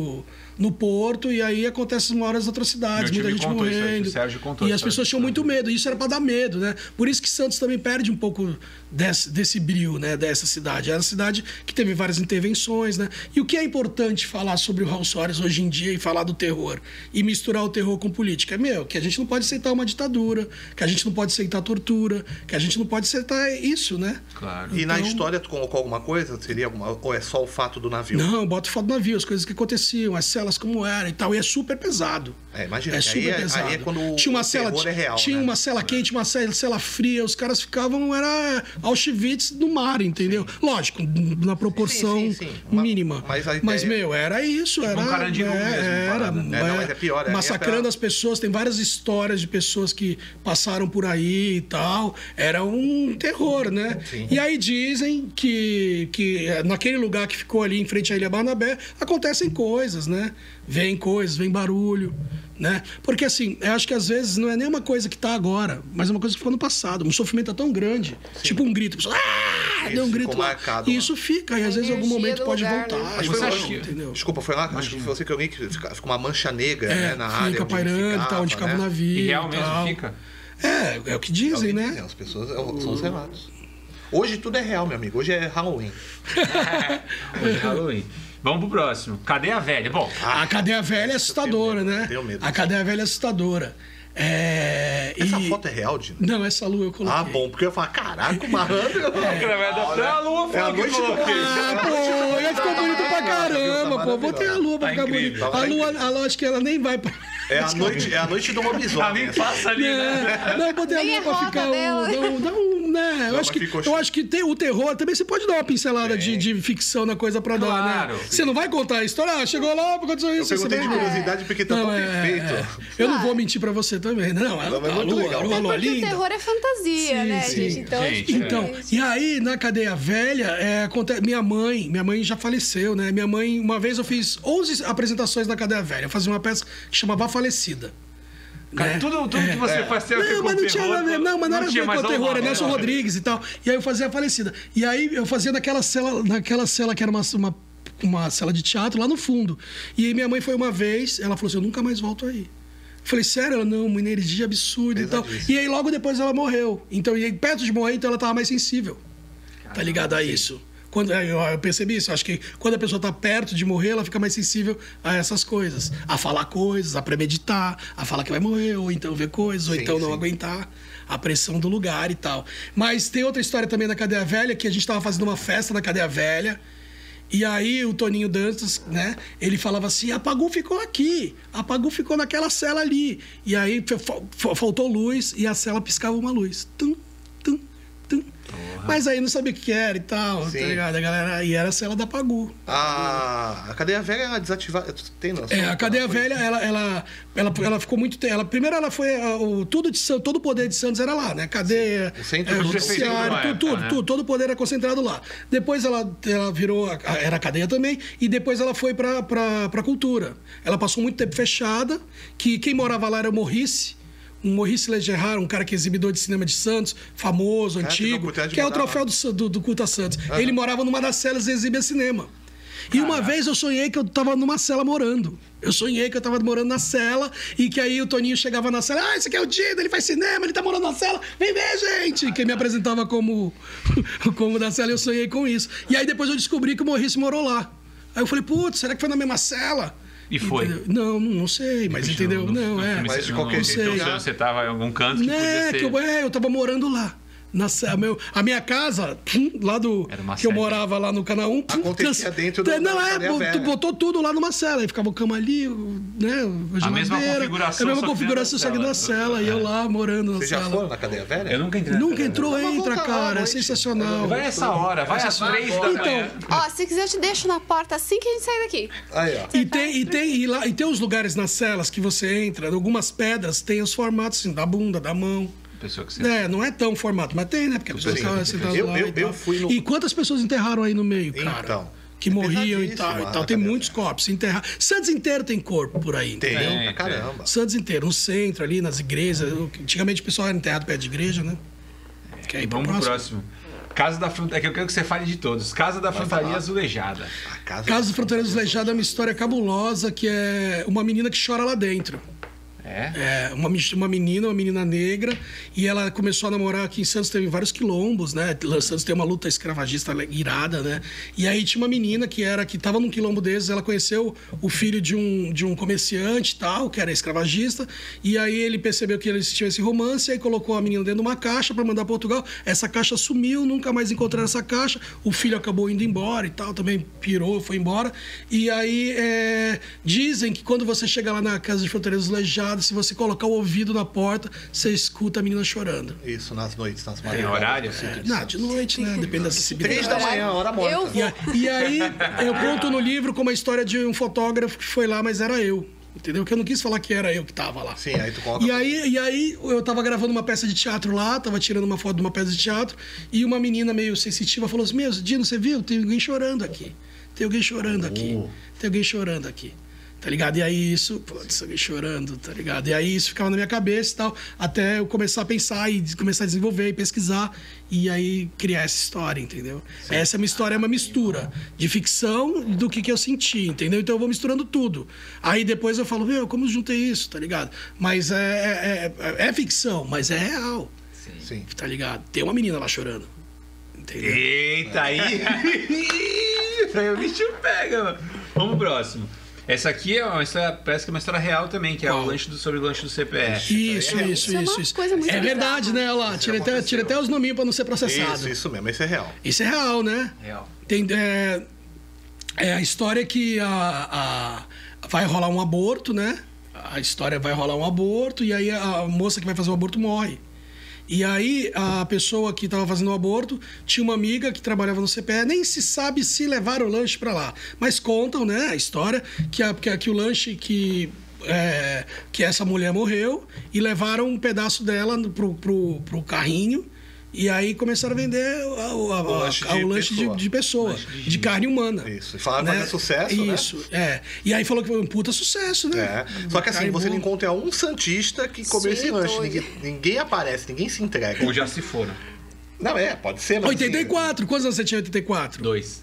no porto, e aí acontecem as maiores atrocidades, Meu muita time gente contou isso aí, morrendo. o Sérgio contou E isso as aí. pessoas tinham muito medo, isso era para dar medo, né? Por isso que Santos também perde um pouco desse brio, né? Dessa cidade. Era uma cidade que teve várias intervenções, né? E o que é importante falar sobre o Raul Soares hoje em dia e falar do terror e misturar o terror com política? Que a gente não pode aceitar uma ditadura, que a gente não pode aceitar tortura, que a gente não pode aceitar isso, né? Claro. E na Então- história tu colocou alguma coisa? Seria alguma, ou é só o fato do navio? Não, bota foto do navio, as coisas que aconteciam, as celas como era e tal. E é super pesado. Imagina, É que super aí pesado. aí é quando tinha uma o cela, terror é real, tinha né? uma cela quente, uma cela fria, os caras ficavam, era Auschwitz no mar, entendeu? Lógico, na proporção sim. mínima. Mas a ideia- era isso, era. um Carandiru mesmo, era, parada. Não, mas é pior, massacrando é as pessoas, tem várias histórias de pessoas que passaram por aí e tal. Era um terror, né? Sim. E aí dizem que naquele lugar que ficou ali em frente à Ilha Barnabé, acontecem coisas, né? Vem coisas, vem barulho, né? Porque assim, eu acho que às vezes não é nem uma coisa que tá agora, mas é uma coisa que ficou no passado. Um sofrimento é tão grande, tipo um grito, a pessoa, deu um Isso grito ficou lá. marcado E lá. isso fica, e às vezes em algum energia momento do pode lugar, voltar. né? Acho Você que Você acha, acha- entendeu? Desculpa, foi lá, acho que foi você que eu vi que fica uma mancha negra, né, na área. fica onde pairando, tá, onde ficava o né? navio. E real e mesmo tal. fica? É o que dizem, né? As pessoas são os relatos. Hoje tudo é real, meu amigo. Hoje é Halloween. Hoje é Halloween. Vamos pro próximo. Cadê a velha? Bom, A cadeia velha é assustadora, né? tenho medo. A cadeia velha é assustadora. Essa foto é real, Dino? Não, essa lua eu coloquei. Ah, bom, porque eu ia falar, caraca, o malandro. é a lua É a noite do Ah, pô, aí ficou bonito pra caramba, pô. Botei a lua pra Tá ficar bonito. incrível. A lua, acho que ela nem vai pra... É a noite do lobisomem. nem passa ali, né? Não, eu botei a Nem lua a pra rota ficar... dela. Né? Não, mas ficou Eu acho que tem o terror também, você pode dar uma pincelada de ficção na coisa pra dar, Claro. né? Você não vai contar a história, chegou lá, aconteceu isso. Eu perguntei você de vai- curiosidade porque tá tão perfeito. Eu não vou mentir pra você também, não. Não, mas A muito lua, legal. a lua, a Até lua porque o linda. terror é fantasia, Sim, né, sim. gente? Então, Gente, Então, e aí, na cadeia velha, minha mãe já faleceu, né? Minha mãe, uma vez eu fiz 11 apresentações na cadeia velha. Eu fazia uma peça que chamava A Falecida. Cara, né? tudo que você faz tem a ver Não, com mas não tinha terror, nada a ver. Não, mas não era a tinha ver mais com o terror, nome, é Nelson né? Rodrigues e tal. E aí eu fazia A Falecida. E aí eu fazia naquela cela que era uma cela de teatro lá no fundo. E aí minha mãe foi uma vez, ela falou assim: eu nunca mais volto aí. Eu falei, sério? Ela, não, uma energia absurda e tal. Pesadíssimo. E aí logo depois ela morreu. Então, e aí, perto de morrer, então ela tava mais sensível. Tá ligado a isso? Quando, eu percebi isso. Acho que quando a pessoa tá perto de morrer, ela fica mais sensível a essas coisas. A falar coisas, a premeditar, a falar que vai morrer, ou então ver coisas, ou Sim, então não sim. aguentar a pressão do lugar e tal. Mas tem outra história também da Cadeia Velha, que a gente tava fazendo uma festa na Cadeia Velha. E aí o Toninho Dantas, né? Ele falava assim: a Pagu ficou aqui, a Pagu ficou naquela cela ali. E aí faltou luz e a cela piscava uma luz. Tum, tum, tum. Mas aí não sabia o que era e tal, Sim. tá ligado? A galera, e era a cela da Pagu. A cadeia velha é desativada. Tem noção? A cadeia velha, ela ficou muito tempo. Primeiro ela foi. Todo o poder de Santos era lá, né? Cadeia, O centro do judiciário, prefeito, tudo, né? tudo. Todo o poder era concentrado lá. Depois ela virou. Era a cadeia também. E depois ela foi pra cultura. Ela passou muito tempo fechada. Que quem morava lá era o Morrice. Um Maurice Legerard, um cara que é exibidor de cinema de Santos, famoso, Cara, tive a antigo, oportunidade de que é o morar troféu do Culta Santos. Ele morava numa das celas e exibia cinema. E uma vez eu sonhei que eu tava numa cela morando. Eu sonhei que eu tava morando na cela e que aí o Toninho chegava na cela: esse aqui é o Dino, ele faz cinema, ele tá morando na cela, vem ver, gente! Quem me apresentava como da cela, eu sonhei com isso. E aí depois eu descobri que o Maurice morou lá. Aí eu falei, putz, será que foi na mesma cela? E foi? Entendeu? Não sei, mas entendeu? Não, é. Mas de qualquer jeito, sei. Você tava em algum canto que podia ser... Eu tava morando lá. A minha casa, lá do. Era uma que eu sede. morava lá no Canal 1. Acontecia dentro do- Não, da cadeia velha. tu botou tudo lá numa cela. Aí ficava a cama ali, né? A mesma configuração, A mesma só que configuração, só que dentro da na cela. cela. E eu lá morando na Vocês já cela. foram na cadeia velha? Eu nunca entrei na Nunca cadeia. entrou, Vamos entra, voltar lá à cara. É noite. sensacional. Vai essa hora, vai às 3 da manhã. ó, se quiser eu te deixo na porta assim que a gente sair daqui. Aí, ó. E tem os lugares nas celas que você entra, algumas pedras tem os formatos assim, da bunda, da mão. Pessoa que você... Não é tão formato, mas tem, né? Porque a pessoa Sim. ficava sentada Eu- lá eu- e tal. eu fui no- E quantas pessoas enterraram aí no meio, cara? Então, Que é morriam e pesadíssimo tal, a Tem cadeia muitos corpos enterrados. Santos inteiro tem corpo por aí, Tem, entendeu? pra caramba. Santos inteiro, no centro ali, nas igrejas. Antigamente o pessoal era enterrado perto de igreja, né? Quer ir pro Vamos pro próximo? próximo. Casa da Frontaria, é que eu quero que você fale de todos. Casa da Frontaria falar. Azulejada. A casa Caso do Fronteiras Leijado é uma história cabulosa, que é uma menina que chora lá dentro. É? É, uma menina negra, e ela começou a namorar aqui em Santos, teve vários quilombos, né? Santos tem uma luta escravagista irada, né? E aí tinha uma menina que tava num quilombo desses, ela conheceu o filho de um comerciante e tal, que era escravagista, e aí ele percebeu que eles tinham esse romance, aí colocou a menina dentro de uma caixa para mandar para Portugal. Essa caixa sumiu, nunca mais encontraram essa caixa, o filho acabou indo embora e tal, também pirou, foi embora. E aí dizem que quando você chega lá na Casa de Fronteiras Leijadas, se você colocar o ouvido na porta, você escuta a menina chorando. Isso, nas noites, nas Tem madrugadas. horário? Não, de noite, né? Depende da acessibilidade. 3 da manhã, hora morta. Eu vou. E aí, eu conto no livro como a história de um fotógrafo que foi lá, mas era eu. Entendeu? Que eu não quis falar que era eu que tava lá. Sim, aí tu coloca... E aí eu tava gravando uma peça de teatro lá, tava tirando uma foto de uma peça de teatro, e uma menina meio sensitiva falou assim: meu, Dino, você viu? Tem alguém chorando aqui. Tem alguém chorando aqui. Tem alguém chorando aqui. Tá ligado? E aí isso, putz, alguém chorando, tá ligado? E aí isso ficava na minha cabeça e tal, até eu começar a pensar e começar a desenvolver e pesquisar e aí criar essa história, entendeu? Essa é uma história, é uma mistura de ficção do que eu senti, entendeu? Então eu vou misturando tudo. Aí depois eu falo, meu, como eu juntei isso, tá ligado? Mas é ficção, mas é real, Sim. tá ligado? Tem uma menina lá chorando, entendeu? Eita, aí! Aí o bicho pega, mano. Vamos pro próximo. Essa aqui é uma história, parece que é uma história real também, que é sobre o lanche do CPF. Isso. É uma coisa muito É verdade, né? Olha lá, tirei até os nominhos pra não ser processado. Isso mesmo, isso é real. Isso é real, né? Real. Tem, a história que vai rolar um aborto, né? A história vai rolar um aborto e aí a moça que vai fazer o aborto morre. E aí a pessoa que estava fazendo o aborto tinha uma amiga que trabalhava no CPE, nem se sabe se levaram o lanche para lá. Mas contam, né, a história que o lanche que essa mulher morreu e levaram um pedaço dela pro carrinho. E aí começaram a vender o lanche de pessoa, de carne humana. Isso. E falaram que fazia sucesso, né? Isso, E aí falou que foi um puta sucesso, né? Só que assim, você não encontra um santista que comeu esse lanche. Ninguém aparece, ninguém se entrega. Ou já se foram. Não, pode ser. Mas 84. Assim, quantos anos você tinha em 84? 2.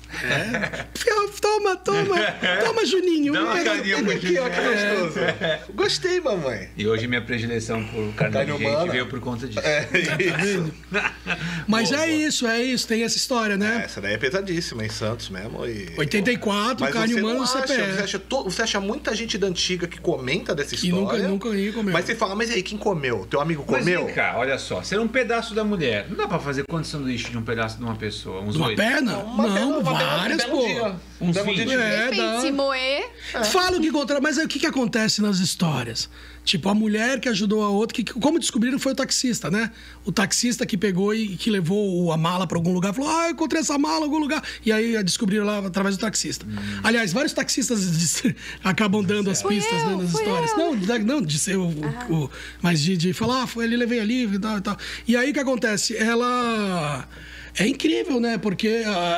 Toma, Juninho. Dá uma carinha pro Aqui, ó, que gostoso. Gostei, mamãe. E hoje minha predileção por carne de gente veio por conta disso. Isso. Mas é isso, tem essa história, né? Essa daí é pesadíssima, em Santos mesmo. 84, carne humana no CPE. Você acha muita gente da antiga que comenta dessa história. E nunca ia comer. Mas você fala, mas e aí, quem comeu? Teu amigo comeu? Mas vem cá, olha só. Ser um pedaço da mulher. Não dá pra fazer quantos sanduíches de um pedaço de uma pessoa? Uns uma 8? Perna? Não, várias, pô. Uns 20. Depende, se moer. Fala o que encontrar, mas aí o que acontece nas histórias? Tipo, a mulher que ajudou a outra, como descobriram foi o taxista, né? O taxista que pegou e que levou a mala pra algum lugar, falou, eu encontrei essa mala em algum lugar. E aí descobriram lá através do taxista. Aliás, vários taxistas acabam dando as pistas nas histórias. Não de ser mas de falar, foi ali, levei ali e tal e tal. E aí o que acontece? Ela... É incrível, né? Porque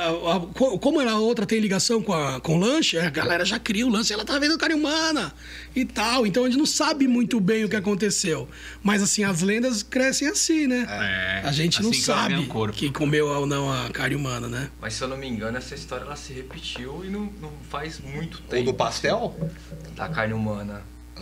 como a outra tem ligação com o lanche, a galera já cria o lanche, ela tá vendendo carne humana e tal. Então a gente não sabe muito bem o que aconteceu. Mas assim, as lendas crescem assim, né? A gente assim não sabe que comeu ou não a carne humana, né? Mas se eu não me engano, essa história ela se repetiu e não faz muito tempo. O do pastel? Da carne humana.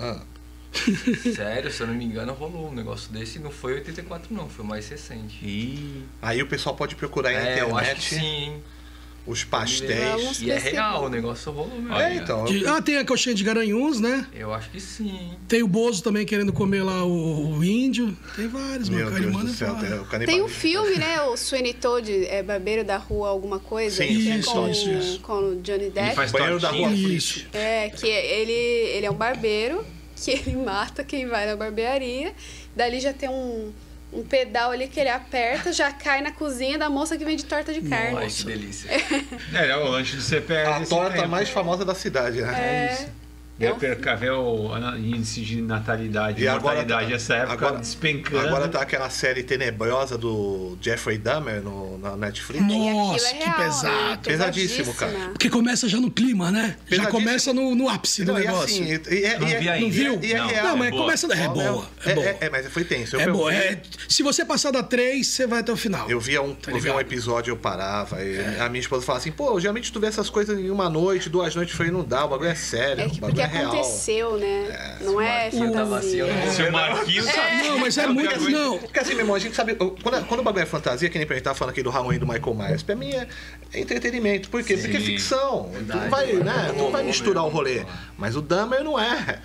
Sério, se eu não me engano, rolou um negócio desse. Não foi 84, não. Foi mais recente. Aí o pessoal pode procurar aí na internet. Eu acho que sim. Os pastéis. E é real, o negócio rolou mesmo. Então. Tem a coxinha de Garanhuns, né? Eu acho que sim. Tem o Bozo também querendo comer lá o índio. Tem vários, Meu Deus do céu. Tem um filme, né? O Sweeney Todd, Barbeiro da Rua alguma coisa. Sim, isso. Com o Johnny Depp. Ele faz Banheiro da Rua Isso. Que ele é um barbeiro, que ele mata quem vai na barbearia. Dali já tem um pedal ali que ele aperta, já cai na cozinha da moça que vende torta de carne. Ai, que delícia. É o lanche do CPE. A torta mais famosa da cidade, né? É isso. Ver o índice de natalidade, E mortalidade essa época despencando. Agora tá aquela série tenebrosa do Jeffrey Dahmer na Netflix. Nossa, é que real, pesado. né? Pesadíssimo, cara. Porque começa já no clima, né? Já Pesadíssimo. começa no ápice do Não, negócio. E assim, Não vi ainda. Não viu? E é real. Não, mas boa. começa... É boa. Mas foi tenso. É boa. Se você passar da 3, você vai até o final. Eu via um episódio, eu parava. A minha esposa falava assim, geralmente tu vê essas coisas em uma noite, 2 noites. Eu falei, não dá, o bagulho é sério. O bagulho é real. Aconteceu, né? Não é fantasia. Seu Marquinhos sabe. Não, mas é muito... Não. Porque assim, meu irmão, a gente sabe... Quando o bagulho é fantasia, que nem pra gente tava falando aqui do Halloween do Michael Myers, pra mim é entretenimento. Por quê? Porque é ficção. Tu não vai, né? Tu não vai misturar o rolê. Mas o Dahmer não é.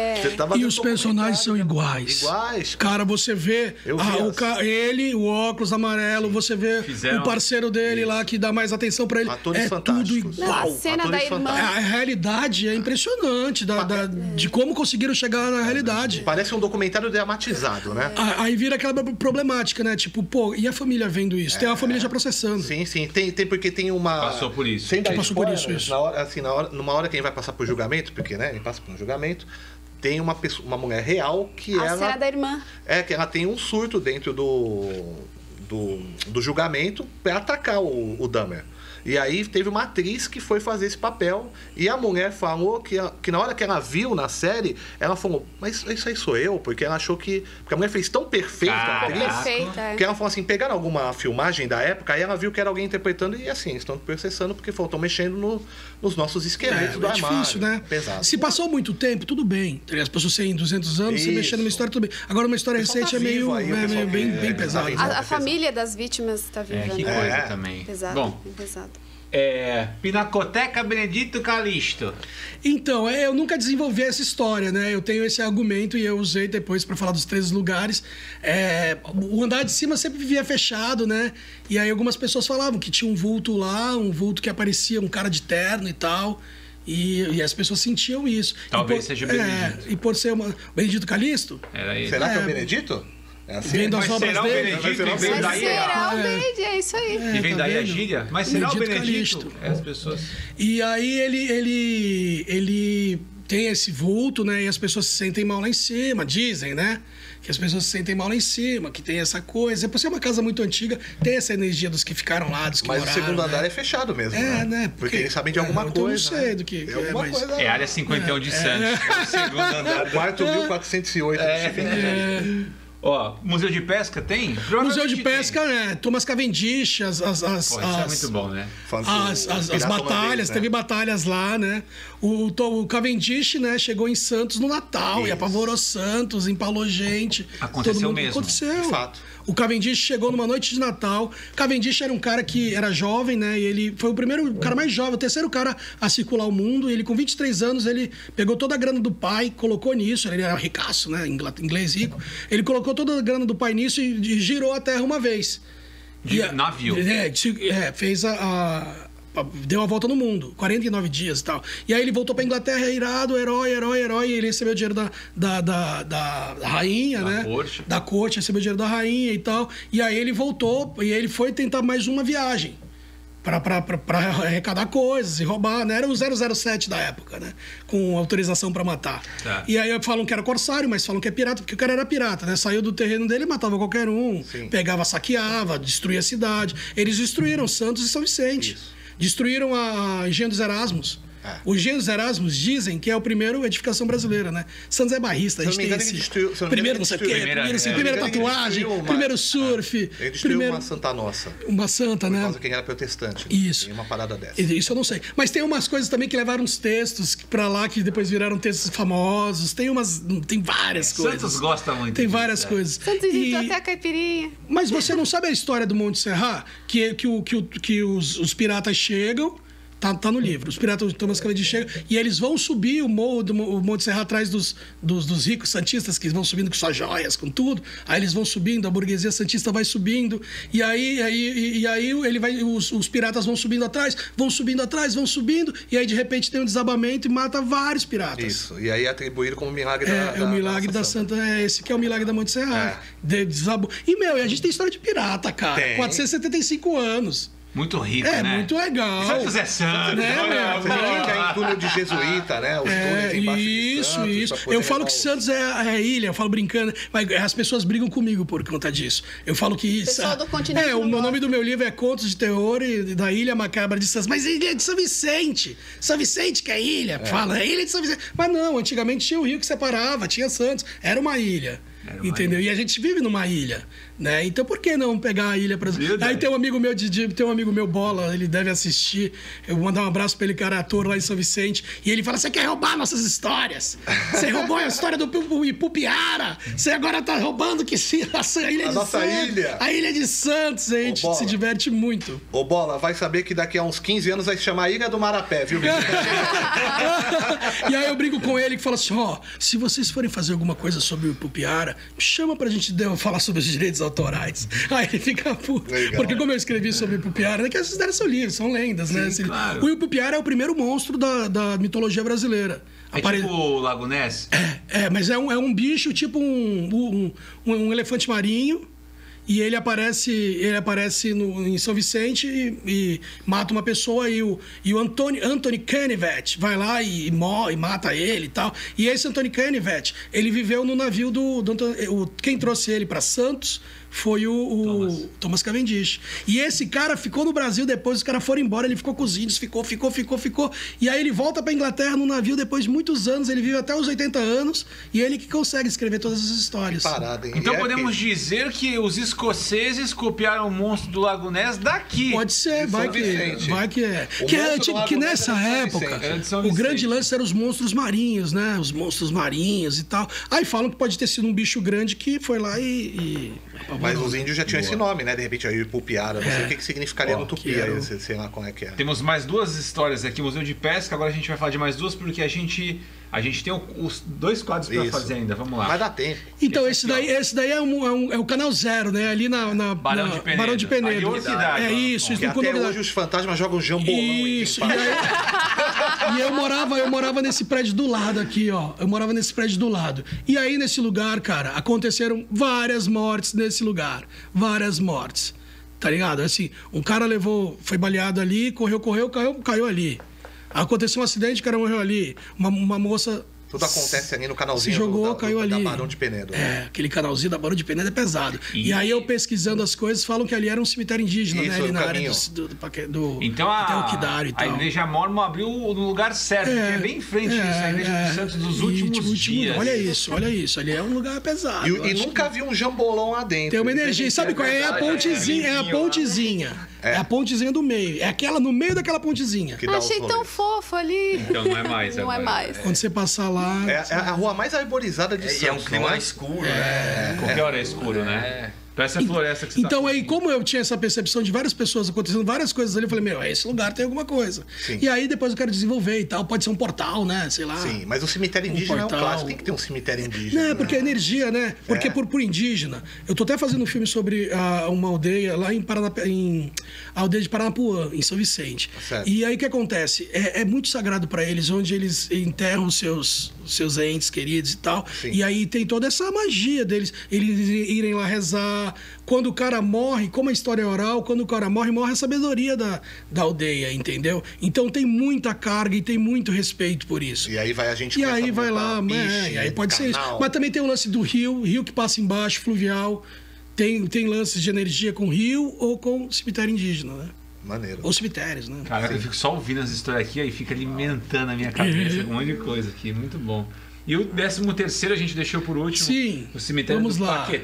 E os personagens são iguais. Iguais. Cara, você vê ele, o óculos amarelo, você vê o parceiro dele lá que dá mais atenção pra ele. Atores tudo fantásticos. igual. A cena da irmã. A realidade é impressionante de como conseguiram chegar na realidade. Parece um documentário dramatizado, né? Aí vira aquela problemática, né? Tipo, e a família vendo isso? Tem a família já processando. Sim. Tem porque tem uma... Passou por isso. Sem dar Passou por spoiler, isso. Numa hora que ele vai passar por julgamento, porque, né? Ele passa por um julgamento, tem uma mulher real que A cena da irmã. Que ela tem um surto dentro do julgamento pra atacar o Dahmer. E aí teve uma atriz que foi fazer esse papel e a mulher falou que na hora que ela viu na série, ela falou, mas isso aí sou eu? Porque ela achou que... Porque a mulher fez tão perfeita a atriz, que ela falou assim, pegaram alguma filmagem da época, aí ela viu que era alguém interpretando e assim, estão processando porque estão mexendo nos nossos esqueletos do armário. É difícil, né? Pesado. Se passou muito tempo, tudo bem. As pessoas 100, 200 anos, você mexendo numa história, tudo bem. Agora uma história recente é meio bem pesada. A família das vítimas está viva, Que né? coisa também. Pesado, Bom, pesado. Pinacoteca Benedito Calixto. Então, eu nunca desenvolvi essa história, né? Eu tenho esse argumento e eu usei depois para falar dos 13 lugares. O andar de cima sempre vivia fechado, né? E aí algumas pessoas falavam que tinha um vulto lá, um vulto que aparecia, um cara de terno e tal. E as pessoas sentiam isso. Talvez seja o Benedito. E por ser Benedito Calixto? Era ele. Será que é o Benedito? É assim? Vem das Mas obras será o dele. Benedito? Será o E vem Benedito? daí Será o Benedito, é isso aí. E vem tá daí a vendo? gíria? Mas será o Benedito Benedito? Calixto. As pessoas... E aí ele tem esse vulto, né? E as pessoas se sentem mal lá em cima, dizem, né? Que as pessoas se sentem mal lá em cima, que tem essa coisa. Depois é uma casa muito antiga, tem essa energia dos que ficaram lá, dos que Mas moraram, o segundo andar né? é fechado mesmo, né? Porque eles sabem de alguma então coisa. Eu não sei né? do que É alguma mas- coisa. É área 51 de Santos. É o segundo andar. Quarto 1408. Ó, Museu de Pesca tem? Museu de Provavelmente Pesca, né? Thomas Cavendish, Pô, isso é muito bom, né? as batalhas, teve batalhas lá, né? O Cavendish, né, chegou em Santos no Natal e Isso. apavorou Santos, empalou gente. Aconteceu Todo mundo, mesmo, Aconteceu. de fato. O Cavendish chegou numa noite de Natal. Cavendish era um cara que era jovem, né? E ele foi o cara mais jovem, o terceiro cara a circular o mundo. E ele, com 23 anos, ele pegou toda a grana do pai, colocou nisso. Ele era ricaço, né? Inglês rico. Ele colocou toda a grana do pai nisso e girou a terra uma vez. Navio. Fez deu a volta no mundo, 49 dias e tal. E aí ele voltou pra Inglaterra, irado, herói, e ele recebeu o dinheiro da rainha, Da né? corte. Da corte, recebeu o dinheiro da rainha e tal. E aí ele voltou e ele foi tentar mais uma viagem pra arrecadar coisas e roubar, né? Era o 007 da época, né? Com autorização pra matar. Tá. E aí falam que era corsário, mas falam que é pirata, porque o cara era pirata, né? Saiu do terreno dele, matava qualquer um, Sim. pegava, saqueava, destruía a cidade. Eles destruíram Santos e São Vicente. Isso. Destruíram a Engenho dos Erasmos. O Engenho dos Erasmus dizem que é a primeira edificação brasileira, né? Santos é barrista, a Se eu gente não me tem engano, ele esse... destruiu- se eu não me Primeiro engano, não sei o ele quê, destruiu- primeira ele tatuagem, destruiu uma- primeiro surf... Ele destruiu primeiro... uma Santa Nossa. Uma santa, Por né? causa de quem era protestante. né? Isso. Tem uma parada dessa. Isso eu não sei. Mas tem umas coisas também que levaram uns textos pra lá que depois viraram textos famosos. Tem várias coisas. Santos gosta muito Tem disso, várias né? coisas. Santos editou até a caipirinha. Mas você não sabe a história do Monte Serrat? Que os piratas chegam, tá no livro, os piratas do Thomas Cavendish chegam e eles vão subir o morro do Monte Serrat atrás dos ricos santistas que vão subindo com suas joias, com tudo. Aí eles vão subindo, a burguesia santista vai subindo e aí ele vai, os piratas vão subindo atrás, vão subindo e aí de repente tem um desabamento e mata vários piratas. Isso. E aí é atribuído como milagre da É o milagre da Santa. Santa. É esse que é o milagre da Monte Serrat. Desabou. E, e a gente tem história de pirata, cara. Tem. 475 anos. Muito rico, É, né? muito legal. Santos é Santos. Né, olha, meu? Você já tinha em túnel de jesuíta, né? Os túneis embaixo de Santos, Isso. pra poder Eu falo levar que os- Santos é ilha, eu falo brincando, mas as pessoas brigam comigo por conta disso. Eu falo que isso. Pessoal do continente o não meu gosta. nome do meu livro é Contos de Terror e da Ilha Macabra de Santos. Mas ilha de São Vicente. São Vicente que é ilha. Fala, é ilha de São Vicente. Mas não, antigamente tinha o rio que separava, tinha Santos. Era uma ilha. Era uma Entendeu? E a gente vive numa ilha, né? Então por que não pegar a ilha para Verdade. Aí tem um amigo meu tem um amigo meu Bola, ele deve assistir. Eu vou mandar um abraço para ele, cara, ator lá em São Vicente, e ele fala: "Você quer roubar nossas histórias? Você roubou a história do Ipupiara. Você agora tá roubando que sim, a ilha A de nossa Santos. ilha. A ilha de Santos, a gente Bola. se diverte muito." Ô, Bola, vai saber que daqui a uns 15 anos vai se chamar Ilha do Marapé, viu, menino? E aí eu brinco com ele que fala assim: ó, se vocês forem fazer alguma coisa sobre o Ipupiara, chama pra gente falar sobre os direitos autorais. Aí ele fica puto. Legal. Porque como eu escrevi sobre o Ipupiara, né, que essas ideias são livros, são lendas, né? Sim, claro. O Ipupiara é o primeiro monstro da mitologia brasileira. É tipo o Lago Ness? Mas é um bicho tipo um elefante marinho. E ele aparece em São Vicente e mata uma pessoa e o Anthony Canivet vai lá e mata ele e tal. E esse Anthony Canivet, ele viveu no navio quem trouxe ele para Santos foi o Thomas Cavendish. E esse cara ficou no Brasil depois, os caras foram embora, ele ficou com os índios, ficou. E aí ele volta pra Inglaterra no navio depois de muitos anos, ele vive até os 80 anos, e ele que consegue escrever todas as histórias. Parada, hein? Então E é podemos dizer que os escoceses copiaram o monstro do Lago Ness daqui. Pode ser, De vai São que Vicente. é. O Que, monstro do Lago que Ness nessa era de São época, Vicente. Era de São o Vicente. grande lance eram os monstros marinhos, né? Os monstros marinhos e tal. Aí falam que pode ter sido um bicho grande que foi lá e Mas os índios já tinham esse nome, né? De repente, aí o Ipupiara, não sei o que significaria no Tupi, era aí, sei lá como é que é. Temos mais 2 histórias aqui, Museu de Pesca. Agora a gente vai falar de mais 2 porque a gente tem os 2 quadros para fazer ainda. Vamos lá. Mas dá tempo. Então, esse daí é o canal 0, né? Ali na Barão de Penedo. Barão de Penedo. Cidade, é isso. Porque até hoje os fantasmas jogam jambolão. Isso. E eu morava nesse prédio do lado aqui, ó. Eu morava nesse prédio do lado. E aí, nesse lugar, cara, aconteceram várias mortes nesse lugar. Várias mortes. Tá ligado? Assim, um cara foi baleado ali, caiu ali. Aconteceu um acidente, o cara morreu ali. Uma moça... Tudo acontece ali no canalzinho se jogou, caiu ali. da Barão de Penedo. Né? Aquele canalzinho da Barão de Penedo é pesado. E aí eu pesquisando as coisas, falam que ali era um cemitério indígena, né? Ali na área do então até o Quidário e tal. A igreja mórmon abriu no lugar certo, que é bem em frente disso, a igreja dos Santos dos últimos dias. Olha isso. Ali é um lugar pesado. E nunca vi um jambolão lá dentro. Tem uma energia. Sabe qual é? É a pontezinha. É a pontezinha. É a pontezinha do meio. É aquela no meio daquela pontezinha. Achei tão fofo ali. Então não é mais. Não é mais. Quando você passar lá... É a rua mais arborizada de Santos. E é um clima escuro, né? Qualquer hora é escuro, né? Parece a floresta que você Então, aí, como eu tinha essa percepção de várias pessoas acontecendo várias coisas ali, eu falei, esse lugar tem alguma coisa. Sim. E aí, depois eu quero desenvolver e tal. Pode ser um portal, né? Sei lá. Sim, mas o cemitério indígena é um clássico. Tem que ter um cemitério indígena. Não, porque a energia, né? Porque por indígena. Eu tô até fazendo um filme sobre uma aldeia lá em a aldeia de Paranapuã, em São Vicente. Certo. E aí, o que acontece? É muito sagrado para eles, onde eles enterram os seus entes queridos e tal. Sim. E aí tem toda essa magia deles. Eles irem lá rezar. Quando o cara morre, como a história é oral, quando o cara morre a sabedoria da aldeia, entendeu? Então tem muita carga e tem muito respeito por isso. E aí vai a gente E aí vai lá, e aí pode ser isso. Mas também tem o lance do rio que passa embaixo, fluvial. Tem lances de energia com rio ou com cemitério indígena, né? Maneiro. Ou cemitérios, né? Cara, eu fico só ouvindo as histórias aqui, aí fica alimentando a minha cabeça com um monte de coisa aqui. Muito bom. E o 13º a gente deixou por último. Sim, o cemitério vamos do lá.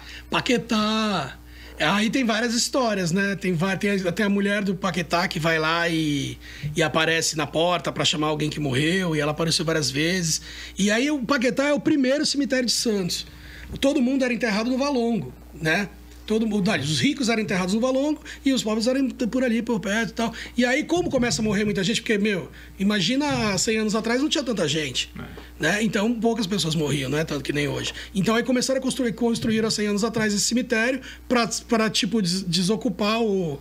Paquetá. Aí tem várias histórias, né? Tem até a mulher do Paquetá que vai lá e aparece na porta para chamar alguém que morreu, e ela apareceu várias vezes. E aí o Paquetá é o primeiro cemitério de Santos. Todo mundo era enterrado no Valongo, né? Os ricos eram enterrados no Valongo e os pobres eram por ali, por perto e tal. E aí, como começa a morrer muita gente? Porque, imagina 100 anos atrás não tinha tanta gente, né? Então, poucas pessoas morriam, não é tanto que nem hoje. Então, aí começaram a construir há 100 anos atrás esse cemitério para tipo, desocupar o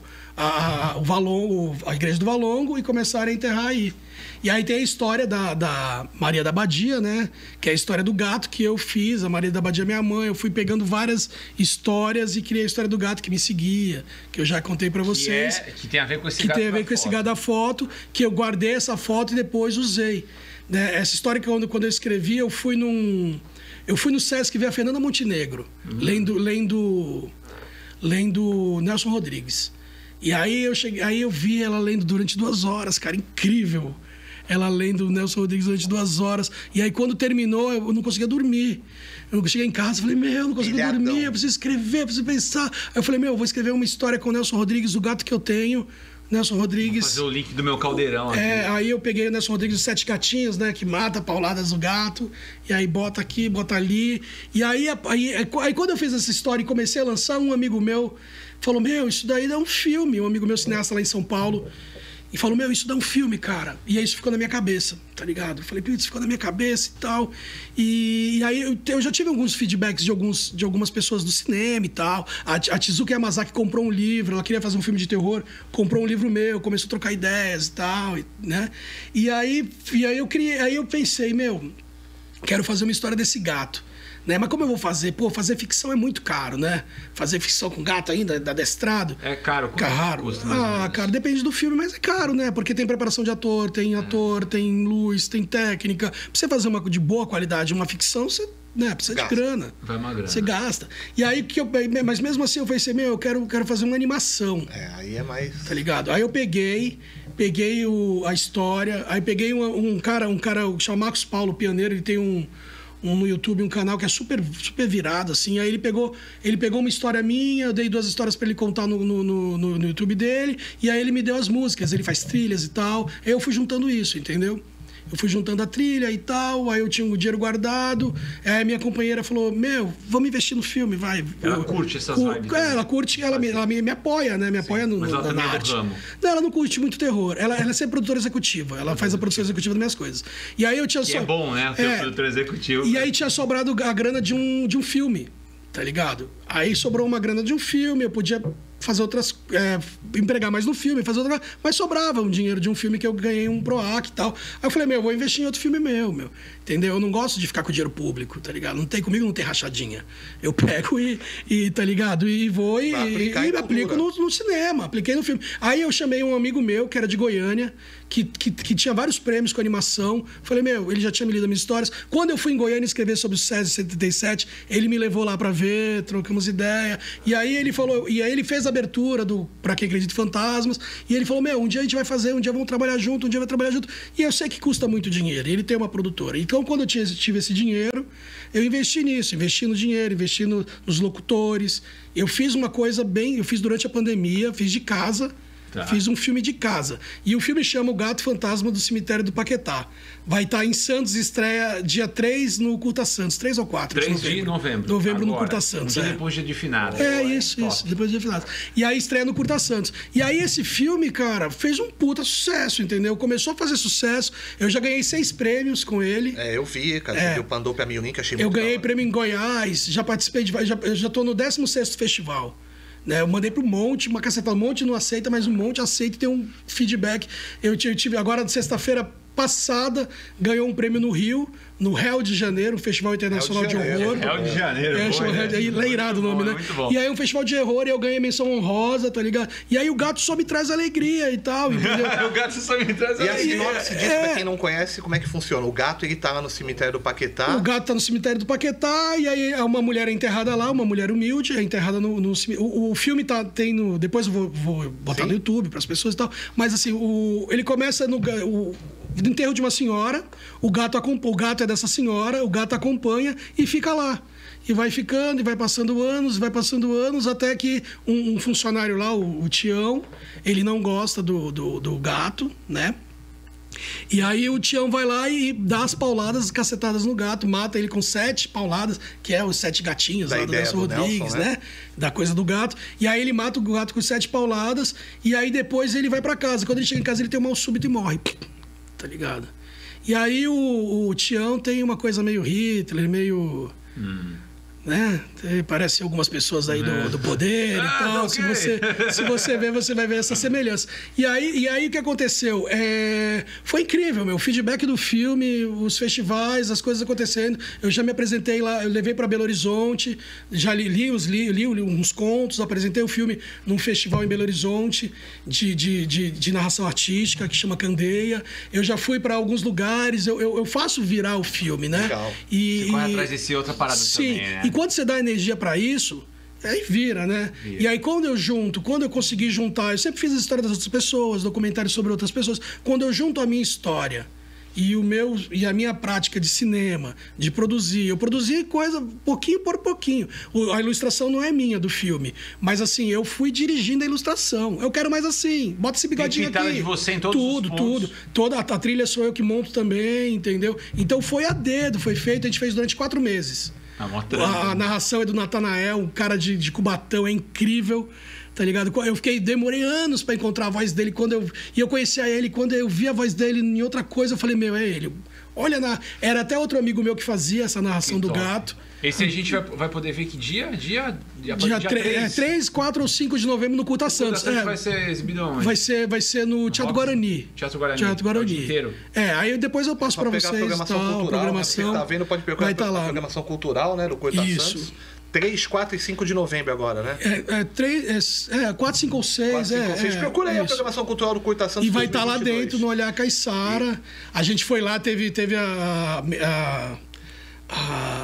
Valongo, a igreja do Valongo, e começarem a enterrar aí. E aí tem a história da Maria da Badia, né? Que é a história do gato que eu fiz. A Maria da Badia é minha mãe. Eu fui pegando várias histórias e criei a história do gato que me seguia, que eu já contei para vocês. Que tem a ver com esse gato. Que tem a ver com foto. esse gato da foto, que eu guardei essa foto e depois usei. Né? Essa história que quando eu escrevi, eu fui no Sesc ver a Fernanda Montenegro, lendo Nelson Rodrigues. E aí eu vi ela lendo durante 2 horas, cara, incrível. Ela lendo o Nelson Rodrigues durante 2 horas. E aí, quando terminou, eu não conseguia dormir. Eu cheguei em casa e falei, eu não consigo dormir, eu preciso escrever, eu preciso pensar. Aí eu falei, eu vou escrever uma história com o Nelson Rodrigues, o gato que eu tenho. Nelson Rodrigues. Vou fazer o link do meu caldeirão aqui. Aí eu peguei o Nelson Rodrigues, os 7 gatinhos, né? Que mata pauladas do gato. E aí bota aqui, bota ali. E aí quando eu fiz essa história e comecei a lançar, um amigo meu falou, isso daí dá um filme. Um amigo meu cineasta lá em São Paulo. E falou, isso dá um filme, cara. E aí isso ficou na minha cabeça, tá ligado? Eu falei, isso ficou na minha cabeça e tal. E aí eu já tive alguns feedbacks de algumas pessoas do cinema e tal. A Tizuka Yamazaki comprou um livro, ela queria fazer um filme de terror, comprou um livro meu, começou a trocar ideias e tal, né? E aí eu pensei, quero fazer uma história desse gato. Né? Mas como eu vou fazer? Fazer ficção é muito caro, né? Fazer ficção com gato ainda, adestrado. É caro. Caro. Cara, depende do filme, mas é caro, né? Porque tem preparação de ator, tem luz, tem técnica. Pra você fazer uma de boa qualidade, uma ficção, você precisa de grana. Vai uma grana. Você gasta. E aí, mas mesmo assim eu pensei, eu quero fazer uma animação. Aí é mais... Tá ligado? Aí eu peguei a história, aí peguei um cara que chama Marcos Paulo Pianeiro, ele tem no YouTube, um canal que é super, super virado, assim. Aí ele pegou uma história minha, eu dei 2 histórias para ele contar no YouTube dele, e aí ele me deu as músicas, ele faz trilhas e tal. Aí eu fui juntando isso, entendeu? Eu fui juntando a trilha e tal, aí eu tinha um dinheiro guardado. Aí a minha companheira falou, vamos investir no filme, vai. Ela curte essas vibes. Ela curte, ela me apoia, né? Me apoia Mas ela na também é do arte. ramo. Não, ela não curte muito terror. Ela é sempre produtora executiva. Ela faz a produção executiva das minhas coisas. E aí eu tinha Que é bom, né? Ter produtor executivo. E aí tinha sobrado a grana de um filme, tá ligado? Aí sobrou uma grana de um filme, eu podia fazer outras... empregar mais no filme, fazer outra... Mas sobrava um dinheiro de um filme que eu ganhei um PROAC e tal. Aí eu falei, vou investir em outro filme meu. Entendeu? Eu não gosto de ficar com dinheiro público, tá ligado? Comigo não tem rachadinha. Eu pego e tá ligado? E vou e aplico no cinema. Apliquei no filme. Aí eu chamei um amigo meu, que era de Goiânia, que tinha vários prêmios com animação. Falei, ele já tinha me lido as minhas histórias. Quando eu fui em Goiânia escrever sobre o SESI 77, ele me levou lá pra ver, trocamos ideia. E aí ele falou... E aí ele fez a abertura do Pra Quem Acredita em Fantasmas. E ele falou, um dia a gente vai fazer, um dia vamos trabalhar junto, um dia vai trabalhar junto. E eu sei que custa muito dinheiro. E ele tem uma produtora. Então, quando eu tive esse dinheiro, eu investi nisso. Investi no dinheiro, investi nos locutores. Eu fiz uma coisa eu fiz durante a pandemia, fiz de casa. Tá. Fiz um filme de casa. E o filme chama O Gato Fantasma do Cemitério do Paquetá. Vai estar em Santos, estreia dia 3 no Curta Santos. 3 ou 4? 3 de novembro. Novembro no Curta Santos. Depois de finados. Isso. Depois de finados. E aí estreia no Curta Santos. E aí esse filme, cara, fez um puta sucesso, entendeu? Começou a fazer sucesso. Eu já ganhei 6 prêmios com ele. Eu vi, cara. Eu mandou pra mim o link, achei muito Eu ganhei prêmio em Goiás. Já participei eu já tô no 16º festival. Eu mandei pro Monte, uma cacetada. Monte não aceita, mas o Monte aceita e tem um feedback. Eu tive agora, sexta-feira passada, ganhou um prêmio no Rio, no Rio de Janeiro, um Festival Internacional de Horror. Rio de Janeiro. É irado o nome, né? Muito bom. E aí um festival de horror e eu ganhei menção honrosa, tá ligado? E aí o gato só me traz alegria e tal, entendeu? O gato só me traz alegria. E a sinopse disso, pra quem não conhece, como é que funciona? O gato, ele tá lá no cemitério do Paquetá. O gato tá no cemitério do Paquetá e aí uma mulher é enterrada lá, uma mulher humilde, é enterrada no cemitério. O filme tem no... Depois eu vou botar no YouTube pras pessoas e tal. Mas assim, ele começa no enterro de uma senhora, o gato é dessa senhora, o gato acompanha e fica lá. E vai ficando, e vai passando anos, até que um funcionário lá, o Tião, ele não gosta do gato, né? E aí o Tião vai lá e dá as pauladas, as cacetadas no gato, mata ele com 7 pauladas, que é os 7 gatinhos lá do Nelson Rodrigues, né? Da coisa do gato. E aí ele mata o gato com 7 pauladas, e aí depois ele vai pra casa. Quando ele chega em casa, ele tem um mal súbito e morre. Tá ligado? E aí o Tião tem uma coisa meio Hitler, meio... Né? Parece algumas pessoas aí do poder e tal. Okay. Se você ver, você vai ver essa semelhança. E aí o que aconteceu? Foi incrível, o feedback do filme, os festivais, as coisas acontecendo. Eu já me apresentei lá, eu levei para Belo Horizonte, já li uns contos, apresentei o filme num festival em Belo Horizonte de narração artística que chama Candeia. Eu já fui para alguns lugares, eu faço virar o filme, né? Legal. Você corre atrás desse outra parada também, né? E quando você dá energia para isso, aí vira, né? E aí quando eu consegui juntar, eu sempre fiz a história das outras pessoas, documentários sobre outras pessoas. Quando eu junto a minha história e a minha prática de cinema, de produzir, eu produzi coisa pouquinho por pouquinho. A ilustração não é minha do filme, mas assim, eu fui dirigindo a ilustração. Eu quero mais assim, bota esse bigodinho aqui. De você em todos os pontos. Tudo. Toda a trilha sou eu que monto também, entendeu? Então foi a dedo, foi feito, a gente fez durante 4 meses. A narração é do Natanael, um cara de Cubatão, é incrível, tá ligado? Demorei anos para encontrar a voz dele. E eu conhecia ele, quando eu vi a voz dele em outra coisa, eu falei, é ele. Olha, era até outro amigo meu que fazia essa narração do gato. Esse a gente vai poder ver que dia? Dia 3, 4 ou 5 de novembro no Curta Santos. Vai ser exibido onde? Vai ser no Teatro Guarani. Teatro Guarani. O dia inteiro. Aí depois eu passo para vocês. Programação. Né? Tá vendo? Pode pegar a programação cultural, né? Do Curta Santos. 3, 4 e 5 de novembro agora, né? 4, 5 ou 6. Procura aí a programação cultural do Curta Santos. E vai estar lá dentro, no Olhar Caiçara. A gente foi lá, teve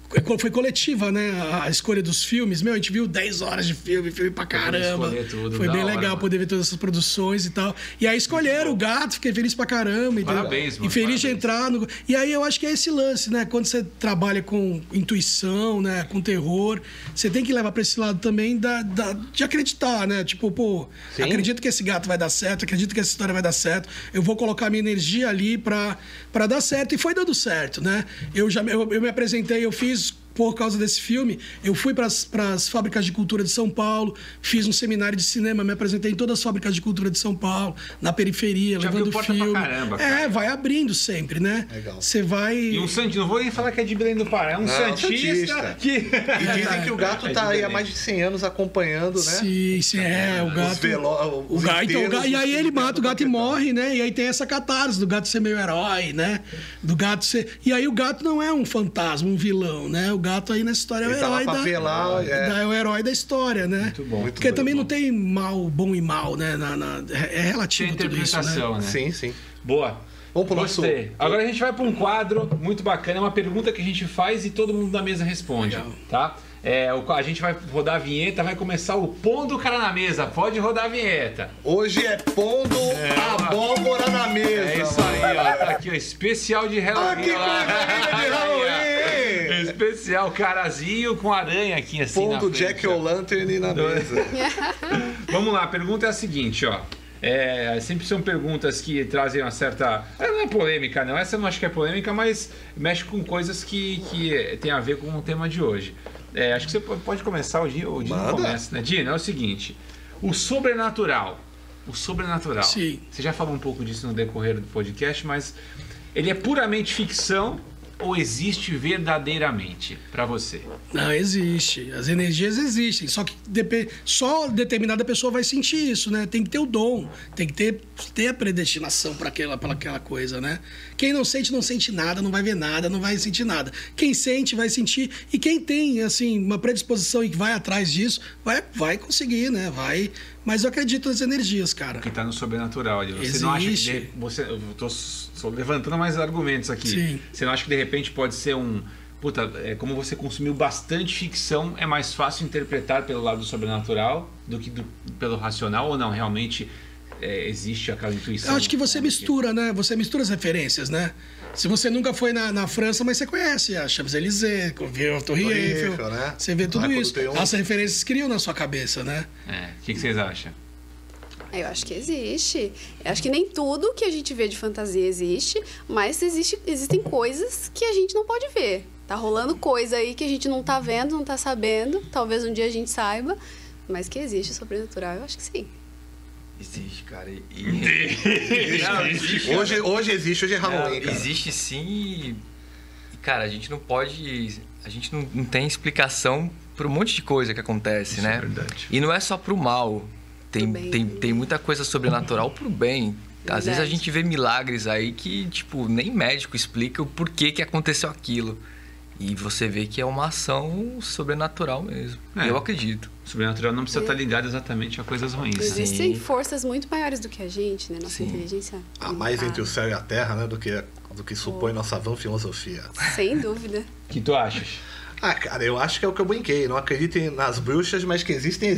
foi coletiva, né? A escolha dos filmes. Meu, a gente viu 10 horas de filme pra caramba. Tudo, foi bem hora, legal mano. poder ver todas essas produções e tal. E aí escolheram o gato, fiquei feliz pra caramba. Parabéns, mano. E feliz parabéns. de entrar no... E aí eu acho que é esse lance, né? Quando você trabalha com intuição, né? Com terror, você tem que levar pra esse lado também de acreditar, né? Tipo, pô, Sim. acredito que esse gato vai dar certo, acredito que essa história vai dar certo. Eu vou colocar minha energia ali pra dar certo. E foi dando certo, né? Eu me apresentei, eu fiz... Por causa desse filme, eu fui para as fábricas de cultura de São Paulo, fiz um seminário de cinema, me apresentei em todas as fábricas de cultura de São Paulo, na periferia, Já levando abriu porta pra filme. caramba, cara. Vai abrindo sempre, né? Legal. Você vai... E um Santista, não vou nem falar que é de Belém do Pará, é um Não, Santista Santista. que... E dizem que o gato É de tá aí há Belém. mais de 100 anos acompanhando, né? Sim, o gato... Os Então, e aí ele mata o gato e morre, né? E aí tem essa catarse do gato ser meio herói, né? Do gato ser... E aí o gato não é um fantasma, um vilão, né? O gato aí nessa história é o Ele tá lá herói pra ver lá, é o herói da história, né? Muito bom. Muito Porque bom, também bom. não tem mal, bom e mal, né? É relativo Tem tudo isso, né? interpretação, né? Sim, sim. Boa. Vamos pro nosso... Gostei. Agora a gente vai para um quadro muito bacana, é uma pergunta que a gente faz e todo mundo da mesa responde, Legal. tá? A gente vai rodar a vinheta, vai começar o Pondo o Cara na Mesa. Pode rodar a vinheta. Hoje é pondo abóbora na mesa. É isso aí, ó. Tá aqui, ó. Especial de Halloween. que ó lá. coisa de Halloween! Especial carazinho com aranha aqui assim na Pondo frente, Jack ó. O'Lantern na mesa. Vamos lá, a pergunta é a seguinte, ó. Sempre são perguntas que trazem uma certa... Não é polêmica, não. Essa eu não acho que é polêmica, mas mexe com coisas que tem a ver com o tema de hoje. Acho que você pode começar, o Dino Manda. começa, né? Dino, é o seguinte. O sobrenatural. Sim. Você já falou um pouco disso no decorrer do podcast, mas ele é puramente ficção ou existe verdadeiramente para você? Não, existe. As energias existem. Só que só determinada pessoa vai sentir isso, né? Tem que ter o dom. Tem que ter a predestinação para aquela coisa, né? Quem não sente nada, não vai ver nada, não vai sentir nada. Quem sente, vai sentir. E quem tem, assim, uma predisposição e vai atrás disso, vai conseguir, né? Vai... Mas eu acredito nas energias, cara. Que tá no sobrenatural ali. Você Existe. não acha que... Eu tô só levantando mais argumentos aqui. Sim. Você não acha que de repente pode ser um... Puta, como você consumiu bastante ficção, é mais fácil interpretar pelo lado do sobrenatural do que pelo racional? Ou não? Realmente existe aquela intuição? Eu acho que você mistura, né? Você mistura as referências, né? Se você nunca foi na França, mas você conhece a Champs-Élysées, viu a Torre Eiffel, né? você vê tudo Arco do isso. Triunfo. As referências criam na sua cabeça, né? O que vocês acham? Eu acho que existe. Eu acho que nem tudo que a gente vê de fantasia existe, mas existem coisas que a gente não pode ver. Tá rolando coisa aí que a gente não tá vendo, não tá sabendo. Talvez um dia a gente saiba, mas que existe sobrenatural, eu acho que sim. Existe, cara. Não, existe. Hoje existe, hoje é Halloween, cara. Existe sim e, cara, a gente não pode... A gente não tem explicação para um monte de coisa que acontece, né? É verdade. E não é só pro mal. Tem muita coisa sobrenatural pro bem. Às vezes a Verdade. gente vê milagres aí que, tipo, nem médico explica o porquê que aconteceu aquilo. E você vê que é uma ação sobrenatural mesmo. Eu acredito. Sobrenatural não precisa estar ligado exatamente a coisas ruins. Né? Existem forças muito maiores do que a gente, né? Nossa Sim. inteligência. Há mais entre o céu e a terra, né? Do que supõe nossa vã filosofia. Sem dúvida. O que tu achas? Ah, cara, eu acho que é o que eu brinquei. Não acreditem nas bruxas, mas que existem.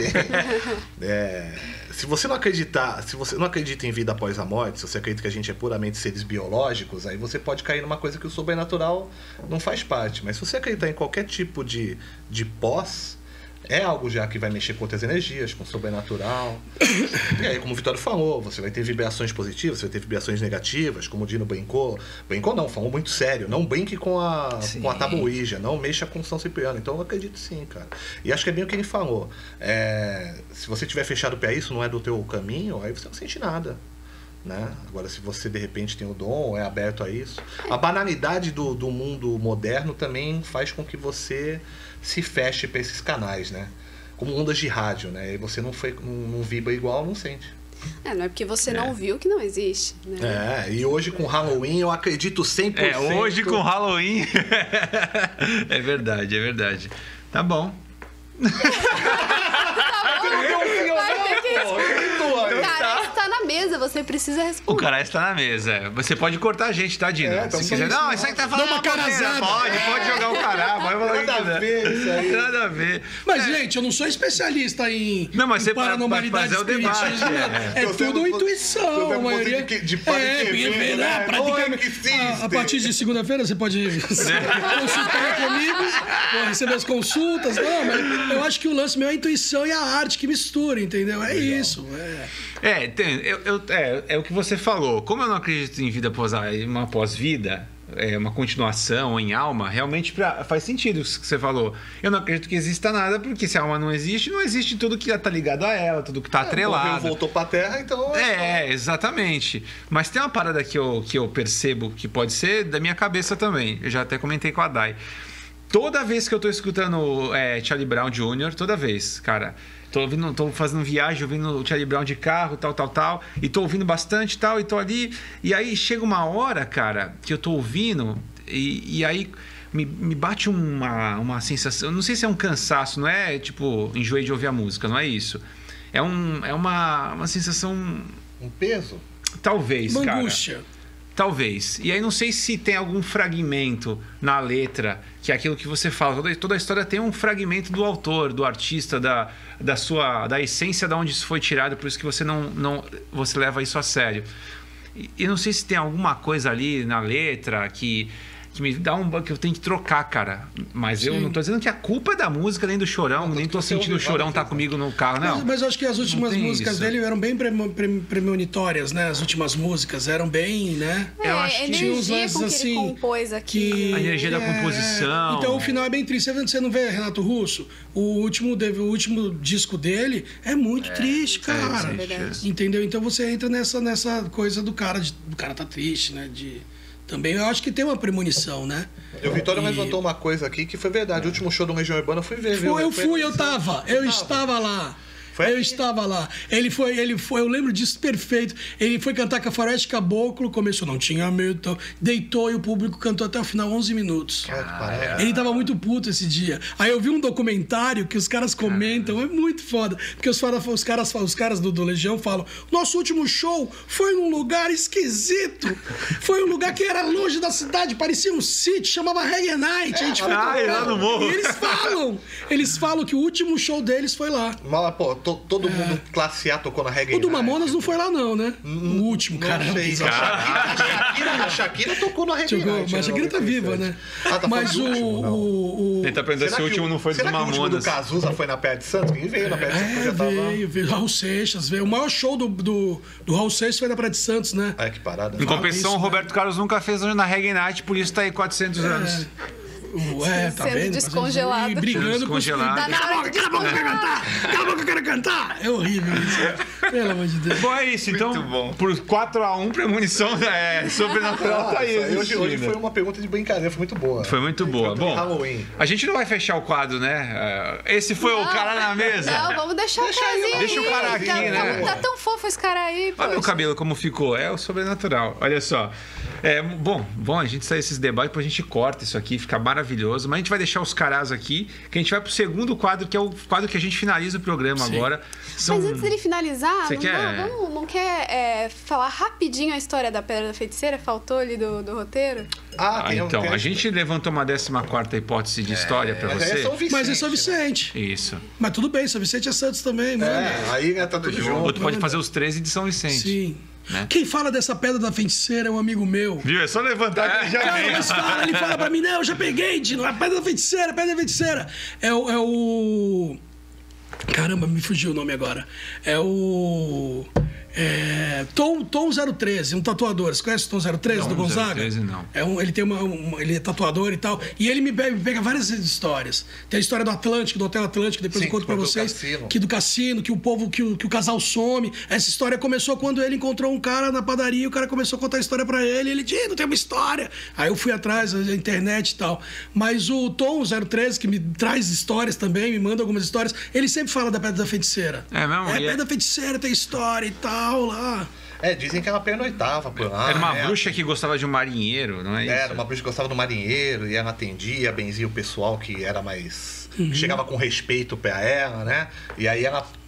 Se você não acredita em vida após a morte, se você acredita que a gente é puramente seres biológicos, aí você pode cair numa coisa que o sobrenatural não faz parte. Mas se você acreditar em qualquer tipo de pós, é algo já que vai mexer com outras energias, com o sobrenatural. E aí, como o Vitório falou, você vai ter vibrações positivas, você vai ter vibrações negativas, como o Dino brincou. Brincou não, falou muito sério. Não brinque com a tábua Ouija, não mexa com São Cipriano. Então eu acredito sim, cara. E acho que é bem o que ele falou. Se você tiver fechado para isso, não é do teu caminho, aí você não sente nada. Né? Agora, se você de repente tem o dom, é aberto a isso. A banalidade do mundo moderno também faz com que você se feche para esses canais, né? Como ondas de rádio, né? E você não vibra igual, não sente. Não é porque você não viu que não existe, né? E hoje com Halloween eu acredito 100%. Hoje com Halloween. É verdade. Tá bom. Vai ter que... Cara, isso tá na mesa, você precisa O responder. cara está na mesa. Você pode cortar a gente, tá, Dino? É, Se quiser. Não, isso aí que tá falando. Dá uma carazada. Pode jogar o caralho. Nada a ver isso aí. Nada a ver. Mas, gente, eu não sou especialista em, Não, mas em você paranormalidade, fazer o debate, espiritismo, É Eu tudo tenho- intuição. eu tenho A maioria... de padre Quevedo, né? praticamente. Oi, que existe. A partir de segunda-feira você pode consultar comigo, vou receber as consultas. Não, mas eu acho que o lance meu é a intuição e a arte que mistura, entendeu? É isso. É o que você falou. Como eu não acredito em vida uma pós-vida, uma continuação em alma, realmente faz sentido isso que você falou. Eu não acredito que exista nada, porque se a alma não existe tudo que tá ligado a ela, tudo que tá atrelado. Morreu, voltou pra terra, então... Exatamente. Mas tem uma parada que eu percebo que pode ser da minha cabeça também. Eu já até comentei com a Dai. Toda vez que eu tô escutando Charlie Brown Jr., toda vez, cara... Tô fazendo viagem, ouvindo o Charlie Brown de carro, tal. E tô ouvindo bastante, tal, e tô ali. E aí chega uma hora, cara, que eu tô ouvindo, e aí me bate uma sensação. Não sei se é um cansaço, não é tipo, enjoei de ouvir a música, não é isso. É uma sensação. Um peso? Talvez, Uma cara. angústia. Talvez. E aí não sei se tem algum fragmento na letra, que é aquilo que você fala. Toda a história tem um fragmento do autor, do artista, da essência de onde isso foi tirado, por isso que você você leva isso a sério. E não sei se tem alguma coisa ali na letra que me dá que eu tenho que trocar, cara. Mas eu não tô dizendo que a culpa é da música, nem do Chorão, nem tô sentindo o Chorão tá comigo no carro, não. Mas eu acho que as últimas tem músicas isso. dele eram bem premonitórias, né? As últimas músicas eram bem, né? Eu acho que tinha uns energia lances com que assim, ele compôs aqui. que A energia da composição. Então o final é bem triste. Você não vê Renato Russo? O último disco dele é muito triste, cara. é verdade. Entendeu? Então você entra nessa coisa do cara tá triste, né? Também eu acho que tem uma premonição, né? O Vitória levantou uma coisa aqui que foi verdade. O último show do Legião Urbana eu fui ver. viu? Eu estava lá. Eu estava lá. Ele foi, eu lembro disso perfeito. Ele foi cantar com a Faroeste Caboclo, começou, não tinha medo, então, deitou e o público cantou até o final 11 minutos. Ele tava muito puto esse dia. Aí eu vi um documentário que os caras comentam, é muito foda. Porque os caras do Legião falam: nosso último show foi num lugar esquisito. Foi um lugar que era longe da cidade, parecia um sítio, chamava Reggae Night. A gente foi lá no morro. E eles falam que o último show deles foi lá. Mas, pô, todo mundo classe A tocou na Reggae O do Night. Mamonas não foi lá, não, né? O último, cara. Não sei. A Shakira tocou na Reggae Night. Mas a Shakira tá viva, né? Tá Mas falando do último, não. Ele tá perguntando se o último não foi do será que o último do Mamonas. Cazuza foi na Pé de Santos? Quem veio na Pé de Santos? Já tava... veio. Raul Seixas veio. O maior show do Raul Seixas foi na Praia de Santos, né? Ai, que parada. Em compensação, isso, o Roberto Carlos nunca fez na Reggae Night, por isso tá aí 400 anos. Tá Sendo vendo? descongelado. E brigando com os... Descongelado. Tá na hora de Cala a boca, eu quero cantar! Cala a boca, eu quero cantar! É horrível isso. Pelo amor de Deus. Bom, é isso. Então, Muito bom. por 4-1, premonição sobrenatural tá aí. Hoje foi uma pergunta de brincadeira, foi muito boa. Foi muito boa. Foi Bom, Halloween. a gente não vai fechar o quadro, né? Esse foi o cara na mesa. Não, vamos deixar o casinho aí. Deixa o cara aqui, né? Tá tão fofo esse cara aí, pô. Olha meu cabelo como ficou. É o sobrenatural. Olha só. Bom, a gente sai desses debates, depois a gente corta isso aqui, fica maravilhoso. Mas a gente vai deixar os caras aqui, que a gente vai pro segundo quadro, que é o quadro que a gente finaliza o programa agora. Mas antes dele finalizar, Você quer? não quer falar rapidinho a história da Pedra da Feiticeira? Faltou ali do roteiro? Então, a gente levantou uma 14ª hipótese de história pra Mas aí você. é São Vicente, Mas é São né? Vicente. Isso. Mas tudo bem, São Vicente é Santos também, mano. Aí tá tudo junto. Ou tu pode fazer os 13 de São Vicente. Sim. Né? Quem fala dessa Pedra da Feiticeira é um amigo meu. Viu? É só levantar que já Cara, vem. mas ele fala pra mim, não, eu já peguei, Dino, a Pedra da Feiticeira, Pedra da Feiticeira. É o... Caramba, me fugiu o nome agora. É o... Tom 013, um tatuador. Você conhece o Tom 013 Não, do Gonzaga? 013 não. Ele tem ele é tatuador e tal. E ele me pega várias histórias. Tem a história do Atlântico, do Hotel Atlântico, depois Sim, eu conto pra do vocês. cassino. Que do cassino, que o povo, que o casal some. Essa história começou quando ele encontrou um cara na padaria, o cara começou a contar a história pra ele. Ele disse, não tem uma história. Aí eu fui atrás da internet e tal. Mas o Tom 013, que me traz histórias também, me manda algumas histórias, ele sempre fala da Pedra da Feiticeira. É mesmo? A E Pedra da Feiticeira tem história e tal lá. Dizem que ela pernoitava por lá. Era uma né? bruxa que gostava de um marinheiro, não é isso? Era uma bruxa que gostava do marinheiro e ela atendia, benzia o pessoal que era mais... que chegava com respeito pra ela, né? E aí ela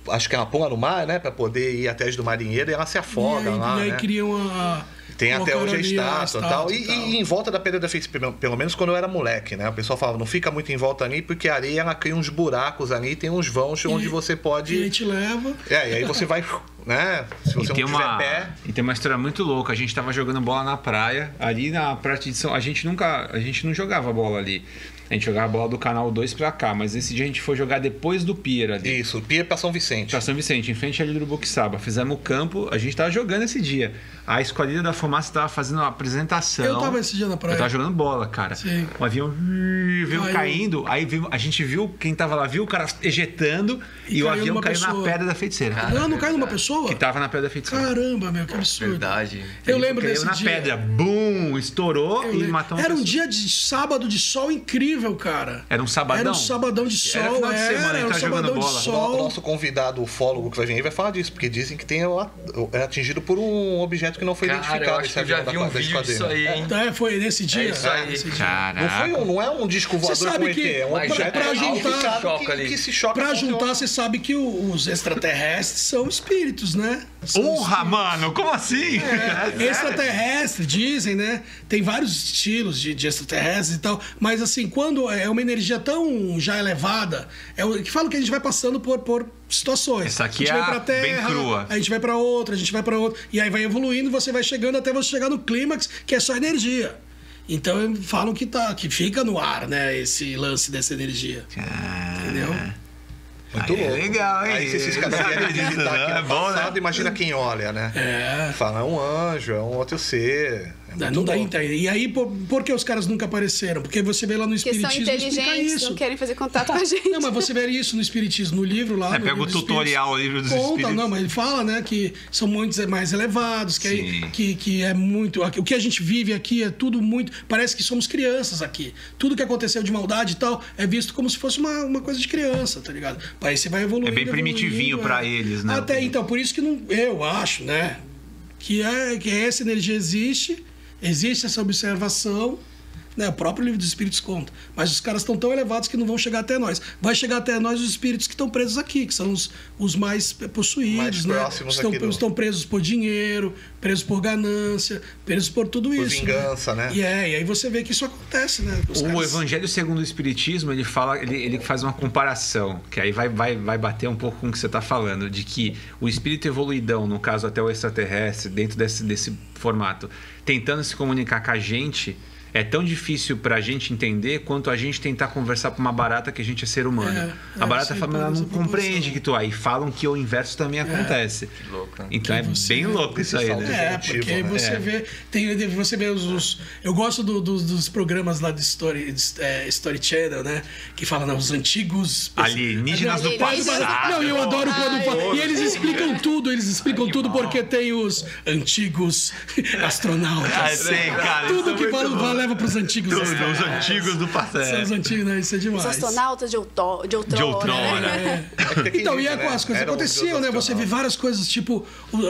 acho que ela pula no mar, né? Pra poder ir atrás do marinheiro e ela se afoga lá, E aí né? criam Tem até hoje a estátua e tal. e tal. E em volta da Pedra da Feiticeira, pelo menos quando eu era moleque, né? O pessoal falava, não fica muito em volta ali, porque a areia, ela cria uns buracos ali, tem uns vãos onde você pode... E aí te leva... E aí você vai, né? Se você não tiver pé... E tem uma história muito louca. A gente tava jogando bola na praia, ali na Praia de São... A gente não jogava bola ali. A gente jogava bola do Canal 2 pra cá, mas esse dia a gente foi jogar depois do Pier ali. Isso, Pier pra São Vicente. Pra São Vicente, em frente ali do Buquissaba. Fizemos o campo, a gente tava jogando esse dia. A Esquadrilha da Fumaça tava fazendo uma apresentação. Eu tava esse dia na praia. Eu tava jogando bola, cara. Sim. Um avião veio caindo, aí a gente viu, quem tava lá viu o cara ejetando e o avião caiu na Pedra da Feiticeira. Não caiu numa pessoa? Que tava na Pedra da Feiticeira. Caramba, meu, que absurdo. Verdade. Eu lembro Caiu desse na dia. pedra, bum, estourou e matou uma Era um pessoa. dia de sábado de sol incrível, cara. Era um sabadão? Era um sabadão de Era sol, final de semana, era ele um tá jogando sabadão de bola. O sol. nosso convidado, o ufólogo que vai vir aí, vai falar disso, porque dizem que é atingido por um objeto que não foi Cara, identificado. eu acho que eu já vi um vídeo disso aí, hein? Então, foi nesse dia? isso aí. Nesse dia. Caraca. Não é um disco voador sabe com ET, que- é um Mas objeto pra juntar- que se choca. Pra com o juntar, você sabe que os extraterrestres são espíritos, né? São Porra, mano, como assim? Extraterrestre, dizem, né? Tem vários estilos de extraterrestres e tal, mas assim, quando é uma energia tão já elevada, que fala que a gente vai passando por situações. Essa aqui a gente é vai pra a Terra, bem crua. a gente vai pra outra, a gente vai pra outra, e aí vai evoluindo, você vai chegando até você chegar no clímax, que é só energia. Então falam que fica no ar, né? Esse lance dessa energia. Entendeu? Muito louco. Legal, hein? Aí se esses caras vierem visitar aqui É no bom, passado, né? imagina quem olha, né? É. Fala, é um anjo, é um outro ser. É muito Não dá louco. entender. E aí, por que os caras nunca apareceram? Porque você vê lá no Porque são Espiritismo explica inteligentes, isso. não querem fazer contato com a gente. Não, mas você vê isso no Espiritismo, no livro lá. no Pega livro o dos tutorial, o Espíritos. livro dos Conta, Espíritos. não, mas ele fala, né, que são muito mais elevados, Sim. que é muito... O que a gente vive aqui é tudo muito... Parece que somos crianças aqui. Tudo que aconteceu de maldade e tal é visto como se fosse uma coisa de criança, tá ligado? Aí você vai evoluindo. É bem primitivinho pra eles, né? Até então, por isso que eu acho, né, que essa energia existe essa observação, né? O próprio livro dos Espíritos conta. Mas os caras estão tão elevados que não vão chegar até nós. Vai chegar até nós os espíritos que estão presos aqui, que são os mais possuídos, Mais né? próximos aqui do- Estão presos por dinheiro, presos por ganância, presos por tudo Por isso. vingança, né? E aí você vê que isso acontece, né? Os O caras- Evangelho segundo o Espiritismo, ele fala, ele faz uma comparação, que aí vai bater um pouco com o que você está falando, de que o espírito evoluidão, no caso até o extraterrestre, dentro desse formato, tentando se comunicar com a gente, é tão difícil pra gente entender quanto a gente tentar conversar com uma barata que a gente é ser humano. A barata sim, fala, mas ela pode não essa compreende proporção. que tu aí. Falam que o inverso também acontece. Que louco, né? Então é você- bem louco isso aí, salto né? evolutivo, Porque né? você vê, você vê eu gosto dos programas lá de Story Channel, né? Que falam, né, os antigos Alienígenas do passado. Não, eu adoro quando falam. E eles explicam tudo porque tem os antigos astronautas. Ah, tem, cara. Tudo isso que é muito fala bom. leva pros antigos Os astronautas. antigos do passado. São os antigos, né? Isso é demais. Os astronautas de outrora. É. É que tem quem Então, diz, e né? as coisas Eram os aconteciam, né? Você vê várias coisas, tipo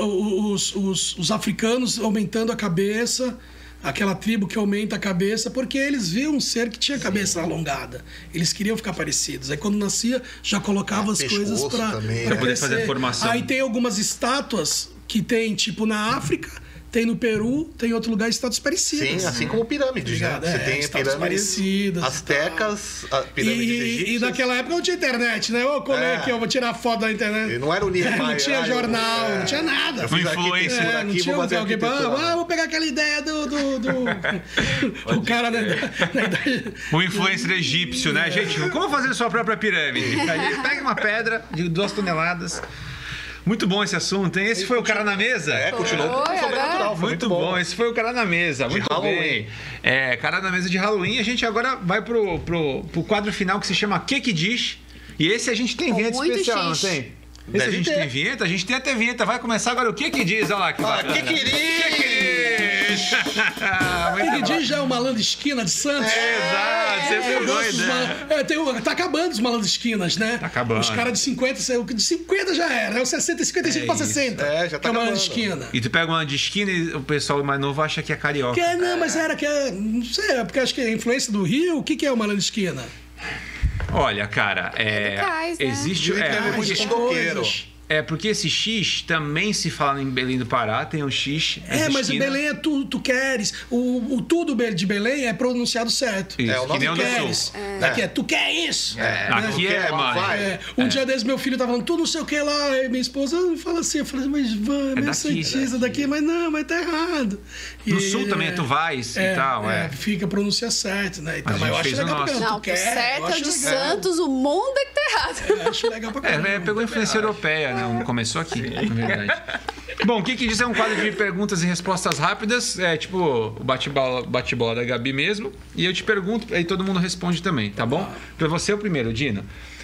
os africanos aumentando a cabeça, aquela tribo que aumenta a cabeça, porque eles viam um ser que tinha a cabeça alongada. Eles queriam ficar parecidos. Aí quando nascia, já colocava as pescoço coisas pra também, né? Pra poder crescer. fazer a formação. Aí tem algumas estátuas que tem, tipo, na África, tem no Peru, tem em outro lugar estátuas parecidas. Sim, assim como pirâmides, né? Ligado? Você É, tem estátuas pirâmides parecidas e astecas, pirâmides E egípcias. naquela época não tinha internet, né? Ô, como é É. que eu vou tirar foto da internet? E não era o Niemeyer. Não tinha ah, jornal, eu- não tinha nada. Eu fiz Influência. arquitetura Não aqui, tinha vou fazer alguém arquitetura. vou pegar aquela ideia do cara da idade. O influencer egípcio, né? Gente, como fazer sua própria pirâmide? Aí pega uma pedra de 2 toneladas. Muito bom esse assunto, hein? Esse foi o Cara na Mesa. É, continuou com o Foi, sobrenatural. Foi Muito bom, esse foi o Cara na Mesa. Muito Halloween. bem. É, Cara na Mesa de Halloween. A gente agora vai pro quadro final que se chama Que Diz. E esse a gente tem Com vinheta muito especial, não xixi. tem? Esse Deve a gente ter. tem vinheta? A gente tem até vinheta. Vai começar agora o Que Diz. Olha lá que Ah, bacana. que querido! Muito Aquele bom. dia já é o Malandro Esquina de Santos. Exato, você Eu pegou a gosto dos ideia. tá acabando os malandros esquinas, né? Tá acabando. Os caras de 50, de 50 já era. É o 60 e 55 pra isso. 60. É, já tá que é o malandro de acabando. esquina. E tu pega uma de esquina e o pessoal mais novo acha que é carioca. Não, mas era que é. Não sei, é porque acho que é a influência do Rio. O que é o malandro de esquina? Olha, cara, do cais, né? existe... Dizem que é muito Existe estoqueiro. coisas. Porque esse X também se fala em Belém do Pará, tem o X. Mas em Belém é tu queres. O tudo de Belém é pronunciado certo. Isso, É, o que nome nem o Tu do queres. Sul. Aqui é tu quer isso. Aqui é, mano. Um dia desses meu filho tava falando, tu não sei o que lá, e minha esposa fala assim, eu falei, mas é meio santista daqui, mas não, mas tá errado. No E, Sul também, tu vais e tal, fica a pronúncia certa, né? Mas Mas a eu gente acho fez o legal pra nosso. caramba. Não, Tu quer, certo eu é o acho de legal. Santos, o mundo é que tá errado. Eu acho legal pra caramba. Pegou influência europeia, né? Começou aqui, na verdade. Bom, o que diz é um quadro de perguntas e respostas rápidas, tipo o bate-bola da Gabi mesmo, e eu te pergunto, aí todo mundo responde também, tá bom? Pra você o primeiro, Dino.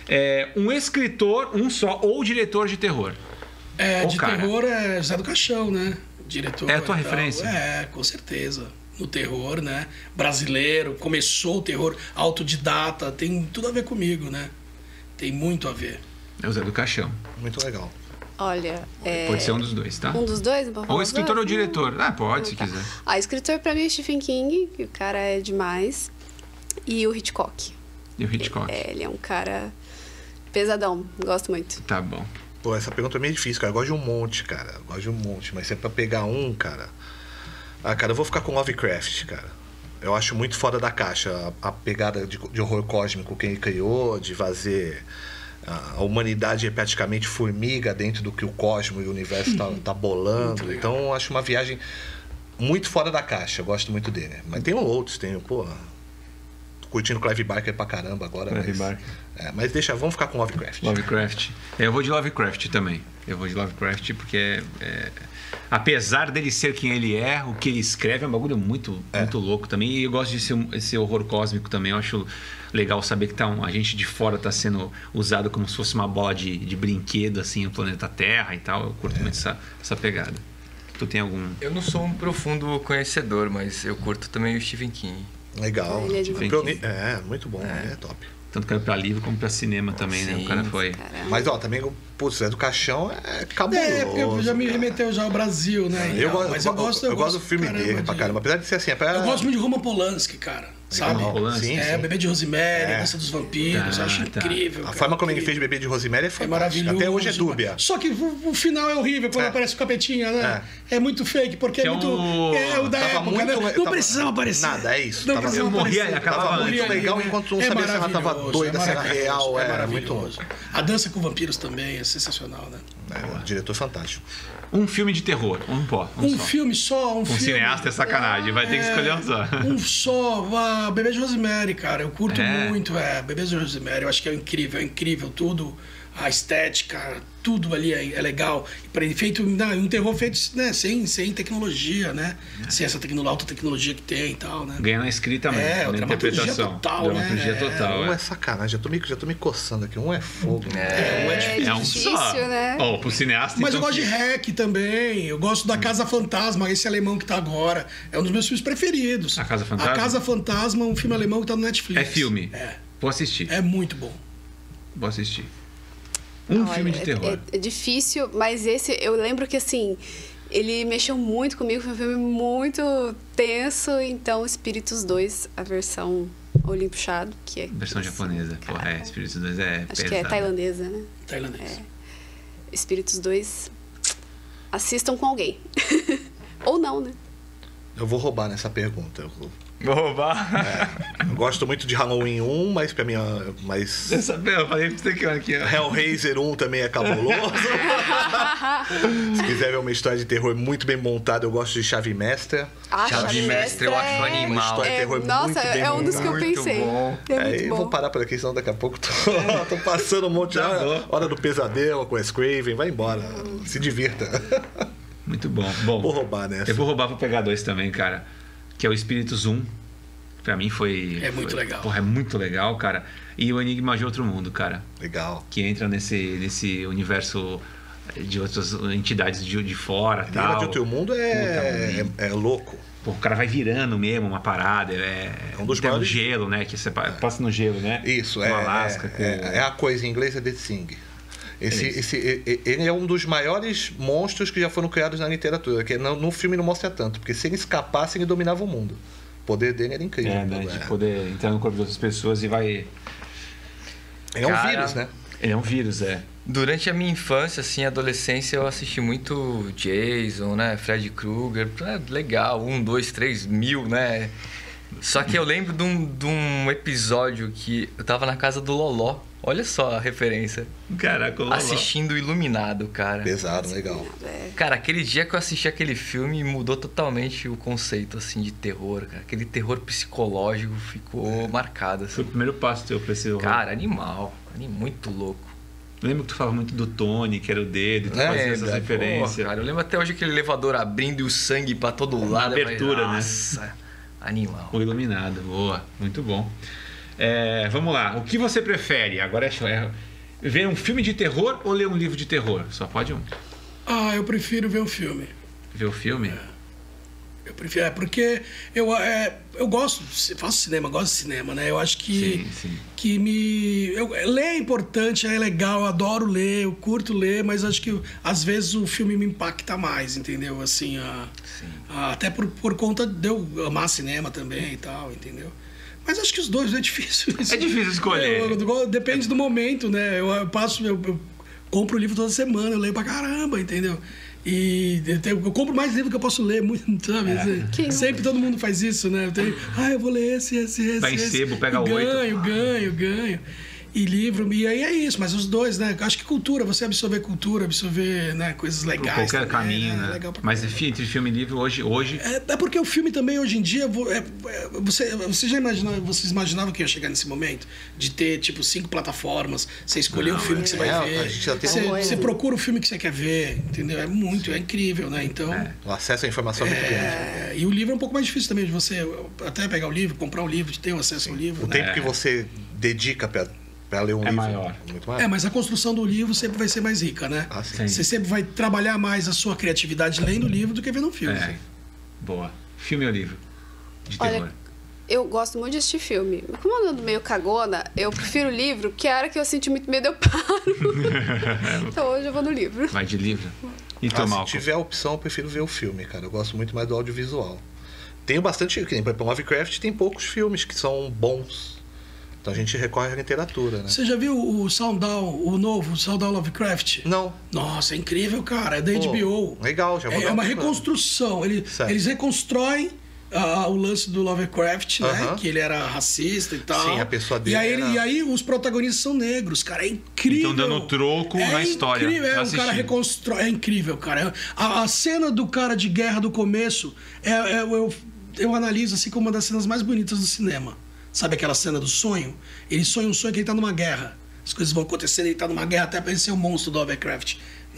Um escritor, um só, ou diretor de terror? De terror é Zé do Caixão, né? Diretor. É a tua e tal. referência? Com certeza. No terror, né? Brasileiro, começou o terror autodidata, tem tudo a ver comigo, né? Tem muito a ver. É o Zé do Caixão. Muito legal. Olha, Pode ser um dos dois, tá? um dos dois? Não pode falar Ou os escritor ou dois? diretor. Pode, se quiser. Escritor pra mim é Stephen King, que o cara é demais. E o Hitchcock. E o Hitchcock. Ele é um cara pesadão, gosto muito. Tá bom. Pô, essa pergunta é meio difícil, cara. Eu gosto de um monte, cara. Eu gosto de um monte. Mas se é pra pegar um, cara... cara, eu vou ficar com Lovecraft, cara. Eu acho muito fora da caixa a pegada de horror cósmico que ele criou, de fazer... A humanidade é praticamente formiga dentro do que o cosmo e o universo tá bolando. Então, eu acho uma viagem muito fora da caixa. Eu gosto muito dele. Mas tem outros. Tô curtindo Clive Barker pra caramba agora. Clive Barker. Mas vamos ficar com Lovecraft. Lovecraft. Eu vou de Lovecraft também. Eu vou de Lovecraft porque... apesar dele ser quem ele é, o que ele escreve é um bagulho muito louco também. E eu gosto desse horror cósmico também. Eu acho legal saber que a gente de fora está sendo usado como se fosse uma bola de brinquedo, assim, o planeta Terra e tal. Eu curto muito essa pegada. Tu tem algum... Eu não sou um profundo conhecedor, mas eu curto também o Stephen King. Legal. Ele é de Muito bom. Ele é top. Tanto que para livro como para cinema também, né? O cara foi... Caramba. Mas, também, Zé do Caixão é cabuloso. Porque já me remeteu já ao Brasil, né? Eu gosto do filme dele pra caramba. Apesar de ser assim... Eu gosto muito de Roman Polanski, cara. Sabe? Polanski? Sim. Bebê de Rosemary, Dança dos Vampiros. Eu acho incrível. A forma como ele fez Bebê de Rosemary é É fantástica. maravilhoso. Até hoje é dúbia. Só que o final é horrível quando aparece o capetinha, né? É muito fake, porque Que é é muito. o- É o da Tava época, muito- né? Não tava- precisava aparecer. Nada, é isso. Não Tava- precisava eu morria, aparecer. acabava Tava antes. muito legal enquanto não sabia se ela tava maravilhoso, doida, se era maravilhoso, real. Era muito maravilhoso. louco. A Dança com Vampiros também é sensacional, né? Um diretor fantástico. Um filme de terror. Um só. Filme só, Um filme. cineasta é sacanagem. Vai ter que escolher um só. Um só, Bebê de Rosemary, cara. Eu curto É. muito, Bebê de Rosemary. Eu acho que é incrível tudo. A estética, tudo ali é legal. Feito, um terror feito, né, sem tecnologia, né? Sem essa alta tecnologia que tem e tal, né? Ganha na escrita mesmo, na dramaturgia interpretação. total, Dramaturgia né? total, Um é sacanagem, já tô me coçando aqui. Um é fogo. É um difícil, só. né? Pro cineasta, Mas então, eu gosto de Hack também. Eu gosto da Casa Fantasma, esse alemão que tá agora. É um dos meus filmes preferidos. A Casa Fantasma? A Casa Fantasma, um filme alemão que tá no Netflix. É filme? É. Vou assistir. É muito bom. Vou assistir. Um Olha, filme de terror. É difícil, mas esse eu lembro que assim, ele mexeu muito comigo, foi um filme muito tenso, então Espíritos 2, a versão Olhinho Puxado, que é Versão japonesa. Porra, Espíritos 2 é acho que é tailandesa, né? Tailandês. Espíritos 2, assistam com alguém. Ou não, né? Eu vou roubar nessa pergunta. Vou roubar. Eu gosto muito de Halloween 1, mas pra mim... Mas Eu sabia, eu falei pra você que aqui, ó. Hellraiser 1 também é cabuloso. Se quiser ver uma história de terror muito bem montada, eu gosto de Chave Mestra. Chave Mestre eu acho animal. Uma história de terror nossa, muito bem é um dos que eu Muito pensei. bom. É muito Aí eu bom. vou parar por aqui, senão daqui a pouco tô passando um monte de hora do pesadelo com Wes Craven. Vai embora, se divirta. Muito bom. Bom, Vou roubar nessa. eu vou roubar pra pegar dois também, cara. Que é o Espíritos 1. Pra mim foi... É muito legal. Porra, é muito legal, cara. E o Enigma de Outro Mundo, cara. Legal. Que entra nesse universo de outras entidades de fora e Língua tal. de Outro Mundo é louco. Pô, o cara vai virando mesmo uma parada. um dos tem maiores- no gelo, né? Que você passa no gelo, né? Isso, no Alasca. é a coisa em inglês é The Thing. Ele é um dos maiores monstros que já foram criados na literatura, que no filme não mostra tanto, porque se ele escapasse, ele dominava o mundo. O poder dele era incrível. né? De poder entrar no corpo de outras pessoas e vai... Ele é um Cara, vírus, né? Ele é um vírus, é. Durante a minha infância, assim, adolescência, eu assisti muito Jason, né? Freddy Krueger. Legal, 1, 2, 3 mil, né? Só que eu lembro de um episódio que eu tava na casa do Loló. Olha só a referência. Caraca, o Loló. Assistindo Iluminado, cara. Pesado, legal. Cara, aquele dia que eu assisti aquele filme mudou totalmente o conceito, assim, de terror, cara. Aquele terror psicológico ficou marcado, Foi assim. o primeiro passo teu pra esse horror. Cara, animal. Muito louco. Lembro que tu falava muito do Tony, que era o dedo, tu fazia essas Porra, referências. cara, eu lembro até hoje aquele elevador abrindo e o sangue pra todo lado. abertura, né? Nossa, animal. O Iluminado, boa, muito bom. Vamos lá, o que você prefere? Agora ver um filme de terror ou ler um livro de terror? Só pode um. Eu prefiro ver um filme. Ver o filme? Eu prefiro, porque eu gosto, faço cinema, gosto de cinema, né? Eu acho que, Sim. ler é importante, é legal, eu adoro ler, eu curto ler, mas acho que às vezes o filme me impacta mais, entendeu? Assim, até por conta de eu amar cinema também e tal, entendeu? Mas acho que os dois é difícil. É difícil escolher. Depende do momento, né? Eu compro livro toda semana, eu leio pra caramba, entendeu? E eu compro mais livro que eu posso ler, muito, sabe? Sempre todo mundo faz isso, né? Eu vou ler esse. Vai em sebo, pega e 8. Ganho. E livro, e aí é isso, mas os dois, né? Acho que cultura, você absorver cultura, absorver, né, coisas legais. Por qualquer também, caminho, né? Legal pra Mas caramba. entre filme e livro, hoje... É porque o filme também, hoje em dia, você já imaginava, vocês imaginavam que ia chegar nesse momento? De ter, tipo, 5 plataformas, você escolher o filme que você vai a ver, gente já tem você procura o filme que você quer ver, entendeu? É incrível, né? Então... O acesso à informação é muito grande. E o livro é um pouco mais difícil também, de você até pegar o livro, comprar o livro, de ter o acesso ao livro. O né? tempo que você dedica pra ler um livro maior. é muito maior. Mas a construção do livro sempre vai ser mais rica, né? Sim. Você sempre vai trabalhar mais a sua criatividade lendo o livro do que vendo um filme. Boa. Filme ou livro? De terror. Olha, eu gosto muito de assistir filme. Como eu ando meio cagona, eu prefiro livro, porque a hora que eu senti muito medo eu paro. Então hoje eu vou no livro. Vai de livro. E tu, Se Malcolm? tiver a opção, eu prefiro ver o filme, cara. Eu gosto muito mais do audiovisual. Tenho bastante... Por exemplo, Lovecraft tem poucos filmes que são bons. Então a gente recorre à literatura, né? Você já viu o Sundown, o novo Sundown Lovecraft? Não. Nossa, é incrível, cara. É da HBO. Legal, já vou dar É uma procurada. reconstrução. Certo. Eles reconstroem o lance do Lovecraft, né? Aham. Que ele era racista e tal. Sim, a pessoa dele E aí, era- e aí os protagonistas são negros, cara. É incrível. Então dando troco na história. Incrível. Eu O assisti. cara reconstrói. É incrível, cara. A cena do cara de guerra do começo, eu analiso assim como uma das cenas mais bonitas do cinema. Sabe aquela cena do sonho? Ele sonha um sonho que ele tá numa guerra. As coisas vão acontecendo, ele tá numa guerra até aparecer o monstro do Lovecraft.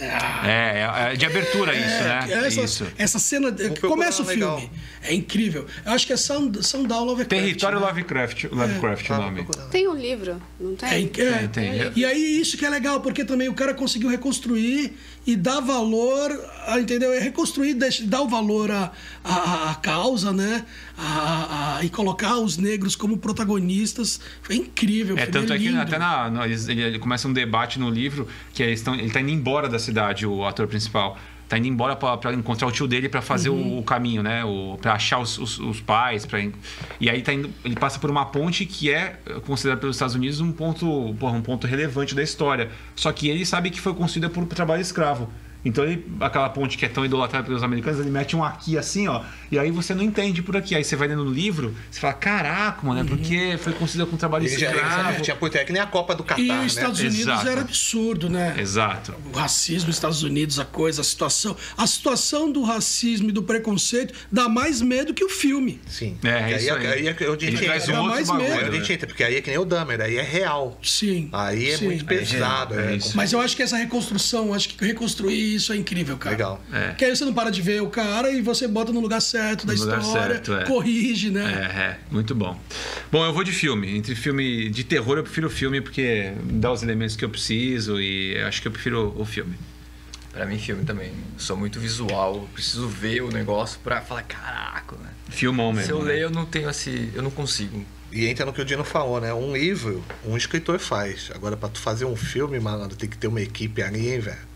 É de abertura isso, né? Isso. Essa cena. procurar, Começa o legal. filme. É incrível. Eu acho que é Sundown Lovecraft. Território né? Lovecraft o nome. Tem um livro, não tem? Tem. E aí isso que é legal, porque também o cara conseguiu reconstruir e dar valor, entendeu? É reconstruir, dar o valor à causa, né? E colocar os negros como protagonistas. Foi incrível. Foi Tanto é que lindo. até ele começa um debate no livro que ele tá indo embora da cidade, o ator principal. Tá indo embora pra encontrar o tio dele pra fazer o caminho, né? Pra achar os pais. E aí ele passa por uma ponte que é considerada pelos Estados Unidos um ponto relevante da história. Só que ele sabe que foi construída por trabalho escravo. Então aquela ponte que é tão idolatrada pelos americanos, ele mete um aqui assim, ó. E aí você não entende por aqui. Aí você vai lendo no livro, você fala, caraca, mano, é porque foi construída com trabalho Ele já escravo. tinha por que nem a Copa do Catar, E né? os Estados Unidos Exato. era absurdo, né? Exato. O racismo nos Estados Unidos, a situação do racismo e do preconceito dá mais medo que o filme. Sim. É, Porque isso aí. aí é onde a Ele gente traz entra. um outro mais bagulho. medo. Aí é onde a gente entra, porque aí é que nem o Dahmer, aí é real. Sim. Aí é sim. muito pesado. É É isso. Mas eu acho que essa reconstrução, acho que reconstruir isso é incrível, cara. legal. Porque aí você não para de ver o cara e você bota no lugar certo da No lugar história, certo, corrige, né? Muito bom. Bom, eu vou de filme. Entre filme de terror, eu prefiro o filme porque dá os elementos que eu preciso e acho que eu prefiro o filme. Pra mim, filme também. Sou muito visual, eu preciso ver o negócio pra falar, caraca, né? Filmão mesmo. Se eu né? ler, eu não tenho eu não consigo. E entra no que o Dino falou, né? Um livro, um escritor faz. Agora, pra tu fazer um filme, malandro, tem que ter uma equipe ali, hein, velho?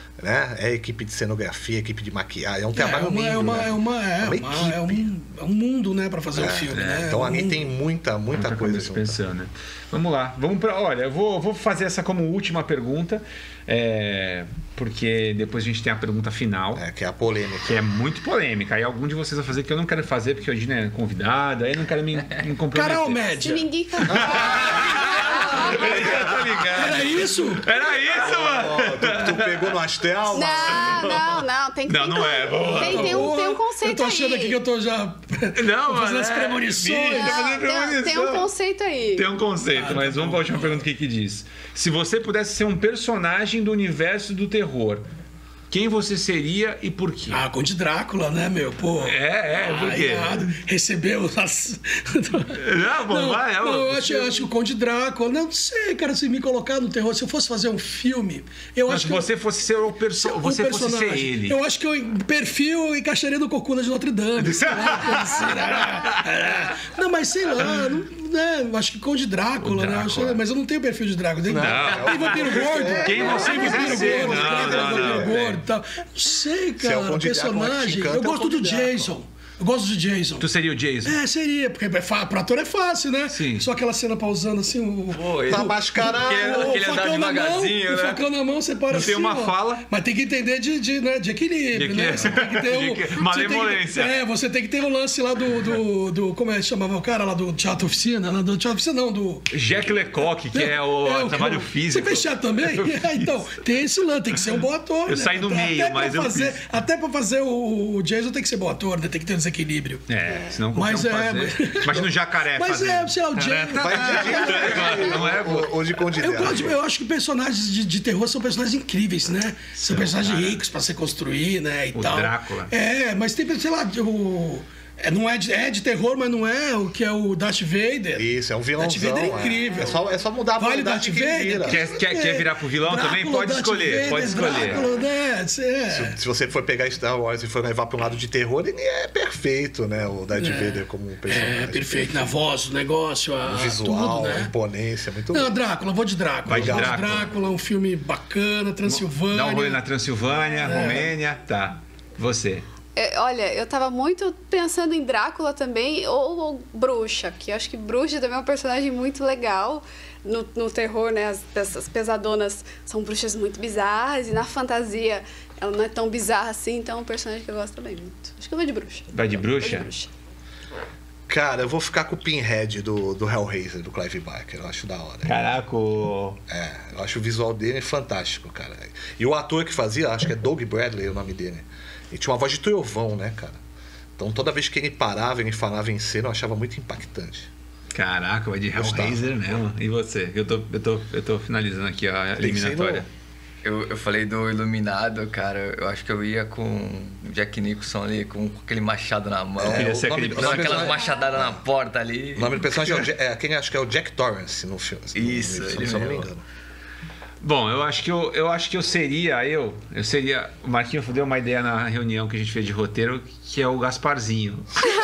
né? É equipe de cenografia, equipe de maquiagem, é um trabalho mínimo, né? É um mundo, né, para fazer um filme, né? Então ali tem muita coisa pensando, né? Vamos lá, olha, eu vou fazer essa como última pergunta, porque depois a gente tem a pergunta final. Que é a polêmica. Que é muito polêmica. Aí algum de vocês vai fazer que eu não quero fazer, porque hoje é convidado, aí eu não quero me comprometer. Carol Média. Se ninguém Tá ligado? Era isso? Era isso, mano. Tu pegou no Astel? Não, tem que Não, não é. Tem um conceito aí. Eu tô achando aqui que eu tô já fazendo as premonições. Tem um conceito aí. Tem um conceito, mas vamos para a última pergunta que diz. Se você pudesse ser um personagem do universo do terror, quem você seria e por quê? Conde Drácula, né, meu? Pô. Por quê? Recebeu as... eu acho que o Conde Drácula... Não sei, cara, se me colocar no terror... Se eu fosse fazer um filme... Mas se você fosse ser o personagem... Você fosse ser ele. Eu acho que eu perfil encaixaria no Corcunda de Notre Dame. Não, mas sei lá... Eu acho que Conde Drácula, né? Mas eu não tenho perfil de Drácula. Tem vampiro gordo. Quem você quiser ser. Vampiro gordo. Não sei, cara. Personagem. Eu gosto do Jason. Eu gosto de Jason. Tu seria o Jason? Seria, porque pro ator é fácil, né? Sim. Só aquela cena pausando assim, tá mascarado. Aquele andar devagarzinho, né? O facão na mão, você para assim. Tem uma fala. Mas tem que entender de equilíbrio, né? Você tem que ter malemolência. Você tem que ter o lance lá do como é que chamava o cara lá do Teatro Oficina? Do Teatro Oficina, não, do... Jack Lecoq, que é o trabalho físico. Você fez teatro também? Então, tem esse lance, tem que ser um bom ator. Eu saí no meio, mas eu fiz. Até pra fazer o Jason tem que ser bom ator, né? Tem que ter um equilíbrio. Senão Imagina o jacaré fazendo. Sei lá, o Jason... Não é, ou de Conde Drácula. Eu acho que personagens de terror são personagens incríveis, né? São personagens ricos pra se construir, né? E tal. Drácula. Mas tem, sei lá, não é de terror, mas não é o que é o Darth Vader. Isso, é um vilãozão. Darth Vader é incrível. É só mudar a vale Darth Vader. Quer virar pro vilão Drácula, também? Pode escolher. Drácula, né? Se você for pegar Star Wars e for levar para um lado de terror, ele é perfeito, né? O Darth Vader como um personagem. Perfeito. Na voz, o negócio, o visual, tudo, né? a imponência, muito bom. Drácula, vou de Drácula. Vai de Drácula, um filme bacana, Transilvânia. Dá um rolê na Transilvânia, Romênia. Tá. Você. Olha, eu tava muito pensando em Drácula também, ou Bruxa, que eu acho que Bruxa também é um personagem muito legal no terror, né? Essas pesadonas são bruxas muito bizarras, e na fantasia ela não é tão bizarra assim, então é um personagem que eu gosto também muito. Acho que eu vou de Bruxa. Vai de Bruxa? Cara, eu vou ficar com o Pinhead do Hellraiser, do Clive Barker. Eu acho da hora. Caraca! Eu acho o visual dele fantástico, cara. E o ator que fazia, acho que é Doug Bradley o nome dele. Ele tinha uma voz de trovão, né, cara? Então toda vez que ele parava, ele falava em cena, eu achava muito impactante. Caraca, vai de Hellraiser mesmo. E você? Eu tô finalizando aqui a eliminatória. Eu falei do Iluminado, cara. Eu acho que eu ia com Jack Nicholson ali, com aquele machado na mão. Queria ser aquelas machadadas na porta ali. O nome do personagem acho que é o Jack Torrance no filme. Isso, se eu não me engano. Bom, eu acho que eu seria. O Marquinhos deu uma ideia na reunião que a gente fez de roteiro, que é o Gasparzinho.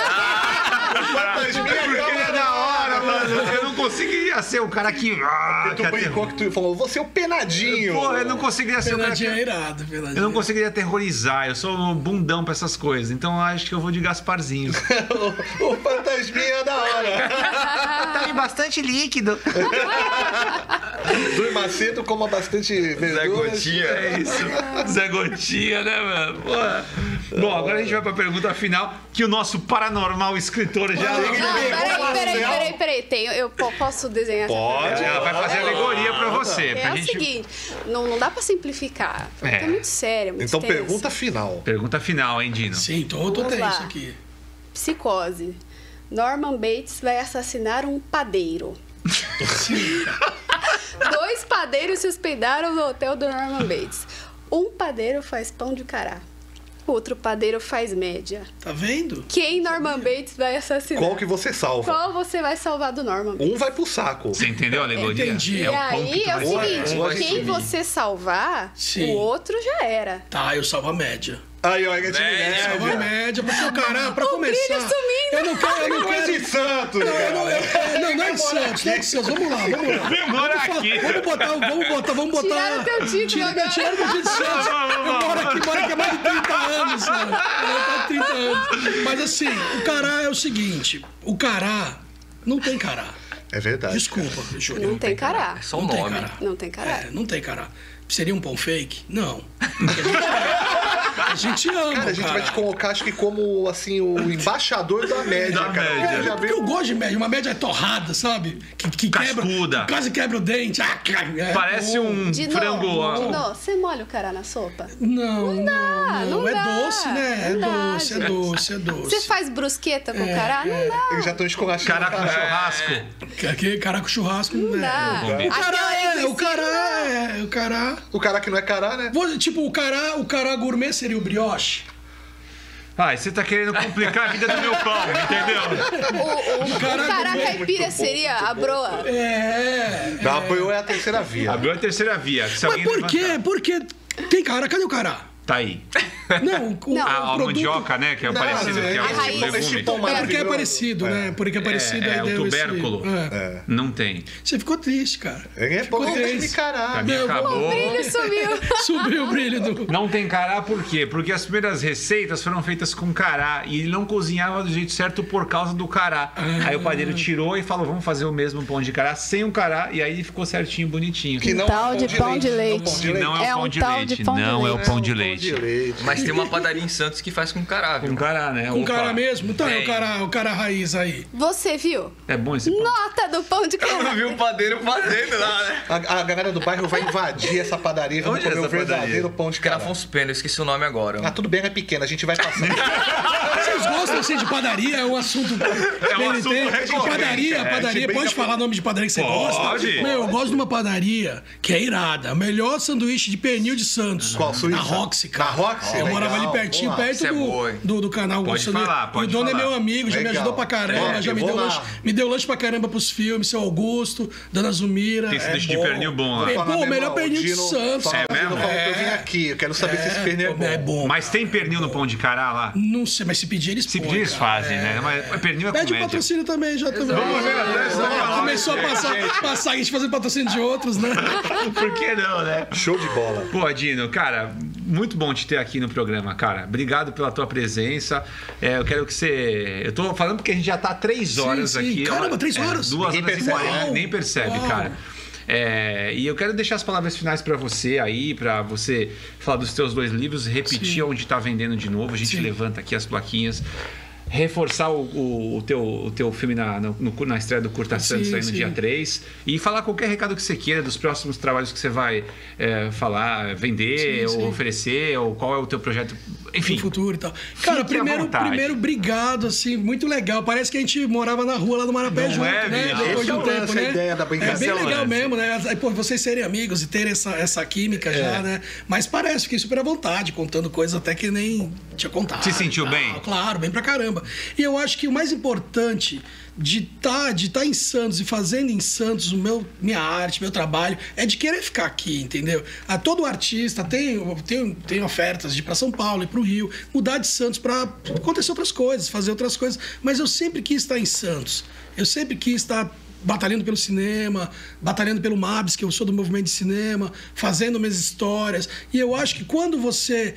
Porque ele é da hora, mano. Eu não conseguiria ser o cara que. Tu brincou que tu falou, você é o Penadinho. Porra, eu não conseguiria ser o cara que. Penadinho é irado, Penadinho. Eu não conseguiria aterrorizar, eu sou um bundão pra essas coisas. Então eu acho que eu vou de Gasparzinho. O fantasminha é da hora. Tá em bastante líquido. Dui Macedo coma bastante verduras. Zé Gotinha. É isso. Zé Gotinha, né, mano? Porra. Bom, agora a gente vai pra pergunta final, que o nosso paranormal escritor já... Peraí. Eu posso desenhar? Pode, ela vai fazer alegoria pra você. O seguinte, não dá pra simplificar. É muito sério, muito Então, tenso. pergunta final. Pergunta final, hein, Dino? Sim, tô tenso aqui. Psicose. Norman Bates vai assassinar um padeiro. 2 padeiros se hospedaram no hotel do Norman Bates. Um padeiro faz pão de cará. Outro padeiro faz média. Tá vendo? Quem Norman Bates vai assassinar? Qual que você salva? Qual você vai salvar do Norman Bates? Um vai pro saco. Você entendeu a alegoria? Entendi. E aí é o seguinte, quem subir. você salvar, Sim. o outro já era. Tá, eu salvo a média. Aí, ó, é de Média. Salva a média, porque o cara, pra começar... brilho sumindo. Eu não quero... de Santos, Não é de Santos, não é de Santos. Vamos lá. Mora aqui. Vamos botar... Tiraram teu título agora. Tiraram meu título de Santos. Eu moro aqui há mais de 30 anos, sabe? Mais de 30 anos. Mas assim, o cará é o seguinte, o cará não tem cará. É verdade. Desculpa, Júlio. Não tem cará. É só o Não tem nome. cará. Não tem cará. Não tem cará. Seria um pão fake? Não. A gente ama, Cara, a gente vai te colocar, acho que como, assim, o embaixador da média, Da cara. média. Já Porque veio... eu gosto de média. Uma média é torrada, sabe? Que quebra, Cascuda. quase quebra o dente. Parece um De frango. novo, você molha o cará na sopa? Não não é dá, doce, né? não dá, É doce. Você faz brusqueta com cará? Não dá. Eles já estão esculachando. Cará com churrasco. Aquele cará com churrasco não Não dá. é. O cará. O cara que não é cará, né? Tipo, o cará gourmet seria o brioche. Você tá querendo complicar a vida do meu pão, entendeu? O cará caipira seria a broa. Da apoio é a terceira via. Abriu a terceira via. Se Mas alguém por quê? levantar. Porque tem cará. Cadê o cará? Tá aí. Não, A mandioca, né? Que é o parecido, que é a raiz. o legume. Porque é parecido, né? Porque é parecido. aí O deu tubérculo. esse- Não tem. Você ficou triste, cara. É bom três. de cará. Pra mim Meu, acabou. O brilho sumiu. Subiu o brilho do... Não tem cará por quê? Porque as primeiras receitas foram feitas com cará e ele não cozinhava do jeito certo por causa do cará. Aí o padeiro tirou e falou, vamos fazer o mesmo pão de cará sem o cará e aí ficou certinho, bonitinho. Que não Tal é de pão de leite. Que não é É o pão um de tal leite. de pão de Não é o leite. pão de leite. Mas tem uma padaria em Santos que faz com cará, viu? Com cará, né? Com Opa. cará mesmo? Então é Tem. o cará raiz aí. Você viu? É bom esse pão. Nota do pão de Eu não cará. vi o padeiro fazendo lá, né? A galera do bairro vai invadir essa padaria e vamos Onde é comer o essa padaria? verdadeiro pão de Acho que era cará. Afonso Pena, eu esqueci o nome agora. Ah, tudo bem, é pequeno, a gente vai passar. Vocês gostam assim de padaria? É um assunto. assunto recorrente. Padaria, gente pode brinca- falar nome de padaria que você Pode. gosta? Meu, eu gosto de uma padaria que é irada. O melhor sanduíche de pernil de Santos. Qual? Suíça? Na Roxy, cara. Na Roxy? Eu morava ali Legal, pertinho, vamos lá. perto Isso é boa, hein? do canal. Pode Sanduíche. falar, pode E o dono falar. é meu amigo, já me Legal. ajudou pra caramba. É, Já eu me vou deu, lá. lanche, me deu lanche pra caramba pros filmes, seu Augusto, Dona Zumira. Tem sanduíche de pernil bom lá. É, Falar pô, o mesmo, melhor ó, pernil de Dino- Santos. fala- É mesmo? Dino falou pra eu vim aqui, eu quero saber se esse pernil é bom. Mas tem pernil no pão de cará lá? Não sei, mas se pedir eles Se põem, pedir eles cara. fazem, né? Mas pernil é Pede o comédia. patrocínio também, já também. Vamos ver, até essa palavra. Começou a passar a gente fazendo patrocínio de outros, né? Por que não, né? Show de bola. Pô, Dino, cara, muito bom te ter aqui no programa, cara. Obrigado pela tua presença. Eu quero que você... Eu tô falando porque a gente já tá 3 horas sim. aqui. Caramba, 3 horas? 2 Ninguém horas e percebe, 40, né? nem percebe, Uau. cara. E eu quero deixar as palavras finais pra você aí, pra você falar dos teus 2 livros, repetir Sim. onde tá vendendo de novo. A gente Sim. levanta aqui as plaquinhas. Reforçar o teu filme na estreia do Curta Sim, Santos aí no sim. dia 3 e falar qualquer recado que você queira dos próximos trabalhos que você vai falar, vender, Sim, ou sim. oferecer, ou qual é o teu projeto, enfim. No futuro e tal. Cara, à vontade. primeiro, obrigado, assim, muito legal. Parece que a gente morava na rua lá no Marapé Não junto, é, né? Vinícius? Depois Esse de é um o tempo, lance, né? a ideia da brincadeira. É bem Esse é o legal lance. mesmo, né? Aí, pô, vocês serem amigos e terem essa química já, né? Mas parece, fiquei super à vontade, contando coisas até que nem tinha contado. Se sentiu e tal. bem? Claro, bem pra caramba. E eu acho que o mais importante de tá em Santos e fazendo em Santos minha arte, meu trabalho, é de querer ficar aqui, entendeu? Todo artista tem ofertas de ir para São Paulo e para o Rio, mudar de Santos para acontecer outras coisas, fazer outras coisas, mas eu sempre quis estar em Santos. Eu sempre quis estar batalhando pelo cinema, batalhando pelo MABS, que eu sou do movimento de cinema, fazendo minhas histórias. E eu acho que quando você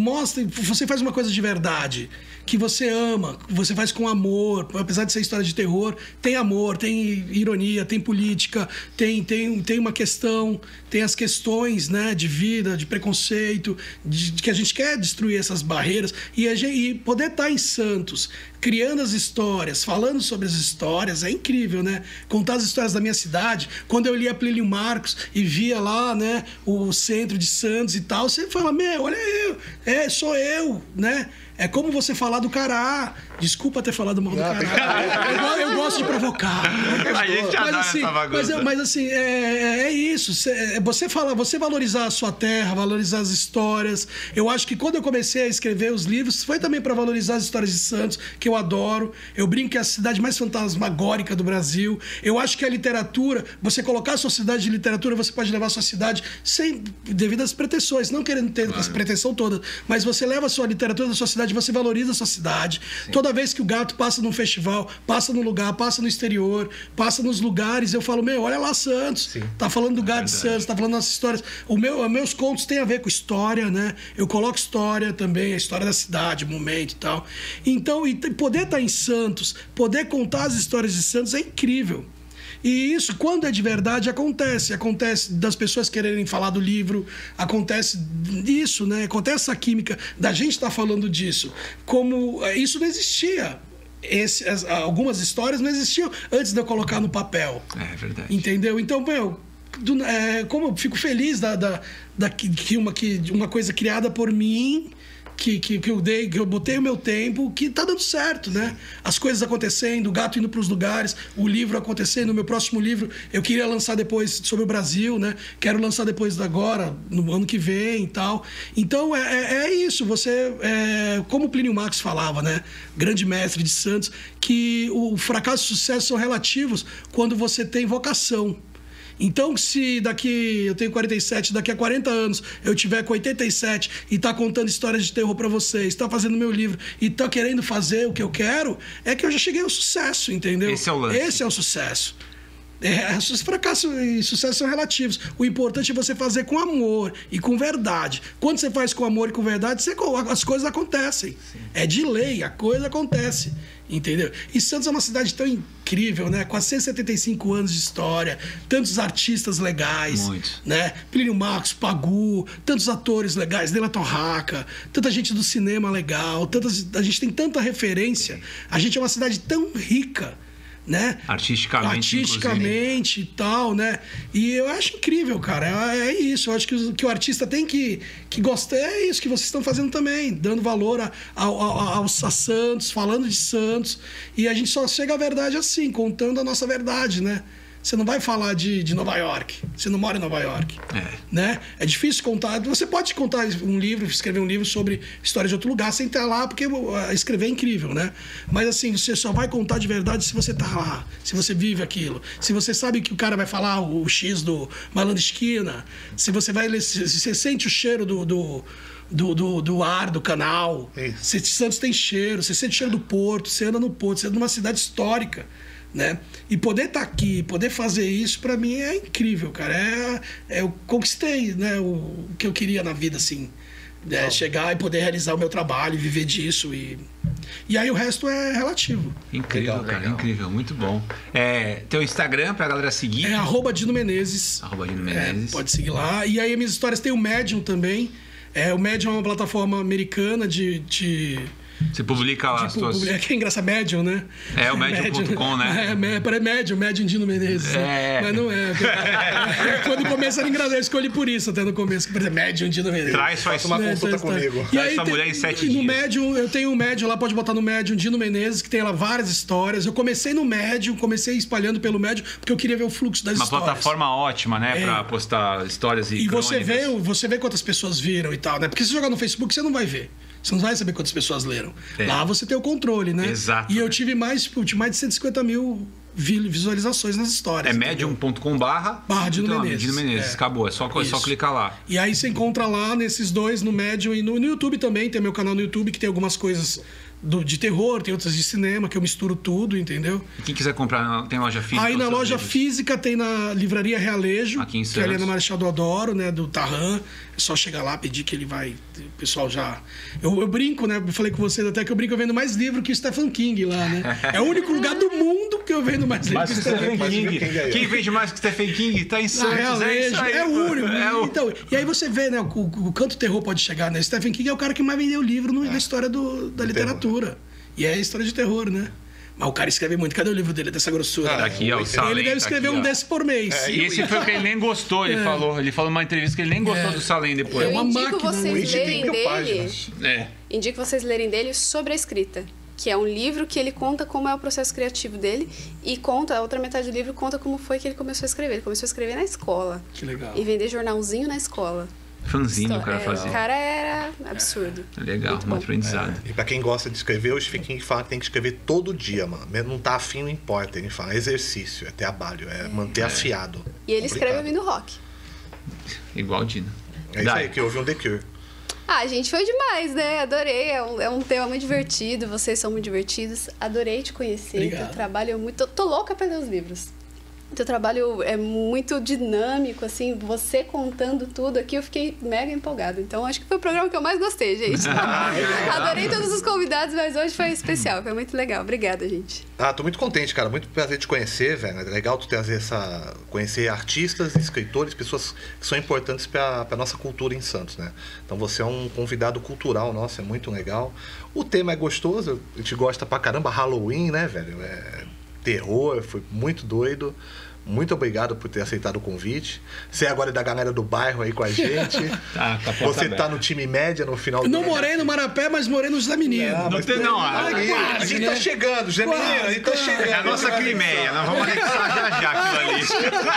você faz uma coisa de verdade, que você ama, você faz com amor, apesar de ser história de terror, tem amor, tem ironia, tem política, tem uma questão, tem as questões, né, de vida, de preconceito, de que a gente quer destruir essas barreiras e poder estar em Santos, criando as histórias, falando sobre as histórias, é incrível, né? Contar as histórias da minha cidade, quando eu lia Plínio Marcos e via lá, né, o centro de Santos e tal, você fala, olha eu, sou eu, né? É como você falar do Cará. Desculpa ter falado mal do Cará. Eu gosto de provocar. A gente adora essa bagunça. Mas assim, é isso. Você valorizar a sua terra, valorizar as histórias. Eu acho que quando eu comecei a escrever os livros, foi também para valorizar as histórias de Santos, que eu adoro. Eu brinco que é a cidade mais fantasmagórica do Brasil. Eu acho que a literatura, você colocar a sua cidade de literatura, você pode levar a sua cidade sem devidas pretensões, não querendo ter essa pretensão toda, mas você leva a sua literatura da sua cidade, você valoriza a sua cidade. Sim. Toda vez que o Gato passa num festival, passa num lugar, passa no exterior, passa nos lugares, eu falo, olha lá Santos. Sim. Tá falando do Gato de Santos, tá falando das histórias. Meus contos têm a ver com história, né? Eu coloco história também, a história da cidade, momento e tal. Então, poder estar em Santos, poder contar as histórias de Santos é incrível. E isso, quando é de verdade, acontece. Acontece das pessoas quererem falar do livro, acontece isso, né? Acontece essa química da gente estar falando disso. Como isso não existia. Algumas histórias não existiam antes de eu colocar no papel. É verdade. Entendeu? Então, como eu fico feliz que uma coisa criada por mim, que eu botei o meu tempo, que tá dando certo, né? As coisas acontecendo, o Gato indo para os lugares, o livro acontecendo. O meu próximo livro eu queria lançar depois sobre o Brasil, né? Quero lançar depois agora, no ano que vem e tal. Então é isso. Você, como o Plínio Marcos falava, né? Grande mestre de Santos, que o fracasso e o sucesso são relativos quando você tem vocação. Então, se eu tenho 47, daqui a 40 anos eu tiver com 87 e tá contando histórias de terror para vocês, tá fazendo meu livro e tá querendo fazer o que eu quero, é que eu já cheguei ao sucesso, entendeu? Esse é o lance. Esse é o sucesso. Fracasso e sucesso são relativos. O importante é você fazer com amor e com verdade. Quando você faz com amor e com verdade, as coisas acontecem. Sim. É de lei, a coisa acontece. Entendeu? E Santos é uma cidade tão incrível, né? 475 anos de história, tantos artistas legais. Muitos. Né? Plínio Marcos, Pagu, tantos atores legais, Nela Torraca, tanta gente do cinema legal, a gente tem tanta referência. A gente é uma cidade tão rica, né? Artisticamente e tal, né? E eu acho incrível, cara. É isso. Eu acho que o artista tem que gostar. É isso que vocês estão fazendo também, dando valor a Santos, falando de Santos. E a gente só chega à verdade assim, contando a nossa verdade, né? Você não vai falar de Nova York. Você não mora em Nova York. Né? É difícil contar. Você pode contar um livro, escrever um livro sobre história de outro lugar sem estar lá, porque escrever é incrível, né? Mas assim, você só vai contar de verdade se você está lá, se você vive aquilo. Se você sabe que o cara vai falar o X do Malandro Esquina, se você vai ler, se você sente o cheiro do ar, do canal. Santos tem cheiro, você sente o cheiro do porto, você anda no porto, você anda numa cidade histórica. Né? E poder estar aqui, poder fazer isso, para mim é incrível, cara. Eu conquistei, né, o que eu queria na vida, assim. Chegar e poder realizar o meu trabalho, viver disso. E aí o resto é relativo. Incrível, cara, legal. Incrível, muito bom. Teu Instagram pra galera seguir? É @DinoMenezes. @DinoMenezes. Pode seguir lá. E aí minhas histórias tem o Medium também. O Medium é uma plataforma americana de Você publica lá as tuas... Que é engraçado, Medium, né? O Medium.com, né? Medium Dino Menezes. Mas não é. Quando no começo era engraçado, eu escolhi por isso até no começo. Por exemplo, Medium Dino Menezes. Traz uma consulta comigo. E aí sua mulher em 7 dias. No Medium, eu tenho um Medium lá, pode botar no Medium Dino Menezes, que tem lá várias histórias. Eu comecei no Medium, comecei espalhando pelo Medium, porque eu queria ver o fluxo das histórias. Uma plataforma ótima, né? Pra postar histórias e crônicas. Você vê quantas pessoas viram e tal, né? Porque se jogar no Facebook, você não vai ver. Você não vai saber quantas pessoas leram. Lá você tem o controle, né? Exato. E eu tive mais de 150 mil visualizações nas histórias. medium.com/Dino Menezes. Acabou, é só clicar lá. E aí você encontra lá nesses dois, no Medium e no YouTube também. Tem meu canal no YouTube que tem algumas coisas de terror, tem outras de cinema, que eu misturo tudo, entendeu? E quem quiser comprar, tem loja física? Aí na loja física tem na Livraria Realejo, aqui em Santos, que é ali na Marechal Deodoro, né, do Tarran. É só chegar lá, pedir que ele vai... O pessoal já... Eu brinco, né? Eu falei com vocês até que eu brinco, eu vendo mais livro que o Stephen King lá, né? É o único lugar do mundo que eu vendo mais livro que o Stephen King. Quem vende mais que o Stephen King tá em Santos. Realejo, é o único. Então, e aí você vê, né? O quanto terror pode chegar, né? Stephen King é o cara que mais vendeu livro na história da literatura. E é história de terror, né? Mas o cara escreve muito. Cadê o livro dele dessa grossura? Aqui, ó, o Salem, ele deve escrever um desse por mês. E esse foi o que ele nem gostou, ele falou. Ele falou numa entrevista que ele nem gostou do Salem depois. Eu indico vocês lerem dele. indico vocês lerem dele sobre a escrita, que é um livro que ele conta como é o processo criativo dele e a outra metade do livro conta como foi que ele começou a escrever. Ele começou a escrever na escola. Que legal. E vender jornalzinho na escola. Fanzinho o cara fazia. O cara era absurdo. Legal, muito aprendizado. E pra quem gosta de escrever, o Stephen King fala que tem que escrever todo dia, mano. Mesmo não tá afim, não importa. Ele fala, é exercício, é trabalho, é manter afiado. E ele escreve Complicado. ouvindo rock. Igual o Dino. É isso aí, que houve um The Cure. Gente, foi demais, né? Adorei. É um tema muito divertido. Vocês são muito divertidos. Adorei te conhecer. Obrigado. Teu trabalho é muito... Tô louca pra ler os livros. Teu trabalho é muito dinâmico, assim. Você contando tudo aqui, eu fiquei mega empolgada. Então, acho que foi o programa que eu mais gostei, gente. Adorei todos os convidados, mas hoje foi especial. Foi muito legal. Obrigada, gente. Tô muito contente, cara. Muito prazer te conhecer, velho. É legal tu trazer conhecer artistas, escritores, pessoas que são importantes pra nossa cultura em Santos, né? Então você é um convidado cultural nosso, é muito legal. O tema é gostoso, a gente gosta pra caramba. Halloween, né, velho? Terror, foi muito doido. Muito obrigado por ter aceitado o convite. Você agora é da galera do bairro aí com a gente. Tá Você tá no time média no final do Não morei no Marapé, mas morei no José Menino. Não tem, não. A gente tá chegando, José Menino, a gente tá chegando. É a nossa Crimeia, nós vamos anexar já aquilo ali.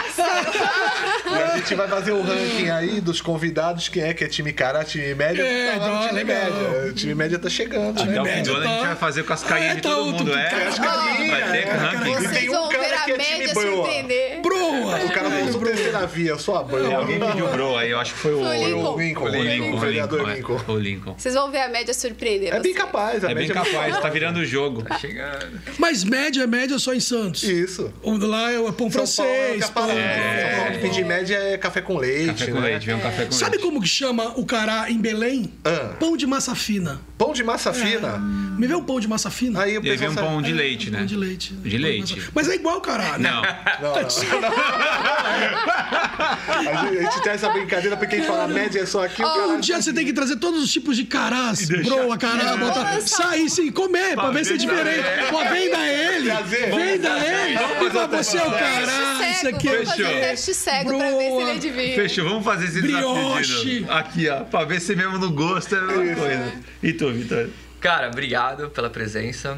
E a gente vai fazer o ranking aí dos convidados, quem é que é time cara, time média. Tá lá no time legal. média. O time média tá chegando, Até né? o fim do ano a gente vai fazer com as carinhas de todo mundo, Vai ter ranking. E Vocês tem um vão ver cara a que é time média broa. surpreender. Broa! O cara passou terceira via, só a broa. Alguém pediu bro aí, eu acho que foi o O vereador Lincoln. O Lincoln. Vocês vão ver a média surpreender. É bem vocês. capaz, É bem média capaz, tá virando o jogo. Tá chegando. Mas média só em Santos. Isso. Lá é o pão São Paulo é francês. a parada. São Paulo que pedir média é café com leite. Café com né? leite, vem um café com Sabe leite. como que chama o cará em Belém? Pão de massa fina. Pão de massa fina. Me vê um pão de massa fina? Aí o E aí vem pessoal um pão sabe. de leite, né? Pão de leite. De leite. Mas é igual, cará, né? Não. A gente tem essa brincadeira porque quem fala média é só aqui. O cara... Um dia você tem que trazer todos os tipos de carás, broa, cará, botar, sair sim, comer, pra ver se é diferente. Pô, venda ele, venda ele, e pra você é o cará, isso aqui Vamos fazer um teste cego pra ver se ele adivinha. Fechou, vamos fazer esse Brioche. desafio. Aqui, ó, pra ver se mesmo no gosto é a mesma coisa. E tu, Vitor? Cara, obrigado pela presença.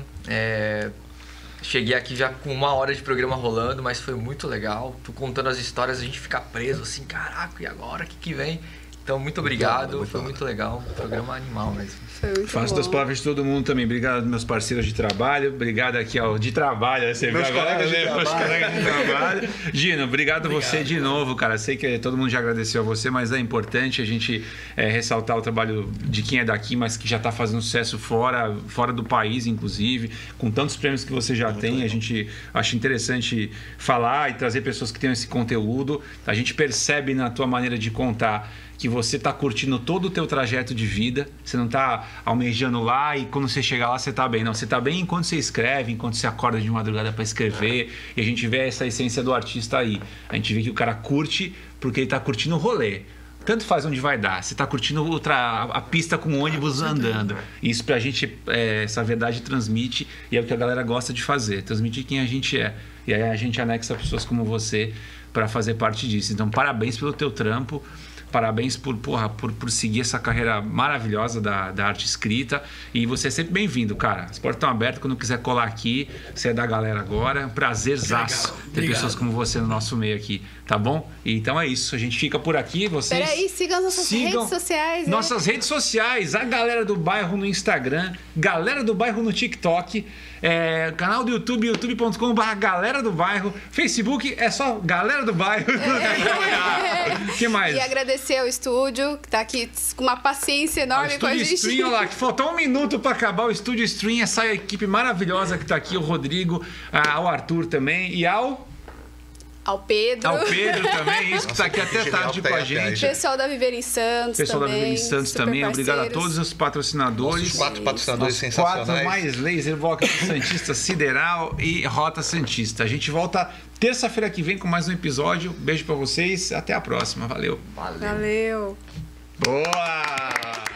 Cheguei aqui já com 1 hora de programa rolando, mas foi muito legal. Tu contando as histórias, a gente fica preso assim, caraca, e agora? O que vem? Então, muito obrigado. Foi muito legal. Programa animal mesmo. Foi muito Faço bom. das palavras de todo mundo também. Obrigado, meus parceiros de trabalho. Obrigado aqui ao de trabalho. Você Meus viu agora, colegas de né? Meus trabalho. colegas de trabalho. Gino, obrigado você de novo, cara. Sei que todo mundo já agradeceu a você, mas é importante a gente ressaltar o trabalho de quem é daqui, mas que já está fazendo sucesso fora do país, inclusive, com tantos prêmios que você já tem. A gente acha interessante falar e trazer pessoas que tenham esse conteúdo. A gente percebe na tua maneira de contar que você está curtindo todo o teu trajeto de vida, você não está almejando lá e quando você chegar lá você está bem. Não, você está bem enquanto você escreve, enquanto você acorda de madrugada para escrever, e a gente vê essa essência do artista aí. A gente vê que o cara curte porque ele está curtindo o rolê. Tanto faz onde vai dar, você está curtindo a pista com o ônibus andando. Isso pra gente, essa verdade transmite, e é o que a galera gosta de fazer, transmitir quem a gente é. E aí a gente anexa pessoas como você para fazer parte disso. Então parabéns pelo teu trampo. Parabéns por seguir essa carreira maravilhosa da arte escrita. E você é sempre bem-vindo, cara. As portas estão abertas. Quando quiser colar aqui, você é da galera agora. Prazerzaço ter pessoas como você no nosso meio aqui, tá bom? E então é isso. A gente fica por aqui. Vocês Peraí, sigam as nossas redes sociais. Nossas redes sociais. A Galera do Bairro no Instagram. Galera do Bairro no TikTok. Canal do YouTube, youtube.com/Galera do Bairro. Facebook é só Galera do Bairro. O que mais? E agradecer ao estúdio, que tá aqui com uma paciência enorme com a Estúdio gente. Stream, olha lá, que faltou 1 minuto para acabar o Estúdio Stream, essa equipe maravilhosa que tá aqui, o Rodrigo, ao Arthur também e ao Pedro. também, isso que tá aqui até tarde com a gente. Pessoal da Viver em Santos Pessoal também. da Viver em Santos super também, obrigado a parceiros. todos os patrocinadores. Nossos 4 patrocinadores Os sensacionais. 4 mais Laser Box Santista Sideral e Rota Santista. A gente volta terça-feira que vem com mais um episódio. Beijo pra vocês, até a próxima. Valeu. Valeu. Boa!